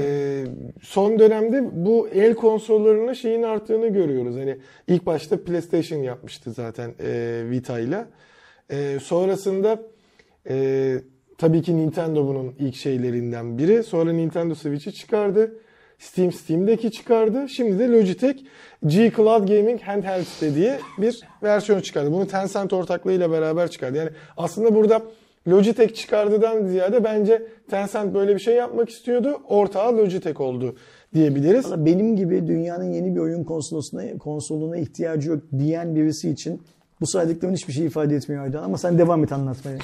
Son dönemde bu el konsollarının şeyin arttığını görüyoruz. Hani ilk başta PlayStation yapmıştı zaten e, Vita ile. E, sonrasında e, tabii ki Nintendo bunun ilk şeylerinden biri. Sonra Nintendo Switch'i çıkardı. Steam Steam'deki çıkardı. Şimdi de Logitech G Cloud Gaming Handheld dediği bir versiyon çıkardı. Bunu Tencent ortaklığıyla beraber çıkardı. Yani aslında burada Logitech çıkardıdan ziyade bence Tencent böyle bir şey yapmak istiyordu. Ortağı Logitech oldu diyebiliriz. Benim gibi dünyanın yeni bir oyun konsoluna, konsoluna ihtiyacı yok diyen birisi için bu saydıklarım hiçbir şey ifade etmiyor Aydan ama sen devam et anlatmaya.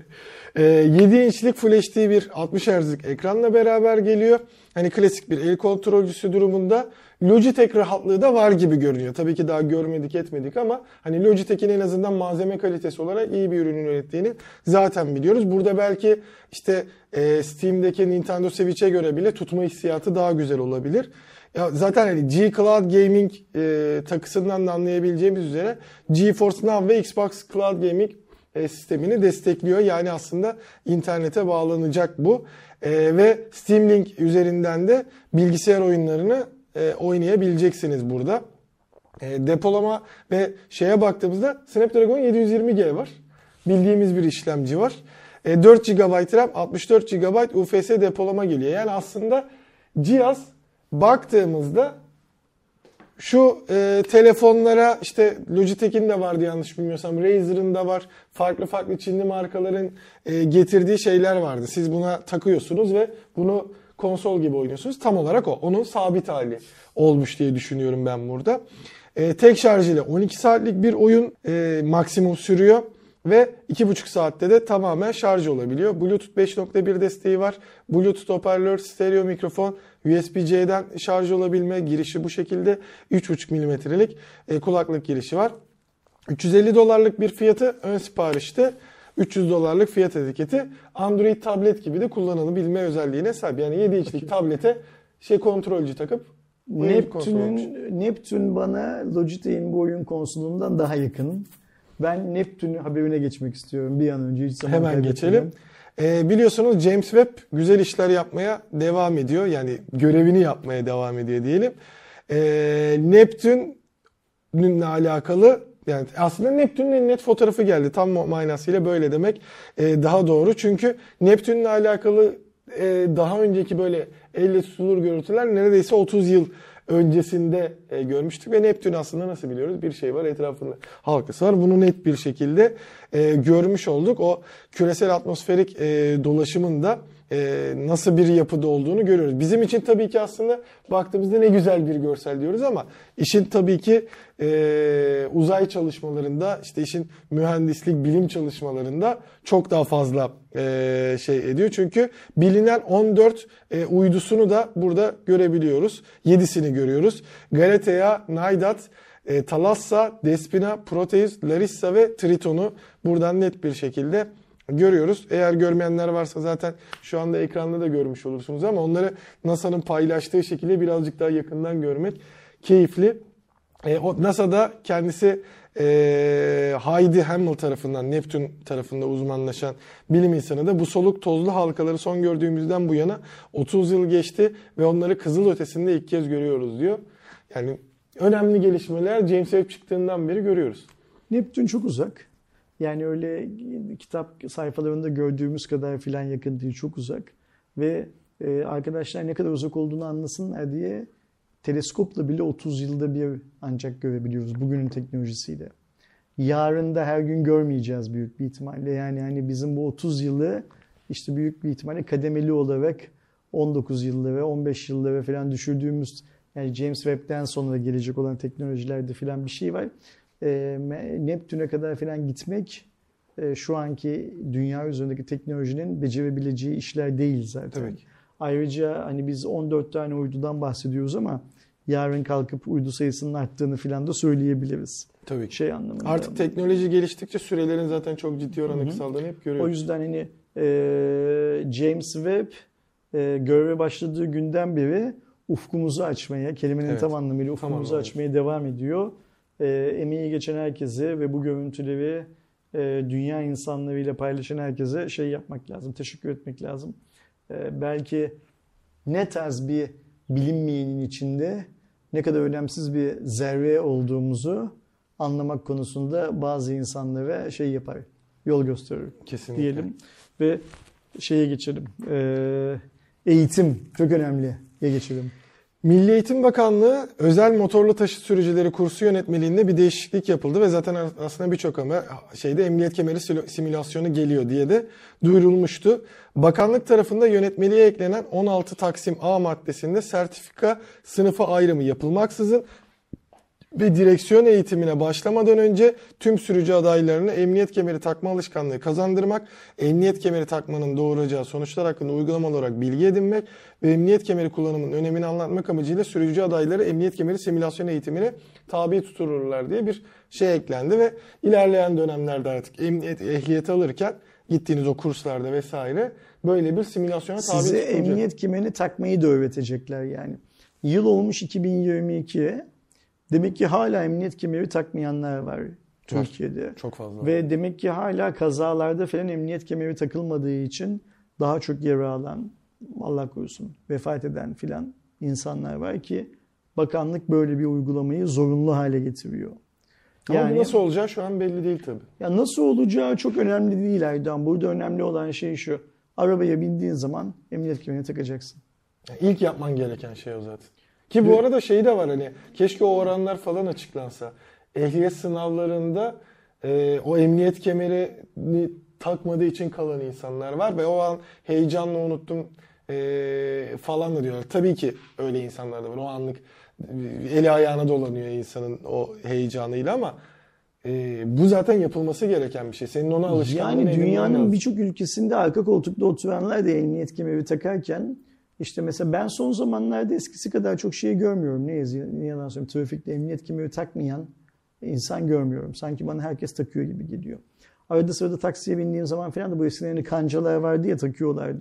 yedi inçlik Full H D bir altmış hertzlik ekranla beraber geliyor. Hani klasik bir el kontrolcüsü durumunda Logitech rahatlığı da var gibi görünüyor. Tabii ki daha görmedik etmedik ama hani Logitech'in en azından malzeme kalitesi olarak iyi bir ürün ürettiğini zaten biliyoruz. Burada belki işte e, Steam'deki Nintendo Switch'e göre bile tutma hissiyatı daha güzel olabilir. Ya zaten hani G Cloud Gaming e, takısından da anlayabileceğimiz üzere GeForce Now ve Xbox Cloud Gaming e, sistemini destekliyor. Yani aslında internete bağlanacak bu. E, ve Steam Link üzerinden de bilgisayar oyunlarını e, oynayabileceksiniz burada. E, depolama ve şeye baktığımızda Snapdragon yedi yüz yirmi G var. Bildiğimiz bir işlemci var. E, dört gigabayt RAM, altmış dört gigabayt U F S depolama geliyor. Yani aslında cihaz baktığımızda şu e, telefonlara işte Logitech'in de vardı yanlış bilmiyorsam, Razer'ın da var. Farklı farklı Çinli markaların e, getirdiği şeyler vardı. Siz buna takıyorsunuz ve bunu konsol gibi oynuyorsunuz. Tam olarak o. Onun sabit hali olmuş diye düşünüyorum ben burada. E, tek şarj ile on iki saatlik bir oyun e, maksimum sürüyor. Ve iki buçuk saatte de tamamen şarj olabiliyor. Bluetooth beş nokta bir desteği var. Bluetooth hoparlör, stereo mikrofon, U S B C'den şarj olabilme girişi bu şekilde. üç buçuk milimetrelik kulaklık girişi var. üç yüz elli dolarlık bir fiyatı ön siparişte. üç yüz dolarlık fiyat etiketi. Android tablet gibi de kullanılabilme özelliğine sahip. Yani yedi inçlik tablete şey kontrolcü takıp Neptün'ün Neptün bana Logitech'in bu oyun konsolundan daha yakın. Ben Neptün'ü haberine geçmek istiyorum bir an önce. Hiç zaman Hemen geçelim. Ee, biliyorsunuz James Webb güzel işler yapmaya devam ediyor. Yani görevini yapmaya devam ediyor diyelim. Ee, Neptün'le alakalı, yani aslında Neptün'ün en net fotoğrafı geldi. Tam manasıyla böyle demek ee, daha doğru. Çünkü Neptün'le alakalı e, daha önceki böyle elle tutulur görüntüler neredeyse otuz yıl öncesinde e, görmüştük ve Neptün aslında nasıl biliyoruz? Bir şey var, etrafında halkası var. Bunu net bir şekilde e, görmüş olduk. O küresel atmosferik e, dolaşımın da e, nasıl bir yapıda olduğunu görüyoruz. Bizim için tabii ki aslında baktığımızda ne güzel bir görsel diyoruz ama işin tabii ki e, uzay çalışmalarında, işte işin mühendislik, bilim çalışmalarında çok daha fazla e, şey ediyor. Çünkü bilinen on dört e, uydusunu da burada görebiliyoruz. yedisini görüyoruz. Galatea, Naiad, e, Thalassa, Despina, Proteus, Larissa ve Triton'u buradan net bir şekilde görüyoruz. Eğer görmeyenler varsa zaten şu anda ekranda da görmüş olursunuz ama onları NASA'nın paylaştığı şekilde birazcık daha yakından görmek keyifli. E, o NASA'da kendisi e, Heidi Hammel tarafından, Neptün tarafında uzmanlaşan bilim insanı da bu soluk tozlu halkaları son gördüğümüzden bu yana otuz yıl geçti ve onları kızıl ötesinde ilk kez görüyoruz diyor. Yani önemli gelişmeler James Webb çıktığından beri görüyoruz. Neptün çok uzak. Yani öyle kitap sayfalarında gördüğümüz kadar filan yakın değil, çok uzak. Ve e, arkadaşlar ne kadar uzak olduğunu anlasınlar diye teleskopla bile otuz yılda bir ancak görebiliyoruz bugünün teknolojisiyle. Yarın da her gün görmeyeceğiz büyük bir ihtimalle. Yani hani bizim bu otuz yılı işte büyük bir ihtimalle kademeli olarak on dokuz yıllara, on beş yıllara falan düşürdüğümüz, yani James Webb'den sonra gelecek olan teknolojilerde filan bir şey var. E, Neptün'e kadar falan gitmek e, şu anki dünya üzerindeki teknolojinin becerebileceği işler değil zaten. Tabii ki. Ayrıca hani biz on dört tane uydudan bahsediyoruz ama yarın kalkıp uydu sayısının arttığını falan da söyleyebiliriz. Tabii ki. Şey anlamında. Artık teknoloji geliştikçe sürelerin zaten çok ciddi oranda kısaldığını hep görüyoruz. O yüzden hani e, James Webb e, göreve başladığı günden beri ufkumuzu açmaya, kelimenin evet, tam anlamıyla ufkumuzu tam açmaya devam ediyor. E, emeği geçen herkese ve bu görüntüleri e, dünya insanlarıyla paylaşan herkese şey yapmak lazım, teşekkür etmek lazım. E, belki ne tarz bir bilinmeyenin içinde ne kadar önemsiz bir zerre olduğumuzu anlamak konusunda bazı insanlara şey yapar, yol gösterir. Kesinlikle. Diyelim ve şeye geçelim. E, eğitim çok önemli. Ye geçelim. Milli Eğitim Bakanlığı özel motorlu taşıt sürücüleri kursu yönetmeliğinde bir değişiklik yapıldı ve zaten aslında birçok ama şeyde emniyet kemeri simülasyonu geliyor diye de duyurulmuştu. Bakanlık tarafında yönetmeliğe eklenen on altı Taksim A maddesinde sertifika sınıfı ayrımı yapılmaksızın ve direksiyon eğitimine başlamadan önce tüm sürücü adaylarına emniyet kemeri takma alışkanlığı kazandırmak, emniyet kemeri takmanın doğuracağı sonuçlar hakkında uygulamalı olarak bilgi edinmek ve emniyet kemeri kullanımının önemini anlatmak amacıyla sürücü adayları emniyet kemeri simülasyon eğitimine tabi tutulurlar diye bir şey eklendi ve ilerleyen dönemlerde artık emniyet ehliyeti alırken gittiğiniz o kurslarda vesaire böyle bir simülasyona tabi tutulacak. Size emniyet kemerini takmayı da öğretecekler yani. Yıl olmuş iki bin yirmi iki. Demek ki hala emniyet kemeri takmayanlar var Türkiye'de. Var, çok fazla. Ve demek ki hala kazalarda falan emniyet kemeri takılmadığı için daha çok yara alan, Allah korusun, vefat eden filan insanlar var ki bakanlık böyle bir uygulamayı zorunlu hale getiriyor. Ama yani, bu nasıl olacağı şu an belli değil tabii. Ya nasıl olacağı çok önemli değil Erdoğan. Burada önemli olan şey şu. Arabaya bindiğin zaman emniyet kemerini takacaksın. Yani ilk yapman gereken şey o zaten. Ki bu arada şey de var, hani keşke o oranlar falan açıklansa. Ehliyet sınavlarında e, o emniyet kemerini takmadığı için kalan insanlar var ve o an heyecanla unuttum e, falan da diyorlar. Tabii ki öyle insanlar da var. O anlık eli ayağına dolanıyor insanın o heyecanıyla ama e, bu zaten yapılması gereken bir şey. Senin ona alışkanlığına yani dünyanın birçok ülkesinde arka koltukta oturanlar da emniyet kemeri takarken İşte mesela ben son zamanlarda eskisi kadar çok şey görmüyorum. Ne yazıyor? Ne yalan söyleyeyim. Trafikte emniyet kemeri takmayan insan görmüyorum. Sanki bana herkes takıyor gibi geliyor. Arada sırada taksiye bindiğim zaman falan da bu eskiden kancalar vardı ya, takıyorlardı.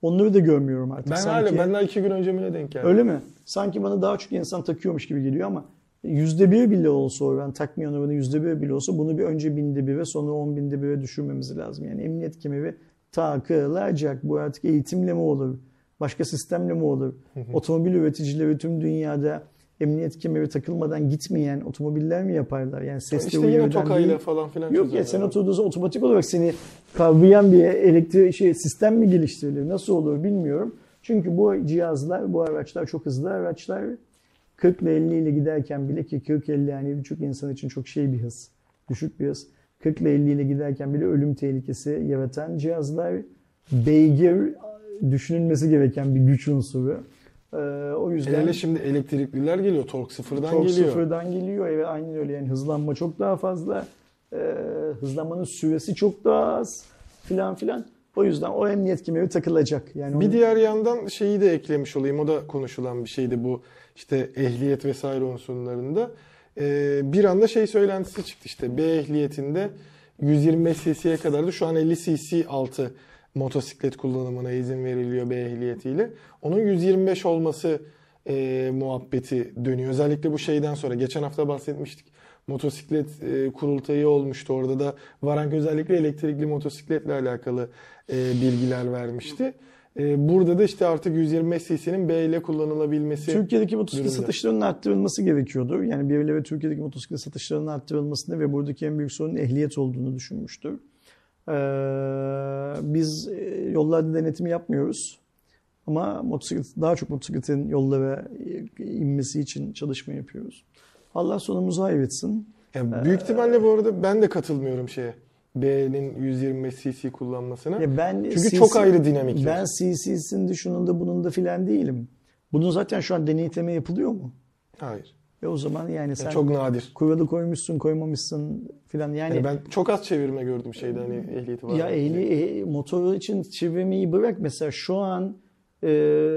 Onları da görmüyorum artık. Ben Sanki, hala, ben daha iki gün önce mi ne denk geldim? öyle mi? Sanki bana daha çok insan takıyormuş gibi geliyor ama yüzde bir bile olsa o ben takmayan oranı yüzde bir bile olsa bunu bir önce binde bire sonra on binde bire düşürmemiz lazım. Yani emniyet kemeri takılacak. Bu artık eğitimle mi olur? Başka sistemle mi olur? Otomobil üreticileri tüm dünyada emniyet kemeri takılmadan gitmeyen otomobiller mi yaparlar? Yani sesle İşte yine tokayla falan filan. Yok ya, sen oturduğunda otomatik olarak seni kavrayan bir elektrik şey sistem mi geliştirilir? Nasıl olur bilmiyorum. Çünkü bu cihazlar, bu araçlar çok hızlı araçlar. kırk ile elli ile giderken bile, ki kırk elli yani birçok insan için çok şey bir hız. Düşük bir hız. kırk ile elli ile giderken bile ölüm tehlikesi yaratan cihazlar. Beygir düşünülmesi gereken bir güç unsuru. Ee, o yüzden hele şimdi elektrikliler geliyor. Tork sıfırdan tork geliyor. sıfırdan geliyor. Evet, aynen öyle. Yani hızlanma çok daha fazla. Ee, hızlanmanın süresi çok daha az filan filan. O yüzden o emniyet kemeri takılacak. Yani bir onu... diğer yandan şeyi de eklemiş olayım. O da konuşulan bir şeydi bu işte ehliyet vesaire unsurlarında. Ee, bir anda şey söylentisi çıktı işte. B ehliyetinde yüz yirmi beş cc'ye kadar da şu an elli cc altı motosiklet kullanımına izin veriliyor B ehliyetiyle. Onun yüz yirmi beş olması e, muhabbeti dönüyor. Özellikle bu şeyden sonra. Geçen hafta bahsetmiştik. Motosiklet e, kurultayı olmuştu. Orada da Varank özellikle elektrikli motosikletle alakalı e, bilgiler vermişti. E, burada da işte artık yüz yirmi beş cc'nin B ile kullanılabilmesi. Türkiye'deki motosiklet durumda. satışlarının arttırılması gerekiyordu. Yani birileri Türkiye'deki motosiklet satışlarının arttırılmasını ve buradaki en büyük sorunun ehliyet olduğunu düşünmüştür. Ee, biz yollarda denetim yapmıyoruz. Ama motosiklet, daha çok motosikletin yollara inmesi için çalışma yapıyoruz. Allah sonumuzu hayretsin. Yani büyük ihtimalle bu arada ben de katılmıyorum şeye. B'nin yüz yirmi beş cc kullanmasına. Ya ben Çünkü C C, çok ayrı dinamikler. Ben C C'sinde şunun da bunun da filan değilim. Bunun zaten şu an denetleme yapılıyor mu? Hayır. E o zaman yani sen Yani çok nadir. kuralı koymuşsun, koymamışsın filan. Yani, Yani ben çok az çevirme gördüm şeyde hani ehliyeti var. ya ehli e, motoru için çevirmeyi bırak, mesela şu an e,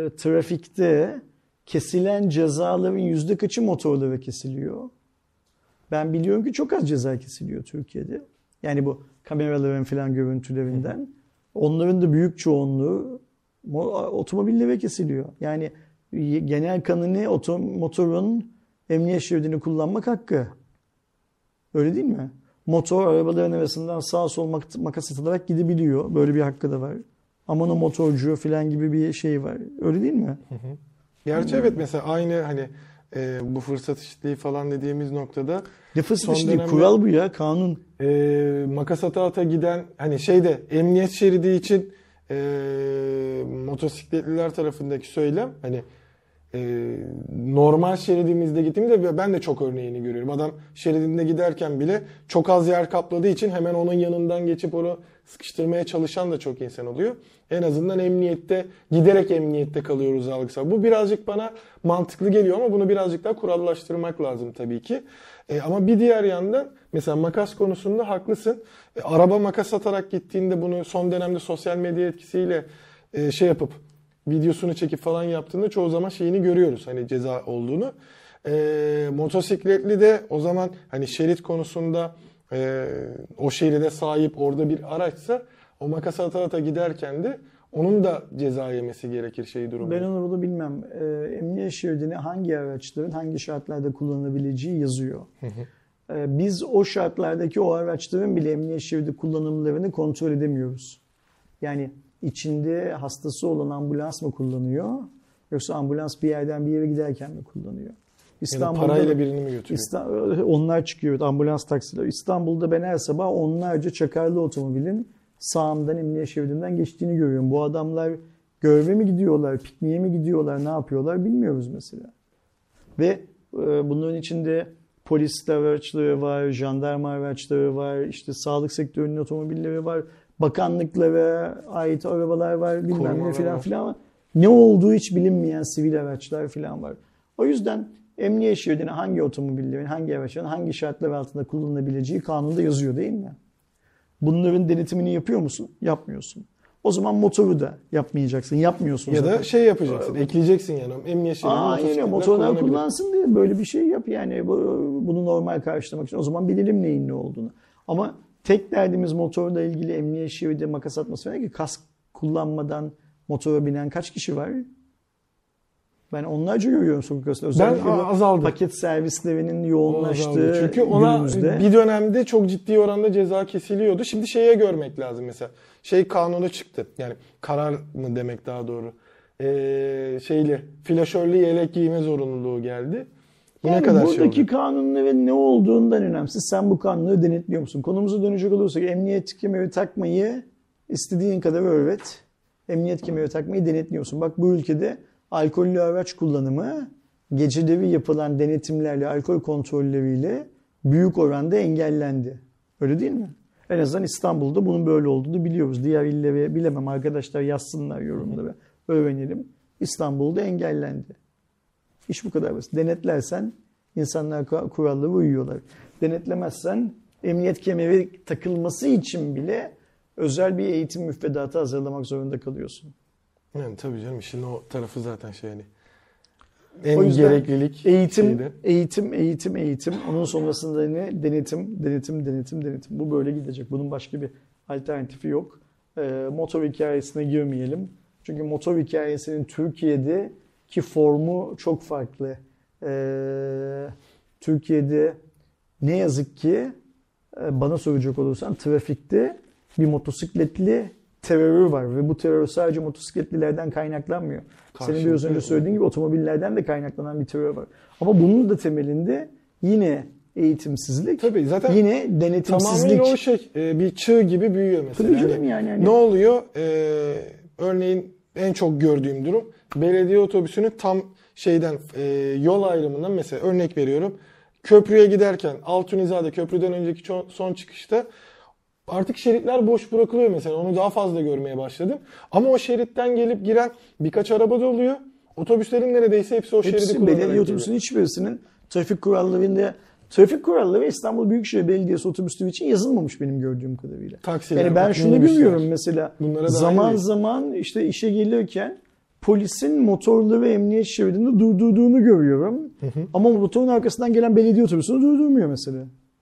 trafikte kesilen cezaların yüzde kaçı motorlara kesiliyor? Ben biliyorum ki çok az ceza kesiliyor Türkiye'de. Yani bu kameraların filan görüntülerinden. Hı hı. Onların da büyük çoğunluğu otomobillere kesiliyor. Yani genel kanuni motorun emniyet şeridini kullanmak hakkı. Öyle değil mi? Motor arabaların arasından sağ sol makas atılarak gidebiliyor. Böyle bir hakkı da var. Aman o motorcu falan gibi bir şey var. Öyle değil mi? Hı hı. Gerçi evet, mesela aynı hani e, bu fırsat eşitliği falan dediğimiz noktada ne fırsat eşitliği? Kural bu ya, kanun. E, makas ata ata giden hani şeyde emniyet şeridi için e, motosikletliler tarafındaki söylem hani e, normal şeridimizde gittiğimde ben de çok örneğini görüyorum. Adam şeridinde giderken bile çok az yer kapladığı için hemen onun yanından geçip onu sıkıştırmaya çalışan da çok insan oluyor. En azından emniyette, giderek emniyette kalıyoruz algısal. Bu birazcık bana mantıklı geliyor ama bunu birazcık daha kurallaştırmak lazım tabii ki. E, ama bir diğer yandan mesela makas konusunda haklısın. E, araba makas atarak gittiğinde bunu son dönemde sosyal medya etkisiyle e, şey yapıp videosunu çekip falan yaptığında çoğu zaman şeyini görüyoruz, hani ceza olduğunu. E, motosikletli de o zaman hani şerit konusunda e, o şeride sahip orada bir araçsa o makas ata ata giderken de onun da ceza yemesi gerekir şey durumu. Ben onu bunu bilmem. E, emniyet şeridini hangi araçların hangi şartlarda kullanılabileceği yazıyor. Hı hı. E, biz o şartlardaki o araçların bile emniyet şeridi kullanımlarını kontrol edemiyoruz. Yani içinde hastası olan ambulans mı kullanıyor, yoksa ambulans bir yerden bir yere giderken mi kullanıyor? İstanbul'da yani parayla birini mi götürüyor? İstanbul, onlar çıkıyor, ambulans taksiler. İstanbul'da ben her sabah onlarca çakarlı otomobilin sağımdan emniyet şeridinden geçtiğini görüyorum. Bu adamlar göreve mi gidiyorlar, pikniğe mi gidiyorlar, ne yapıyorlar bilmiyoruz mesela. Ve e, bunların içinde polis araçları var, jandarma araçları var, işte sağlık sektörünün otomobilleri var, bakanlıklara ait arabalar var, bilmem Korumalar ne filan filan var. Ne olduğu hiç bilinmeyen sivil araçlar filan var. O yüzden emniyet şeridini hangi otomobillerin, hangi araçların, hangi şartlar altında kullanılabileceği kanunda yazıyor değil mi? Bunların denetimini yapıyor musun? Yapmıyorsun. O zaman motoru da yapmayacaksın. Yapmıyorsun ya zaten. Ya da şey yapacaksın. Ee, ekleyeceksin yani. Emniyet şeridini motorlar kullansın diye böyle bir şey yap yani. Bunu normal karşılamak için. O zaman bilelim neyin ne olduğunu. Ama tek derdimiz motorla ilgili emniyet şeridi makas atması falan ki kask kullanmadan motora binen kaç kişi var? Ben onlarca görüyorum sokak arasında. Özellikle Ben azaldı. Paket servislerinin yoğunlaştığı Çünkü ona günümüzde. bir dönemde çok ciddi oranda ceza kesiliyordu. Şimdi şeye görmek lazım mesela. Şey kanunu çıktı. Yani karar mı demek daha doğru. Ee, şeyli flaşörlü yelek giyme zorunluluğu geldi. Bu Yani ne kadar buradaki şey oldu? kanunların ne olduğundan önemsiz. Sen bu kanunları denetliyor musun? Konumuza dönecek olursak emniyet kemeri takmayı istediğin kadar öğret. Emniyet kemeri takmayı denetliyor musun? Bak bu ülkede alkollü araç kullanımı geceleri yapılan denetimlerle, alkol kontrolleriyle büyük oranda engellendi. Öyle değil mi? En azından İstanbul'da bunun böyle olduğunu biliyoruz. Diğer illere bilemem, arkadaşlar yazsınlar yorumlara. Öğrenelim. İstanbul'da engellendi. İş bu kadar basit. Denetlersen insanlar kurallara uyuyorlar. Denetlemezsen emniyet kemeri takılması için bile özel bir eğitim müfredatı hazırlamak zorunda kalıyorsun. Yani tabii canım işin o tarafı zaten şey hani. En O yüzden gereklilik eğitim, şeyde. eğitim, eğitim, eğitim. Onun sonrasında ne? Denetim, denetim, denetim, denetim. Bu böyle gidecek. Bunun başka bir alternatifi yok. Ee, motor hikayesine girmeyelim. Çünkü motor hikayesinin Türkiye'deki formu çok farklı. Ee, Türkiye'de ne yazık ki bana soracak olursan trafikte bir motosikletli terörü var ve bu terör sadece motosikletlilerden kaynaklanmıyor. Senin biraz önce söylediğin gibi otomobillerden de kaynaklanan bir terör var. Ama bunun da temelinde yine eğitimsizlik, Tabii zaten yine denetimsizlik. Tamamen o şey bir çığ gibi büyüyor mesela. Tabii canım yani. yani. Ne oluyor? Ee, örneğin en çok gördüğüm durum belediye otobüsünün tam şeyden e, yol ayrımından mesela örnek veriyorum. Köprüye giderken Altunizade köprüden önceki son çıkışta artık şeritler boş bırakılıyor mesela. Onu daha fazla görmeye başladım. Ama o şeritten gelip giren birkaç araba da oluyor. Otobüslerin neredeyse hepsi o şeridi hepsi kullanarak belediye otobüsünün hiçbirisinin trafik kurallarında trafik kuralları İstanbul Büyükşehir Belediyesi otobüsleri için yazılmamış benim gördüğüm kadarıyla. Taksiler, yani ben şunu minibüsler. görüyorum mesela. Bunlara Zaman değil. zaman işte işe gelirken polisin motorları emniyet şeridinde durdurduğunu görüyorum. Hı hı. Ama motorun arkasından gelen belediye otobüsünü durdurmuyor mesela.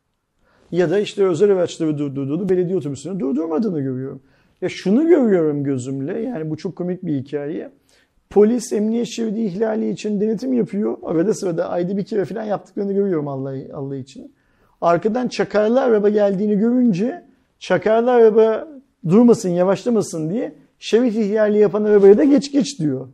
Ya da işte özel araçları durdurduğunu, belediye otobüsünü durdurmadığını görüyorum. Ya şunu görüyorum gözümle, yani bu çok komik bir hikaye. Polis emniyet şeridi ihlali için denetim yapıyor. Arada sırada ayda bir kere falan yaptıklarını görüyorum Allah, Allah için. Arkadan çakarlı araba geldiğini görünce çakarlı araba durmasın, yavaşlamasın diye şerit ihlali yapan arabaya da geç geç diyor.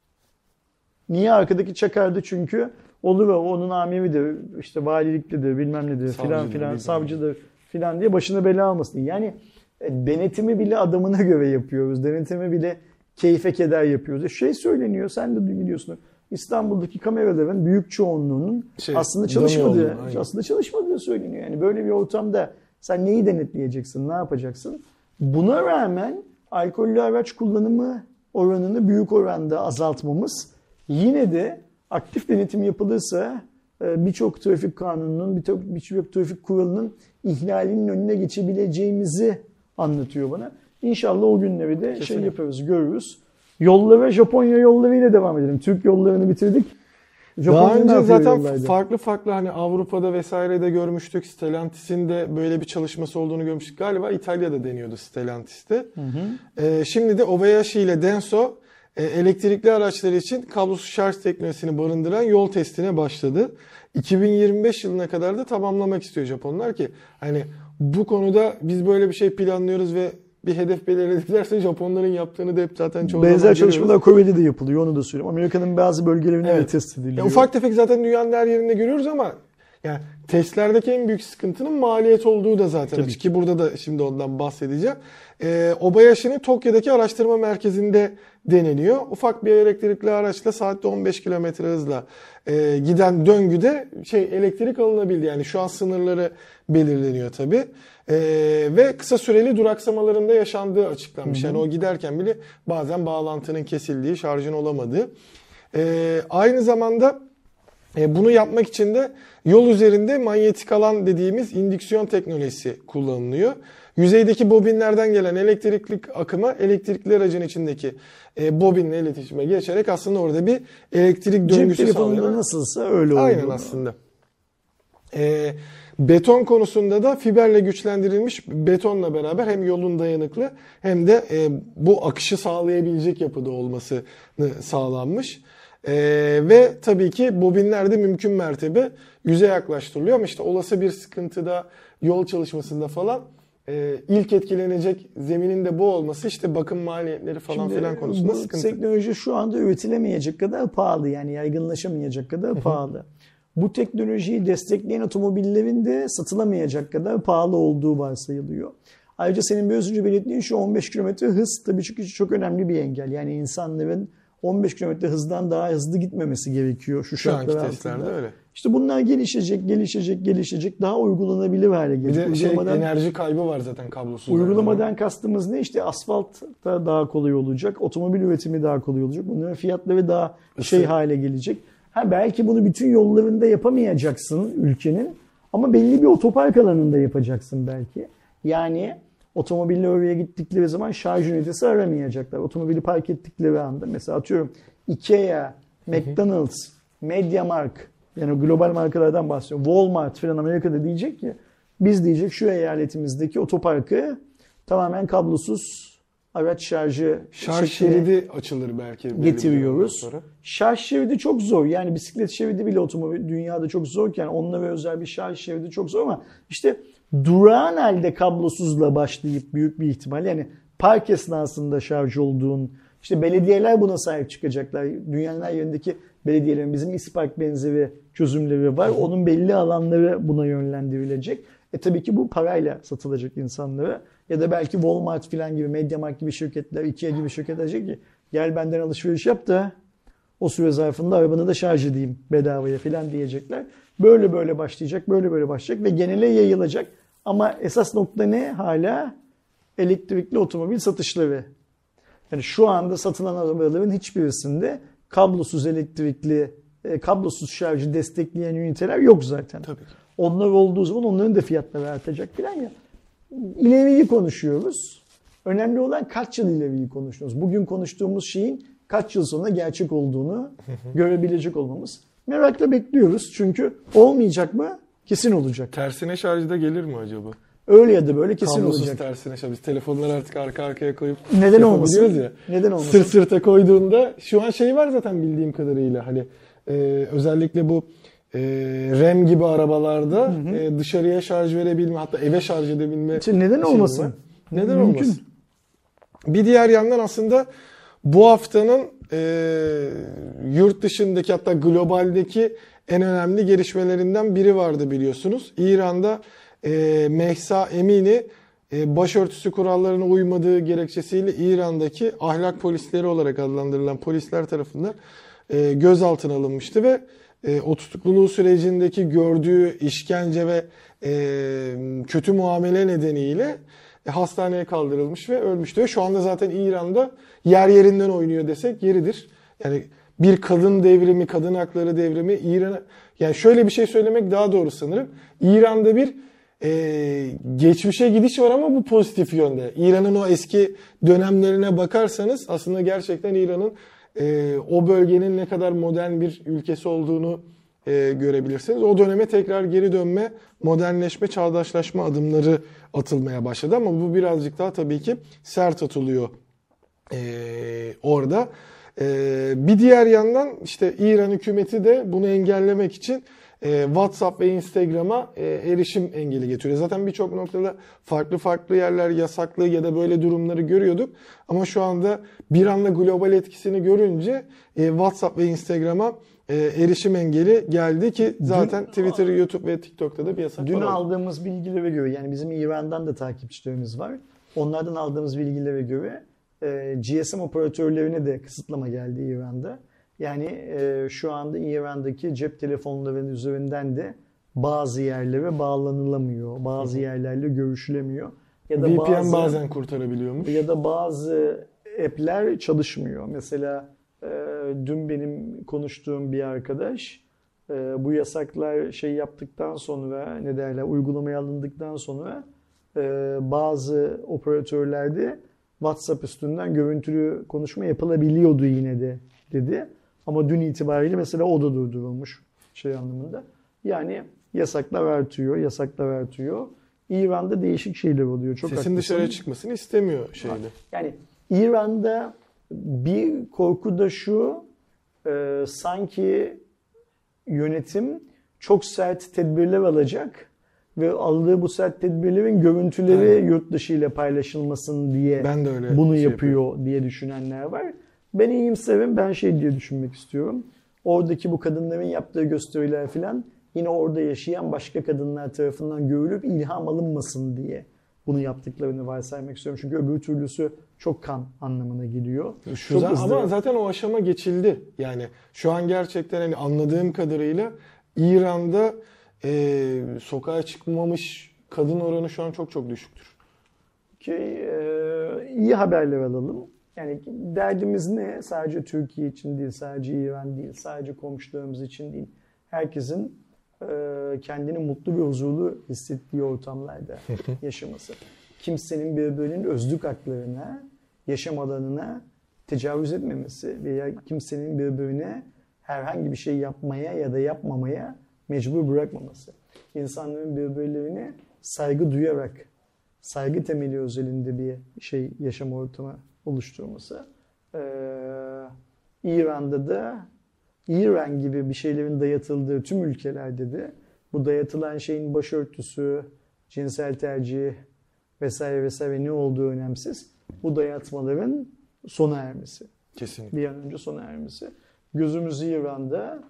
Niye? Arkadaki çakardı çünkü olur ve onun amiridir, işte valiliklidir, bilmem nedir, filan filan, savcıdır filan diye başına bela almasın diye. Yani denetimi bile adamına göre yapıyoruz. Denetimi bile keyfe keder yapıyoruz. Şey söyleniyor, sen de biliyorsun. İstanbul'daki kameraların büyük çoğunluğunun şey, aslında çalışmadığı, aslında çalışmadığı söyleniyor. Yani böyle bir ortamda sen neyi denetleyeceksin, ne yapacaksın? Buna rağmen alkollü araç kullanımı oranını büyük oranda azaltmamız, yine de aktif denetim yapılırsa birçok trafik kanununun, birçok trafik kuralının ihlalinin önüne geçebileceğimizi anlatıyor bana. İnşallah o günleri de Kesinlikle. şey yaparız, görürüz. Yollara, Japonya yollarıyla devam edelim. Türk yollarını bitirdik. Japonya Daha önce zaten yollarda? farklı farklı hani Avrupa'da vesairede görmüştük. Stellantis'in de böyle bir çalışması olduğunu görmüştük. Galiba İtalya'da deniyordu Stellantis'te. Hı hı. Ee, şimdi de Obayashi ile Denso e, elektrikli araçları için kablosuz şarj teknolojisini barındıran yol testine başladı. iki bin yirmi beş yılına kadar da tamamlamak istiyor Japonlar ki hani bu konuda biz böyle bir şey planlıyoruz ve bir hedef belirledilerse Japonların yaptığını da hep zaten çoğu Benzer zaman çalışmalar Kore'de de yapılıyor, onu da söyleyeyim. Amerika'nın bazı bölgelerinde evet. de test ediliyor. Ya ufak tefek zaten dünyanın her yerinde görüyoruz ama yani testlerdeki en büyük sıkıntının maliyet olduğu da zaten Tabii açık ki burada da şimdi ondan bahsedeceğim. Ee, Obayashi'nin Tokyo'daki araştırma merkezinde deneniyor. Ufak bir elektrikli araçla saatte on beş kilometre hızla e, giden döngüde şey elektrik alınabildi. Yani şu an sınırları belirleniyor tabii. E, ve kısa süreli duraksamalarında yaşandığı açıklanmış. Hı hı. Yani o giderken bile bazen bağlantının kesildiği, şarjın olamadığı. E, aynı zamanda e, bunu yapmak için de yol üzerinde manyetik alan dediğimiz indüksiyon teknolojisi kullanılıyor. Yüzeydeki bobinlerden gelen elektriklik akıma elektrikli aracın içindeki e, bobinle iletişime geçerek aslında orada bir elektrik döngüsü sağlıyor. Cep telefonunda nasılsa öyle oluyor. Aynen aslında. E, beton konusunda da fiberle güçlendirilmiş betonla beraber hem yolun dayanıklı hem de e, bu akışı sağlayabilecek yapıda olması sağlanmış. E, ve tabii ki bobinler de mümkün mertebe yüze yaklaştırılıyor ama işte olası bir sıkıntıda, yol çalışmasında falan e, ilk etkilenecek zeminin de bu olması işte bakım maliyetleri falan Şimdi filan konusunda bu sıkıntı. teknoloji şu anda üretilemeyecek kadar pahalı, yani yaygınlaşamayacak kadar pahalı. Bu teknolojiyi destekleyen otomobillerin de satılamayacak kadar pahalı olduğu varsayılıyor. Ayrıca senin biraz önce belirttiğin şu on beş kilometre hız tabii çünkü çok önemli bir engel. Yani insanların on beş kilometre hızdan daha hızlı gitmemesi gerekiyor şu Şu anki şartlar testlerde altında. öyle. İşte bunlar gelişecek, gelişecek, gelişecek, daha uygulanabilir hale Bir gelecek. de şey, Uygulamadan, enerji kaybı var zaten kablosuz. uygulamadan kastımız ne? İşte asfalt da daha kolay olacak, otomobil üretimi daha kolay olacak. Bunların fiyatları daha şey Isı. hale gelecek. Ha belki bunu bütün yollarında yapamayacaksın ülkenin ama belli bir otopark alanında yapacaksın belki. Yani otomobille oraya gittikleri zaman şarj ünitesi aramayacaklar. Otomobili park ettikleri anda mesela atıyorum Ikea, McDonald's, MediaMarkt, yani global markalardan bahsediyorum. Walmart falan Amerika'da diyecek ki biz diyecek şu eyaletimizdeki otoparkı tamamen kablosuz araç şarjı Şarj şekline şeridi açılır belki. belli bir getiriyoruz. dönemden sonra. Şarj şeridi çok zor. Yani bisiklet şeridi bile otomobil dünyada çok zorken onunla ve özel bir şarj şeridi çok zor ama işte durağan halde kablosuzla başlayıp büyük bir ihtimal yani park esnasında şarj olduğun işte belediyeler buna sahip çıkacaklar. Dünyanın her yerindeki belediyelerin bizim İspark benzeri çözümleri var. Onun belli alanları buna yönlendirilecek. E tabii ki bu parayla satılacak insanlara. Ya da belki Walmart falan gibi, MediaMarkt gibi şirketler, Ikea gibi şirketler diyecek ki gel benden alışveriş yap da o süre zarfında arabanı da şarj edeyim bedavaya falan diyecekler. Böyle böyle başlayacak, böyle böyle başlayacak ve genele yayılacak. Ama esas nokta ne? Hala elektrikli otomobil satışları. Yani şu anda satılan arabaların hiçbirisinde kablosuz elektrikli, e, kablosuz şarjı destekleyen üniteler yok zaten. Tabii ki. Onlar olduğu zaman onların da fiyatları artacak falan ya. İleriyi konuşuyoruz. Önemli olan kaç yıl ileriyi konuşuyoruz. Bugün konuştuğumuz şeyin kaç yıl sonra gerçek olduğunu görebilecek olmamız. Merakla bekliyoruz. Çünkü olmayacak mı? Kesin olacak. Tersine şarjda gelir mi acaba? Öyle ya da böyle kesin Kablosuz olacak. tersine şarj. Biz telefonları artık arka arkaya koyup Neden olmasın? yapabiliyoruz ya. Neden olmasın? Sırt sırta koyduğunda şu an şey var zaten bildiğim kadarıyla hani e, özellikle bu e, RAM gibi arabalarda hı hı. E, dışarıya şarj verebilme hatta eve şarj edebilme. İşte neden olmasın? Var. Neden Mümkün. olmasın? Bir diğer yandan aslında bu haftanın e, yurt dışındaki hatta globaldeki en önemli gelişmelerinden biri vardı biliyorsunuz. İran'da e, Mahsa Emini e, başörtüsü kurallarına uymadığı gerekçesiyle İran'daki ahlak polisleri olarak adlandırılan polisler tarafından e, gözaltına alınmıştı ve e, o tutukluluğu sürecindeki gördüğü işkence ve e, kötü muamele nedeniyle e, hastaneye kaldırılmış ve ölmüştü. Ve şu anda zaten İran'da yer yerinden oynuyor desek yeridir. Yani bir kadın devrimi, kadın hakları devrimi İran'a yani şöyle bir şey söylemek daha doğru sanırım. İran'da bir e, geçmişe gidiş var ama bu pozitif yönde. İran'ın o eski dönemlerine bakarsanız aslında gerçekten İran'ın e, o bölgenin ne kadar modern bir ülkesi olduğunu e, görebilirsiniz. O döneme tekrar geri dönme, modernleşme, çağdaşlaşma adımları atılmaya başladı ama bu birazcık daha tabii ki sert atılıyor e, orada. Ee, bir diğer yandan işte İran hükümeti de bunu engellemek için e, WhatsApp ve Instagram'a e, erişim engeli getiriyor. Zaten birçok noktada farklı farklı yerler yasaklı ya da böyle durumları görüyorduk. Ama şu anda bir anda global etkisini görünce e, WhatsApp ve Instagram'a e, erişim engeli geldi ki zaten dün, Twitter, YouTube ve TikTok'ta da bir yasak dün var. Dün aldığımız bilgilere göre yani bizim İran'dan da takipçilerimiz var. Onlardan aldığımız bilgilere göre G S M operatörlerine de kısıtlama geldi İran'da. Yani e, şu anda İran'daki cep telefonlarının üzerinden de bazı yerlere bağlanılamıyor. Bazı yerlerle görüşülemiyor. Ya da V P N bazı, bazen kurtarabiliyormuş. Ya da bazı app'ler çalışmıyor. Mesela e, dün benim konuştuğum bir arkadaş e, bu yasaklar şey yaptıktan sonra ne derler uygulamaya alındıktan sonra e, bazı operatörlerde WhatsApp üstünden görüntülü konuşma yapılabiliyordu yine de dedi. Ama dün itibariyle mesela o da durdurulmuş şey anlamında. Yani Yasaklar artıyor, yasaklar artıyor. İran'da değişik şeyler oluyor. Çok Sesin haklısın. dışarıya çıkmasını istemiyor şeyde. Yani İran'da bir korku da şu, e, sanki yönetim çok sert tedbirler alacak ve aldığı bu sert tedbirlerin görüntüleri Aynen. yurt dışı ile paylaşılmasın diye Ben de öyle bunu şey yapıyor yapıyorum. diye düşünenler var. Ben iyimserim, ben şey diye düşünmek istiyorum. Oradaki bu kadınların yaptığı gösteriler falan yine orada yaşayan başka kadınlar tarafından görülüp ilham alınmasın diye bunu yaptıklarını varsaymak istiyorum. Çünkü öbür türlüsü çok kan anlamına geliyor. Şu çok za- hızlı. ama zaten o aşama geçildi. Yani şu an gerçekten hani anladığım kadarıyla İran'da e, sokağa çıkmamış kadın oranı şu an çok çok düşüktür. Ki e, iyi haberler alalım. Yani derdimiz ne? Sadece Türkiye için değil, sadece İran değil, sadece komşularımız için değil. Herkesin e, kendini mutlu ve huzurlu hissettiği ortamlarda yaşaması. Kimsenin birbirinin özlük haklarına, yaşam alanına tecavüz etmemesi veya kimsenin birbirine herhangi bir şey yapmaya ya da yapmamaya mecbur bırakmaması. İnsanların birbirlerine saygı duyarak, saygı temeli özelinde bir şey yaşam ortamı oluşturması. Ee, İran'da da İran gibi bir şeylerin dayatıldığı tüm ülkelerde de bu dayatılan şeyin başörtüsü, cinsel tercih vesaire vesaire ne olduğu önemsiz. Bu dayatmaların sona ermesi. Kesinlikle. Bir an önce sona ermesi. Gözümüz İran'da.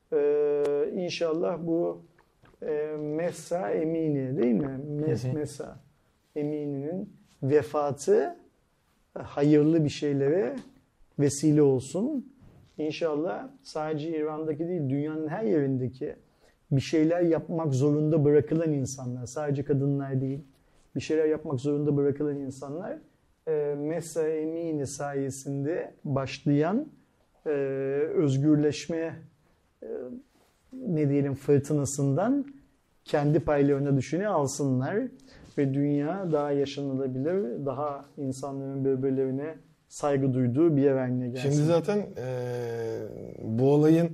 Ee, inşallah bu e, Mehsa Emini değil mi? Mes, Mehsa Emini'nin vefatı hayırlı bir şeylere vesile olsun. İnşallah sadece İran'daki değil, dünyanın her yerindeki bir şeyler yapmak zorunda bırakılan insanlar, sadece kadınlar değil, bir şeyler yapmak zorunda bırakılan insanlar e, Mehsa Emini sayesinde başlayan e, özgürleşme e, ne diyelim fırtınasından kendi paylarına düşeni alsınlar ve dünya daha yaşanılabilir, daha insanların birbirlerine saygı duyduğu bir yer haline gelsin. Şimdi zaten e, bu olayın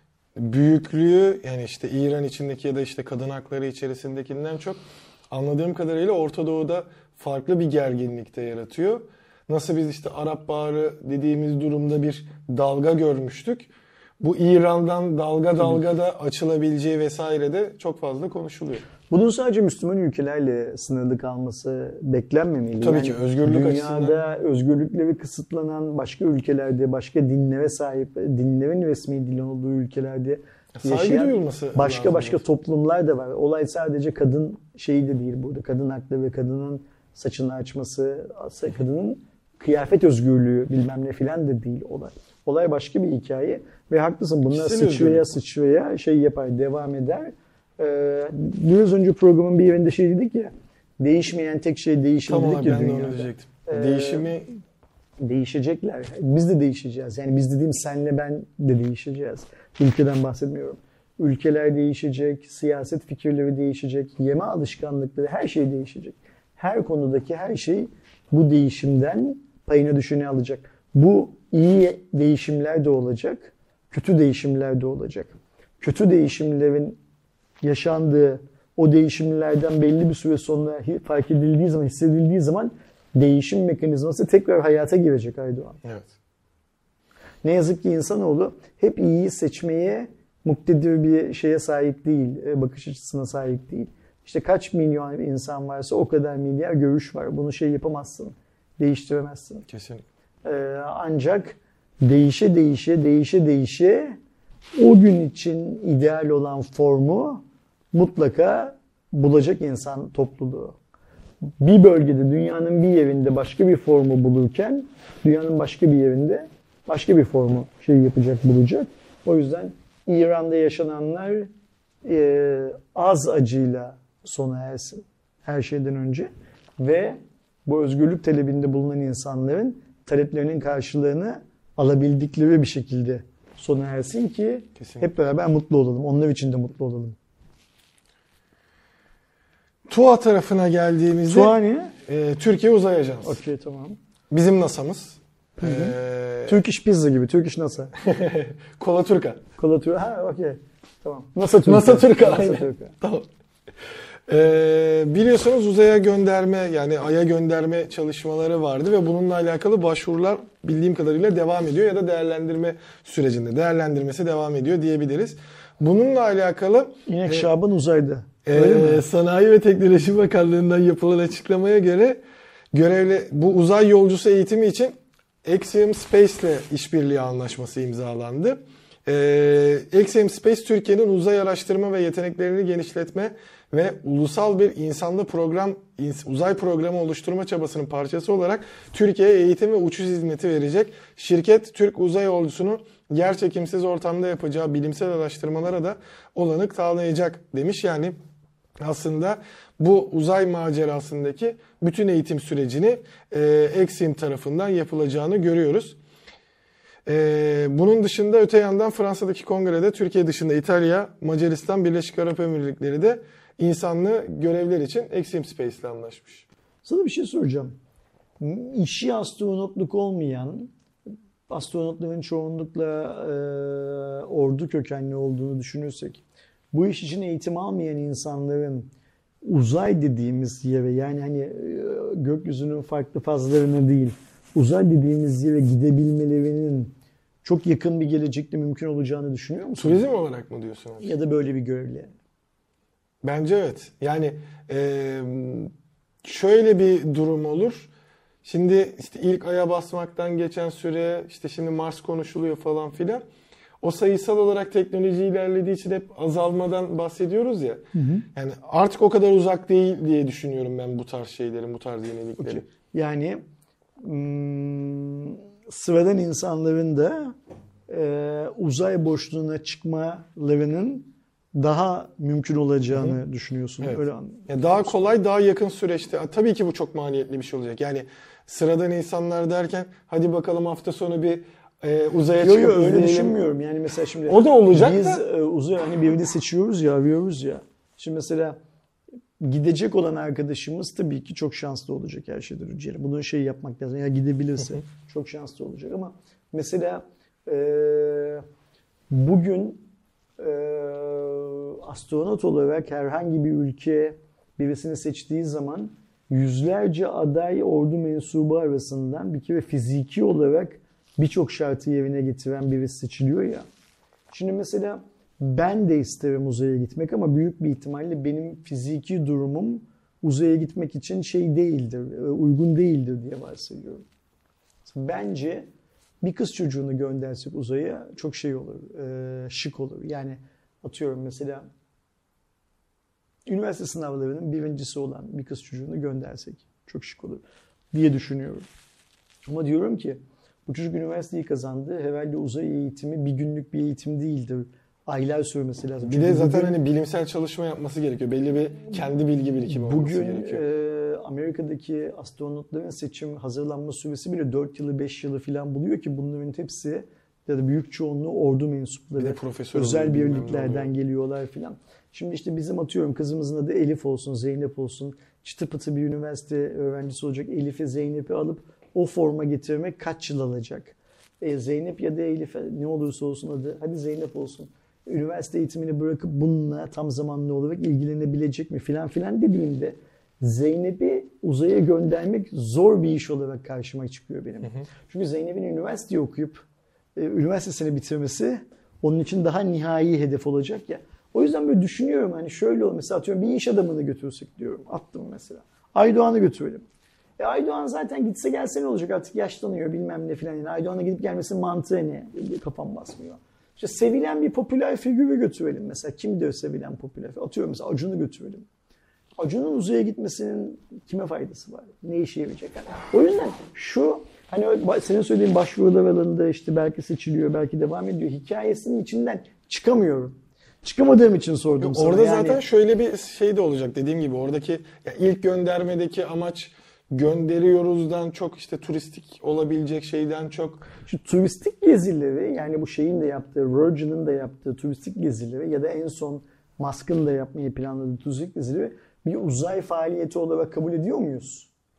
büyüklüğü yani işte İran içindeki ya da işte kadın hakları içerisindekinden çok anladığım kadarıyla Orta Doğu'da farklı bir gerginlikte yaratıyor. Nasıl biz işte Arap Baharı dediğimiz durumda bir dalga görmüştük. Bu İran'dan dalga dalga da açılabileceği vesaire de çok fazla konuşuluyor. Bunun sadece Müslüman ülkelerle sınırlı kalması beklenmemeli. Tabii yani ki özgürlük dünyada açısından. özgürlükleri kısıtlanan başka ülkelerde, başka dinlere sahip, dinlerin resmi dili olduğu ülkelerde Saygı yaşayan duyulması başka lazım. başka toplumlar da var. Olay sadece kadın şeyi de değil burada. Kadın hakları ve kadının saçını açması, kadının kıyafet özgürlüğü bilmem ne filan da değil olay. Olay başka bir hikaye ve haklısın bunlar Kişisel sıçraya özgürlük. sıçraya şey yapar, devam eder. Ee, biraz önce programın bir yerinde şey dedik ya, değişmeyen tek şey değişim Tamam dedik ya ben de onu dünyada. diyecektim. Ee, Değişimi Değişecekler. Biz de değişeceğiz. Yani biz dediğim senle ben de değişeceğiz. Ülkeden bahsetmiyorum. Ülkeler değişecek, siyaset fikirleri değişecek, yeme alışkanlıkları her şey değişecek. Her konudaki her şey bu değişimden payına düşeni alacak. Bu iyi değişimler de olacak, kötü değişimler de olacak. Kötü değişimlerin yaşandığı, o değişimlerden belli bir süre sonra fark edildiği zaman, hissedildiği zaman değişim mekanizması tekrar hayata girecek Aydoğan. evet. Ne yazık ki insanoğlu hep iyiyi seçmeye muktedir bir şeye sahip değil, bakış açısına sahip değil. İşte kaç milyon insan varsa o kadar milyar görüş var. Bunu şey yapamazsın, değiştiremezsin. Kesinlikle. Ee, ancak değişe değişe, değişe değişe o gün için ideal olan formu mutlaka bulacak insan topluluğu. Bir bölgede, dünyanın bir yerinde başka bir formu bulurken, dünyanın başka bir yerinde başka bir formu şey yapacak, bulacak. O yüzden İran'da yaşananlar e, az acıyla sona ersin her şeyden önce ve bu özgürlük talebinde bulunan insanların taleplerinin karşılığını alabildikleri bir şekilde sona ersin ki Kesinlikle. hep beraber mutlu olalım. Onlar için de mutlu olalım. T U A tarafına geldiğimizde Tuğani. e, Türkiye Uzay Ajansı. Okey tamam. Bizim NASA'mız. Ee, Turkish pizza gibi. Turkish NASA. Kola Turka. Kola Turka. Ha okey. Tamam. NASA Turka. NASA Turka. NASA Aynen. Turka. Tamam. Ee, biliyorsunuz uzaya gönderme yani Ay'a gönderme çalışmaları vardı ve bununla alakalı başvurular bildiğim kadarıyla devam ediyor ya da değerlendirme sürecinde. Değerlendirmesi devam ediyor diyebiliriz. Bununla alakalı İnek e, Şaban uzayda. e, Öyle mi? Sanayi ve Teknoloji Bakanlığı'ndan yapılan açıklamaya göre görevli bu uzay yolcusu eğitimi için Axiom Space ile işbirliği anlaşması imzalandı. Ee, Axiom Space Türkiye'nin uzay araştırma ve yeteneklerini genişletme ve ulusal bir insanlı program uzay programı oluşturma çabasının parçası olarak Türkiye'ye eğitim ve uçuş hizmeti verecek. Şirket Türk uzay yolcusunun yerçekimsiz ortamda yapacağı bilimsel araştırmalara da olanak sağlayacak demiş. Yani aslında bu uzay macerasındaki bütün eğitim sürecini e, Axiom tarafından yapılacağını görüyoruz. Ee, bunun dışında öte yandan Fransa'daki kongrede Türkiye dışında İtalya, Macaristan, Birleşik Arap Emirlikleri de insanlı görevler için Axiom Space ile anlaşmış. Sana bir şey soracağım. İşi astronotluk olmayan, astronotların çoğunlukla e, ordu kökenli olduğunu düşünürsek, bu iş için eğitim almayan insanların uzay dediğimiz yere, yani hani e, gökyüzünün farklı fazlarına değil, uzay dediğimiz yere gidebilmelerinin çok yakın bir gelecekte mümkün olacağını düşünüyor musun? Turizm olarak mı diyorsun? Ya da böyle bir görevle. Bence evet. Yani e, şöyle bir durum olur. Şimdi işte ilk Ay'a basmaktan geçen süre, işte şimdi Mars konuşuluyor falan filan. O sayısal olarak teknoloji ilerlediği için hep azalmadan bahsediyoruz ya. Hı hı. Yani artık o kadar uzak değil diye düşünüyorum ben bu tarz şeylerin, bu tarz yenilikleri. Okay. Yani Hmm, sıradan insanların da e, uzay boşluğuna çıkmalarının daha mümkün olacağını Hı. düşünüyorsun. Evet. Öyle ya daha kolay, daha yakın süreçte. Tabii ki bu çok maliyetli bir şey olacak. Yani sıradan insanlar derken hadi bakalım hafta sonu bir e, uzaya çıkıp izleyelim. Yok öyle düşünmüyorum. Yani mesela şimdi o da olacak biz da. E, uzay hani birini seçiyoruz ya, arıyoruz ya. Şimdi mesela gidecek olan arkadaşımız tabii ki çok şanslı olacak her şeyden önce. Bunu şey yapmak lazım. Ya gidebilirse çok şanslı olacak ama mesela e, bugün e, astronot olarak herhangi bir ülke birisini seçtiği zaman yüzlerce aday ordu mensubu arasından bir kere fiziki olarak birçok şartı yerine getiren birisi seçiliyor ya. Şimdi mesela ben de isterim uzaya gitmek ama büyük bir ihtimalle benim fiziki durumum uzaya gitmek için şey değildir, uygun değildir diye varsayıyorum. Bence bir kız çocuğunu göndersek uzaya çok şey olur, şık olur. Yani atıyorum mesela üniversite sınavlarının birincisi olan bir kız çocuğunu göndersek çok şık olur diye düşünüyorum. Ama diyorum ki bu çocuk üniversiteyi kazandı. Herhalde uzay eğitimi bir günlük bir eğitim değildir. Aylar sürmesi lazım. Bir Çünkü de zaten bugün, hani bilimsel çalışma yapması gerekiyor. Belli bir kendi bilgi birikimi olması bugün, gerekiyor. Bugün e, Amerika'daki astronotların seçim hazırlanma süresi bile dört yılı beş yılı falan buluyor ki bunların hepsi ya da büyük çoğunluğu ordu mensupları, özel birliklerden geliyorlar filan. Şimdi işte bizim atıyorum kızımızın adı Elif olsun, Zeynep olsun. Çıtı pıtı bir üniversite öğrencisi olacak Elif'i, Zeynep'i alıp o forma getirmek kaç yıl alacak? E, Zeynep ya da Elif ne olursa olsun adı, hadi Zeynep olsun. Üniversite eğitimini bırakıp bununla tam zamanlı olarak ilgilenebilecek mi filan filan dediğimde Zeynep'i uzaya göndermek zor bir iş olarak karşıma çıkıyor benim. Hı hı. Çünkü Zeynep'in üniversiteyi okuyup e, üniversitesini bitirmesi onun için daha nihai hedef olacak ya. O yüzden böyle düşünüyorum hani şöyle olur. Mesela atıyorum bir iş adamını götürsek diyorum. Attım mesela. Aydoğan'ı götürelim. E Aydoğan zaten gitse gelse ne olacak artık yaşlanıyor bilmem ne filan. Yani Aydoğan'a gidip gelmesinin mantığı ne? Kafam basmıyor. İşte sevilen bir popüler figürü götürelim mesela. Kimdir sevilen popüler figür? Atıyorum mesela Acun'u götürelim. Acun'un uzaya gitmesinin kime faydası var? Ne işe yarayacak? Yani o yüzden şu hani senin söylediğin başvurular alındı işte belki seçiliyor belki devam ediyor. Hikayesinin içinden çıkamıyorum. Çıkamadığım için sordum Yok, sana. orada yani... zaten şöyle bir şey de olacak dediğim gibi oradaki ya ilk göndermedeki amaç gönderiyoruzdan çok işte turistik olabilecek şeyden çok. Şu turistik gezileri yani bu şeyin de yaptığı, Virgin'in de yaptığı turistik gezileri ya da en son Musk'ın da yapmayı planladığı turistik gezileri bir uzay faaliyeti olarak kabul ediyor muyuz?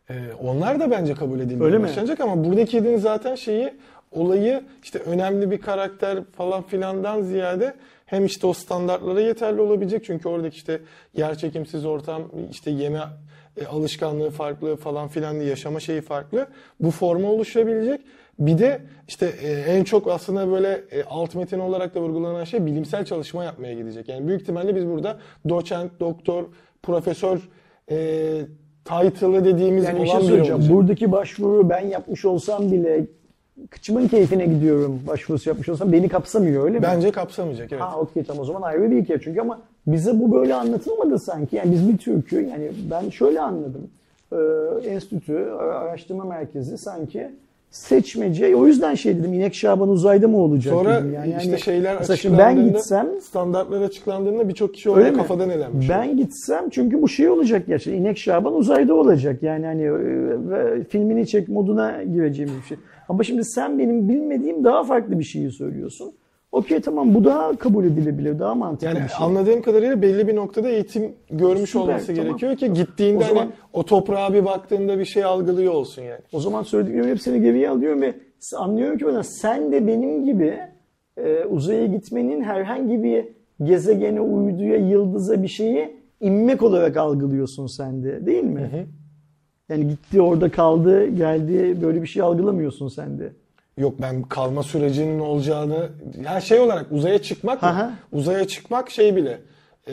Ee, onlar da bence kabul edilmeye Öyle mi? başlanacak ama buradaki dediğin zaten şeyi, olayı işte önemli bir karakter falan filandan ziyade hem işte o standartlara yeterli olabilecek çünkü oradaki işte yerçekimsiz ortam, işte yeme e, alışkanlığı farklı falan filan diye yaşama şeyi farklı. Bu forma oluşabilecek. Bir de işte e, en çok aslında böyle e, alt metin olarak da vurgulanan şey bilimsel çalışma yapmaya gidecek. Yani büyük ihtimalle biz burada doçent, doktor, profesör e, title'ı dediğimiz Yani bir şey olan biri söyleyeceğim. olacak. Buradaki başvuru ben yapmış olsam bile kıçımın keyfine gidiyorum başvurusu yapmış olsam beni kapsamıyor öyle mi? Bence kapsamayacak, evet. Ha okey tamam o zaman ayrı bir hikaye çünkü ama bize bu böyle anlatılmadı sanki. Yani biz bir Türk'ü yani ben şöyle anladım. Ee, enstitü, araştırma merkezi sanki seçmece o yüzden şey dedim İnek Şaban uzayda mı olacak Sonra dedim. Yani, işte yani şeyler mesela şimdi ben açıklandığında, gitsem standartlar açıklandığında birçok kişi öyle orada mi? kafadan elenmiş. Ben gitsem çünkü bu şey olacak gerçekten. İnek Şaban uzayda olacak. Yani hani e, ve filmini çek moduna gireceğim bir şey. Ama şimdi sen benim bilmediğim daha farklı bir şeyi söylüyorsun. Okey tamam bu daha kabul edilebilir, daha mantıklı Yani bir şey. anladığım kadarıyla belli bir noktada eğitim görmüş Süper, olması tamam. gerekiyor ki gittiğinde O zaman- hani o toprağa bir baktığında bir şey algılıyor olsun yani. O zaman söylediklerimi hepsini geriye alıyorum ve anlıyorum ki bana sen de benim gibi e, uzaya gitmenin herhangi bir gezegene, uyduya, yıldıza bir şeyi inmek olarak algılıyorsun sen de değil mi? Hı hı. Yani gitti orada kaldı, geldi böyle bir şey algılamıyorsun sen de. Yok, ben kalma sürecinin olacağını, her şey olarak uzaya çıkmak mı? Aha. Uzaya çıkmak şey bile e,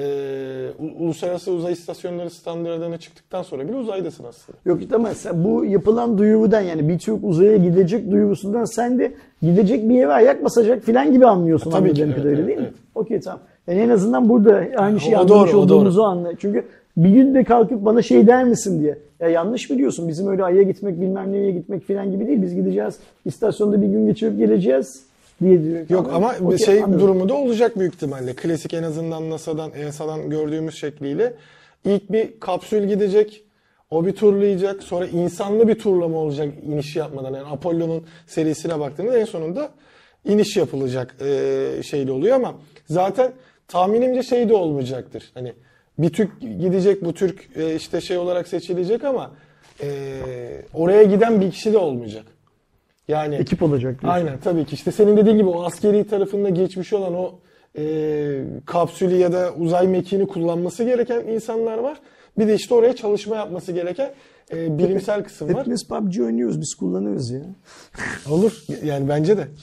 u- uluslararası uzay istasyonları standartlarına çıktıktan sonra bile uzaydasın aslında. Yok işte ama sen bu yapılan duyurudan yani bir Türk uzaya gidecek duyurusundan sen de gidecek bir yere ayak basacak filan gibi anlıyorsun Ha, tabii anladığım ki, evet, kadarıyla evet, değil mi? evet. Okey tamam. Yani en azından burada aynı şeyi O anlamış doğru, o olduğumuzu doğru. anla. Çünkü bir gün de kalkıp bana şey der misin diye. Ya yanlış biliyorsun. Bizim öyle Ay'a gitmek bilmem nereye gitmek filan gibi değil. Biz gideceğiz. İstasyonda bir gün geçirip geleceğiz diye diyor. Yok ama Okey, şey anladım. durumu da olacak büyük ihtimalle. Klasik en azından NASA'dan, E S A'dan gördüğümüz şekliyle ilk bir kapsül gidecek. O bir turlayacak. Sonra insanlı bir turlama olacak iniş yapmadan. Yani Apollo'nun serisine baktığında en sonunda iniş yapılacak e, şeyli oluyor ama zaten tahminimce şey de olmayacaktır. Hani bir Türk gidecek, bu Türk e, işte şey olarak seçilecek ama e, oraya giden bir kişi de olmayacak. Yani Ekip olacak diyorsun. aynen tabii ki. İşte senin dediğin gibi o askeri tarafında geçmiş olan o e, kapsülü ya da uzay mekiğini kullanması gereken insanlar var. Bir de işte oraya çalışma yapması gereken e, bilimsel kısım var. Hepimiz P U B G oynuyoruz. Biz kullanıyoruz ya. Olur. Yani bence de.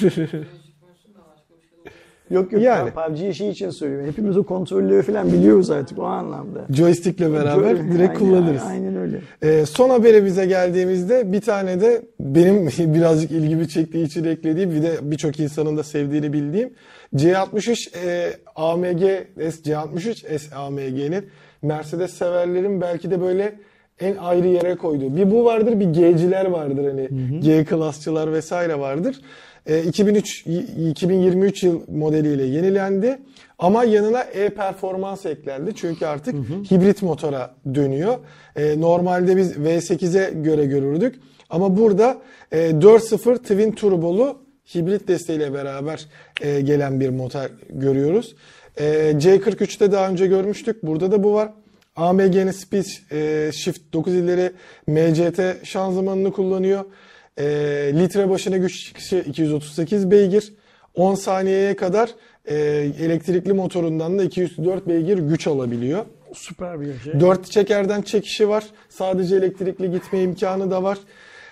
Yok yok. Yani. Ben P U B G'yi şey için söylüyorum. Hepimiz o kontrolleri falan biliyoruz artık o anlamda. Joystick'le beraber Aynen, direkt kullanırız. Aynen öyle. Ee, son habere bize geldiğimizde bir tane de benim birazcık ilgimi çektiği için eklediğim, bir de birçok insanın da sevdiğini bildiğim C altmış üç e, A M G S C altmış üç S A M G'nin Mercedes severlerin belki de böyle en ayrı yere koyduğu. Bir bu vardır, bir G'ciler vardır hani. G klasçılar vesaire vardır. E, iki bin üç iki bin yirmi üç yıl modeliyle yenilendi. Ama yanına e-performans eklendi. Çünkü artık hı hı. hibrit motora dönüyor. E, normalde biz V sekize göre görürdük. Ama burada e, dört nokta sıfır twin turbolu hibrit desteğiyle beraber e, gelen bir motor görüyoruz. E, C kırk üçte daha önce görmüştük. Burada da bu var. A M G'nin Speed e, Shift dokuz ileri M C T şanzımanını kullanıyor. E, litre başına güç çıkışı iki yüz otuz sekiz beygir. on saniyeye kadar e, elektrikli motorundan da iki yüz dört beygir güç alabiliyor. Süper bir şey. dört çekerden çekişi var. Sadece elektrikli gitme imkanı da var.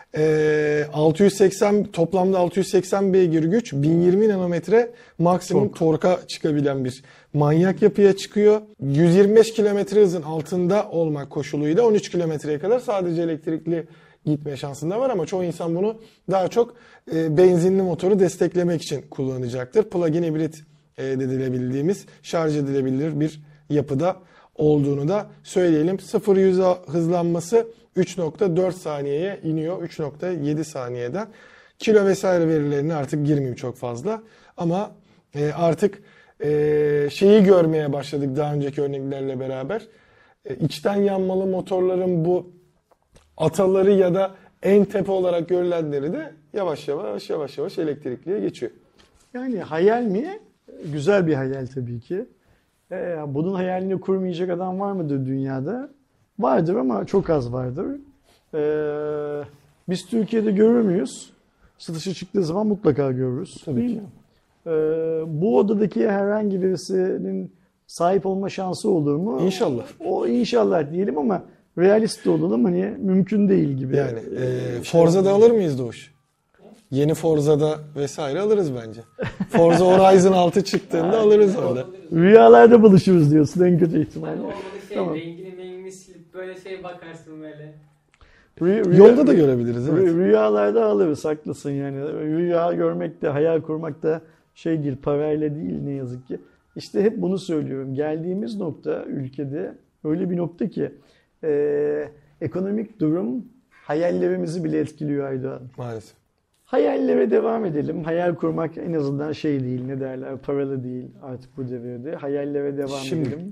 E, altı yüz seksen toplamda altı yüz seksen beygir güç, bin yirmi nanometre maksimum Çok. torka çıkabilen bir manyak yapıya çıkıyor. yüz yirmi beş kilometre hızın altında olmak koşuluyla on üç kilometreye kadar sadece elektrikli gitme şansında var ama çoğu insan bunu daha çok e, benzinli motoru desteklemek için kullanacaktır. Plug-in hibrit e, dedilebildiğimiz, şarj edilebilir bir yapıda olduğunu da söyleyelim. sıfır yüze hızlanması üç nokta dört saniyeye iniyor. üç nokta yedi saniyeden. Kilo vesaire verilerine artık girmeyeyim çok fazla. Ama e, artık e, şeyi görmeye başladık daha önceki örneklerle beraber. E, içten yanmalı motorların bu ataları ya da en tepe olarak görülenleri de yavaş yavaş yavaş yavaş elektrikliye geçiyor. Yani hayal mi? Güzel bir hayal tabii ki. Ee, bunun hayalini kurmayacak adam var mıdır dünyada? Vardır ama çok az vardır. Ee, biz Türkiye'de görür müyüz? Satışa çıktığı zaman mutlaka görürüz. Tabii değil ki. mi? Ee, bu odadaki herhangi birisinin sahip olma şansı olur mu? İnşallah. O inşallah diyelim ama realist de olalım, hani mümkün değil gibi. Yani e, Forza'da alır mıyız Doğuş? Yeni Forza'da vesaire alırız bence. Forza Horizon altı çıktığında alırız orada. Rüyalarda buluşuruz diyorsun en kötü ihtimalle. Olmadı şey, Tamam. rengini mengini silip böyle şey bakarsın böyle. Rü- rüya- Yolda da görebiliriz, evet. Rü- Rüyalarda alırız, haklısın yani. Rüya görmek de, hayal kurmak da şey değil, parayla değil ne yazık ki. İşte hep bunu söylüyorum. Geldiğimiz nokta ülkede öyle bir nokta ki e, ekonomik durum hayallerimizi bile etkiliyor Aydoğan. Maalesef. Hayallere devam edelim. Hayal kurmak en azından şey değil, ne derler, paralı değil artık bu devirde. Hayallere devam Şimdi. edelim.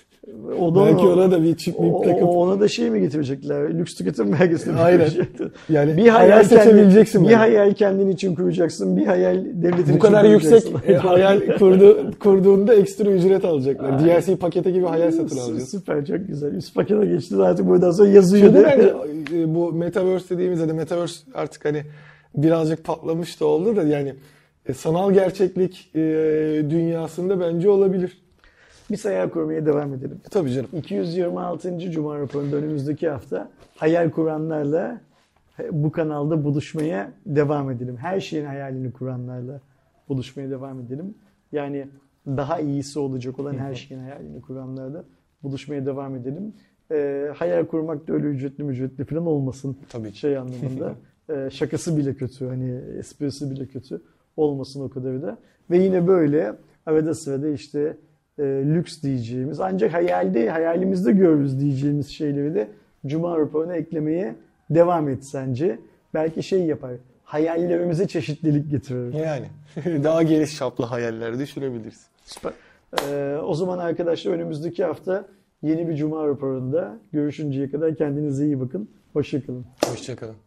O da, Belki ona da bir çip mip o- takıp. o- ona da şey mi getirecekler? Lüks tüketim vergisi mi Aynen. getirecekler? Yani Bir hayal, hayal seçebileceksin. kendin, bir böyle. hayal kendin için kuracaksın, bir hayal devletin için Bu kadar yüksek kuracaksın. e, hayal kurdu, kurduğunda ekstra ücret alacaklar. D L C paketi gibi hayal satın alacağız. Süper, çok güzel. Üst pakete geçti artık buradan sonra yazıyor. Şimdi değil mi? bence e, bu Metaverse dediğimizde de Metaverse artık hani birazcık patlamış da oldu da yani e, sanal gerçeklik e, dünyasında bence olabilir. Biz hayal kurmaya devam edelim. E, tabii canım. iki yüz yirmi altıncı Cuma raporunda önümüzdeki hafta hayal kuranlarla bu kanalda buluşmaya devam edelim. Her şeyin hayalini kuranlarla buluşmaya devam edelim. Yani daha iyisi olacak olan her şeyin hayalini kuranlarla buluşmaya devam edelim. Ee, hayal kurmak da öyle ücretli mücretli falan olmasın. Tabii ki. Şey anlamında. Ee, şakası bile kötü. Hani esprisi bile kötü. Olmasın o kadar da. Ve yine böyle arada sırada işte e, lüks diyeceğimiz, ancak hayalde, hayalimizde görürüz diyeceğimiz şeyleri de Cuma raporuna eklemeye devam et sence. Belki şey yapar, hayallerimize çeşitlilik getirir. Yani daha geniş çaplı hayaller düşünebiliriz. Süper. Ee, o zaman arkadaşlar önümüzdeki hafta yeni bir Cuma raporunda görüşünceye kadar kendinize iyi bakın. Hoşça kalın. Hoşçakalın.